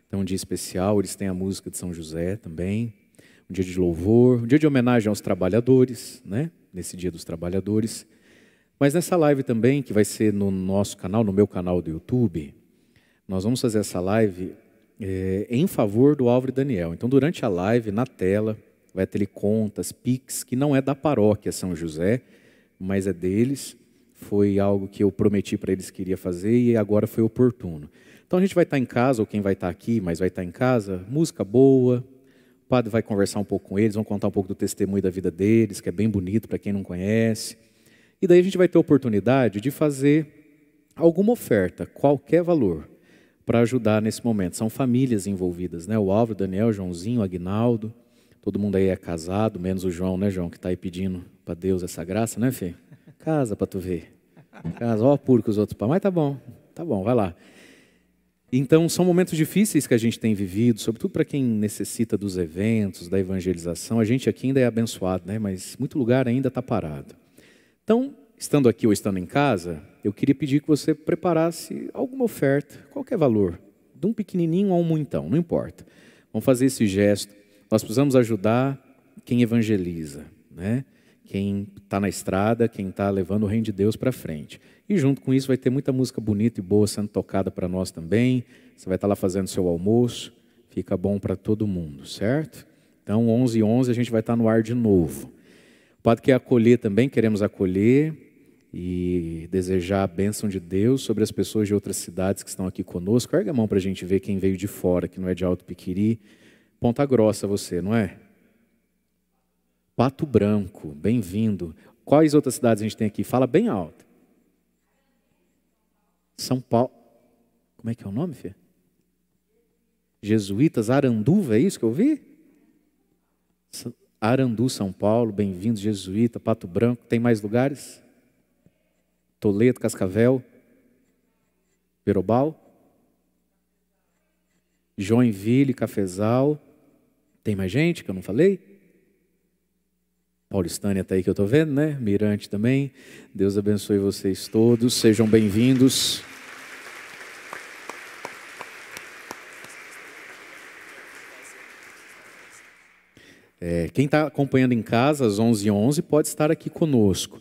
Então, um dia especial, eles têm a música de São José também. Um dia de louvor, um dia de homenagem aos trabalhadores, né? Nesse dia dos trabalhadores. Mas nessa live também, que vai ser no nosso canal, no meu canal do YouTube, nós vamos fazer essa live em favor do Álvaro e Daniel. Então, durante a live, na tela, vai ter contas, Pix, que não é da paróquia São José, mas é deles. Foi algo que eu prometi para eles que iria fazer e agora foi oportuno. Então, a gente vai estar em casa, ou quem vai estar aqui, mas vai estar em casa, música boa, o padre vai conversar um pouco com eles, vão contar um pouco do testemunho da vida deles, que é bem bonito para quem não conhece. E daí a gente vai ter a oportunidade de fazer alguma oferta, qualquer valor, para ajudar nesse momento. São famílias envolvidas, né? O Álvaro, o Daniel, o Joãozinho, o Aguinaldo, todo mundo aí é casado, menos o João, né, João, que está aí pedindo para Deus essa graça, né, filho? Casa para tu ver. Casa, ó, apuro que os outros, mas tá bom, vai lá. Então, são momentos difíceis que a gente tem vivido, sobretudo para quem necessita dos eventos, da evangelização. A gente aqui ainda é abençoado, né? Mas muito lugar ainda está parado. Então, estando aqui ou estando em casa, eu queria pedir que você preparasse alguma oferta, qualquer valor, de um pequenininho a um muitão, não importa. Vamos fazer esse gesto. Nós precisamos ajudar quem evangeliza, né? Quem está na estrada, quem está levando o reino de Deus para frente. E junto com isso vai ter muita música bonita e boa sendo tocada para nós também. Você vai estar lá fazendo seu almoço, fica bom para todo mundo, certo? Então, 11h11 a gente vai estar no ar de novo. O padre quer acolher também, queremos acolher e desejar a bênção de Deus sobre as pessoas de outras cidades que estão aqui conosco. Ergue a mão para a gente ver quem veio de fora, que não é de Alto Piquiri. Ponta Grossa você, não é? Pato Branco, bem-vindo. Quais outras cidades a gente tem aqui? Fala bem alto. São Paulo. Como é que é o nome, filha? Jesuítas, Aranduva, é isso que eu vi? Arandu, São Paulo, bem-vindo, Jesuíta, Pato Branco. Tem mais lugares? Toledo, Cascavel, Perobal, Joinville, Cafezal. Tem mais gente que eu não falei? Paulistânia está aí que eu estou vendo, né? Mirante também. Deus abençoe vocês todos. Sejam bem-vindos. Quem está acompanhando em casa, às 11h11, pode estar aqui conosco.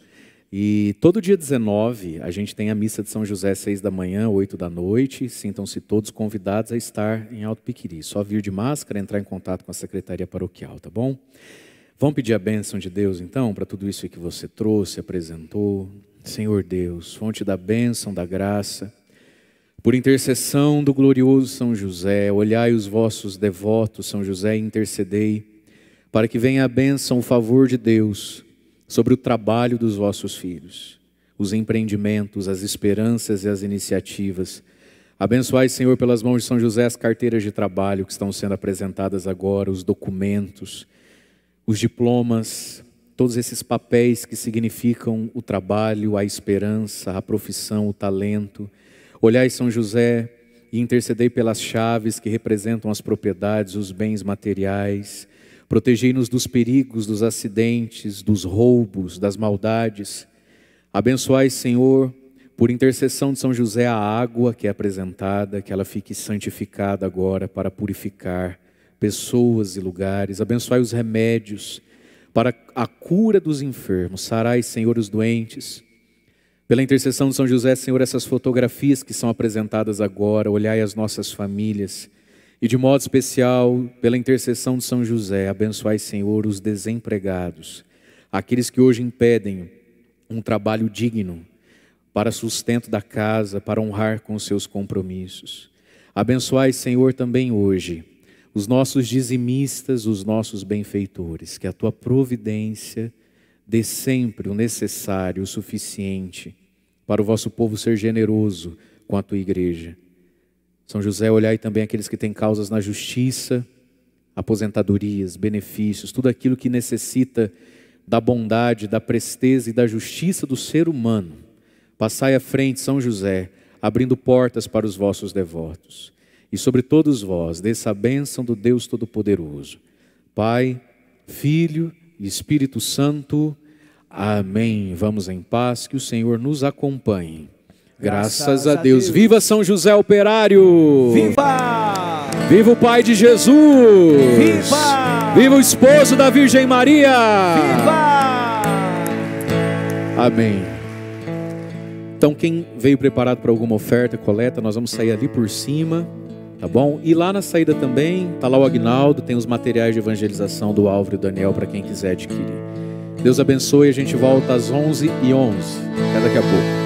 E todo dia 19, a gente tem a missa de São José, 6 da manhã, 8 da noite. Sintam-se todos convidados a estar em Alto Piquiri. Só vir de máscara, entrar em contato com a Secretaria Paroquial, tá bom? Vamos pedir a bênção de Deus, então, para tudo isso que você trouxe, apresentou. Senhor Deus, fonte da bênção, da graça, por intercessão do glorioso São José, olhai os vossos devotos, São José, e intercedei, para que venha a bênção, o favor de Deus, sobre o trabalho dos vossos filhos, os empreendimentos, as esperanças e as iniciativas. Abençoai, Senhor, pelas mãos de São José, as carteiras de trabalho que estão sendo apresentadas agora, os documentos, os diplomas, todos esses papéis que significam o trabalho, a esperança, a profissão, o talento. Olhai, São José, e intercedei pelas chaves que representam as propriedades, os bens materiais. Protegei-nos dos perigos, dos acidentes, dos roubos, das maldades. Abençoai, Senhor, por intercessão de São José, a água que é apresentada, que ela fique santificada agora para purificar pessoas e lugares. Abençoai os remédios para a cura dos enfermos. Sarai, Senhor, os doentes. Pela intercessão de São José, Senhor, essas fotografias que são apresentadas agora, olhai as nossas famílias. E de modo especial, pela intercessão de São José, abençoai, Senhor, os desempregados, aqueles que hoje impedem um trabalho digno para sustento da casa, para honrar com os seus compromissos. Abençoai, Senhor, também hoje os nossos dizimistas, os nossos benfeitores, que a tua providência dê sempre o necessário, o suficiente, para o vosso povo ser generoso com a tua igreja. São José, olhai também aqueles que têm causas na justiça, aposentadorias, benefícios, tudo aquilo que necessita da bondade, da presteza e da justiça do ser humano. Passai à frente, São José, abrindo portas para os vossos devotos. E sobre todos vós, dessa bênção do Deus Todo-Poderoso, Pai, Filho e Espírito Santo. Amém. Vamos em paz, que o Senhor nos acompanhe. Graças a Deus. Viva São José Operário! Viva! Viva o Pai de Jesus! Viva! Viva o esposo da Virgem Maria! Viva! Amém. Então quem veio preparado para alguma oferta, coleta, nós vamos sair ali por cima, tá bom? E lá na saída também, tá lá o Aguinaldo, tem os materiais de evangelização do Álvaro e do Daniel para quem quiser adquirir. Deus abençoe, a gente volta às 11h11. Até daqui a pouco.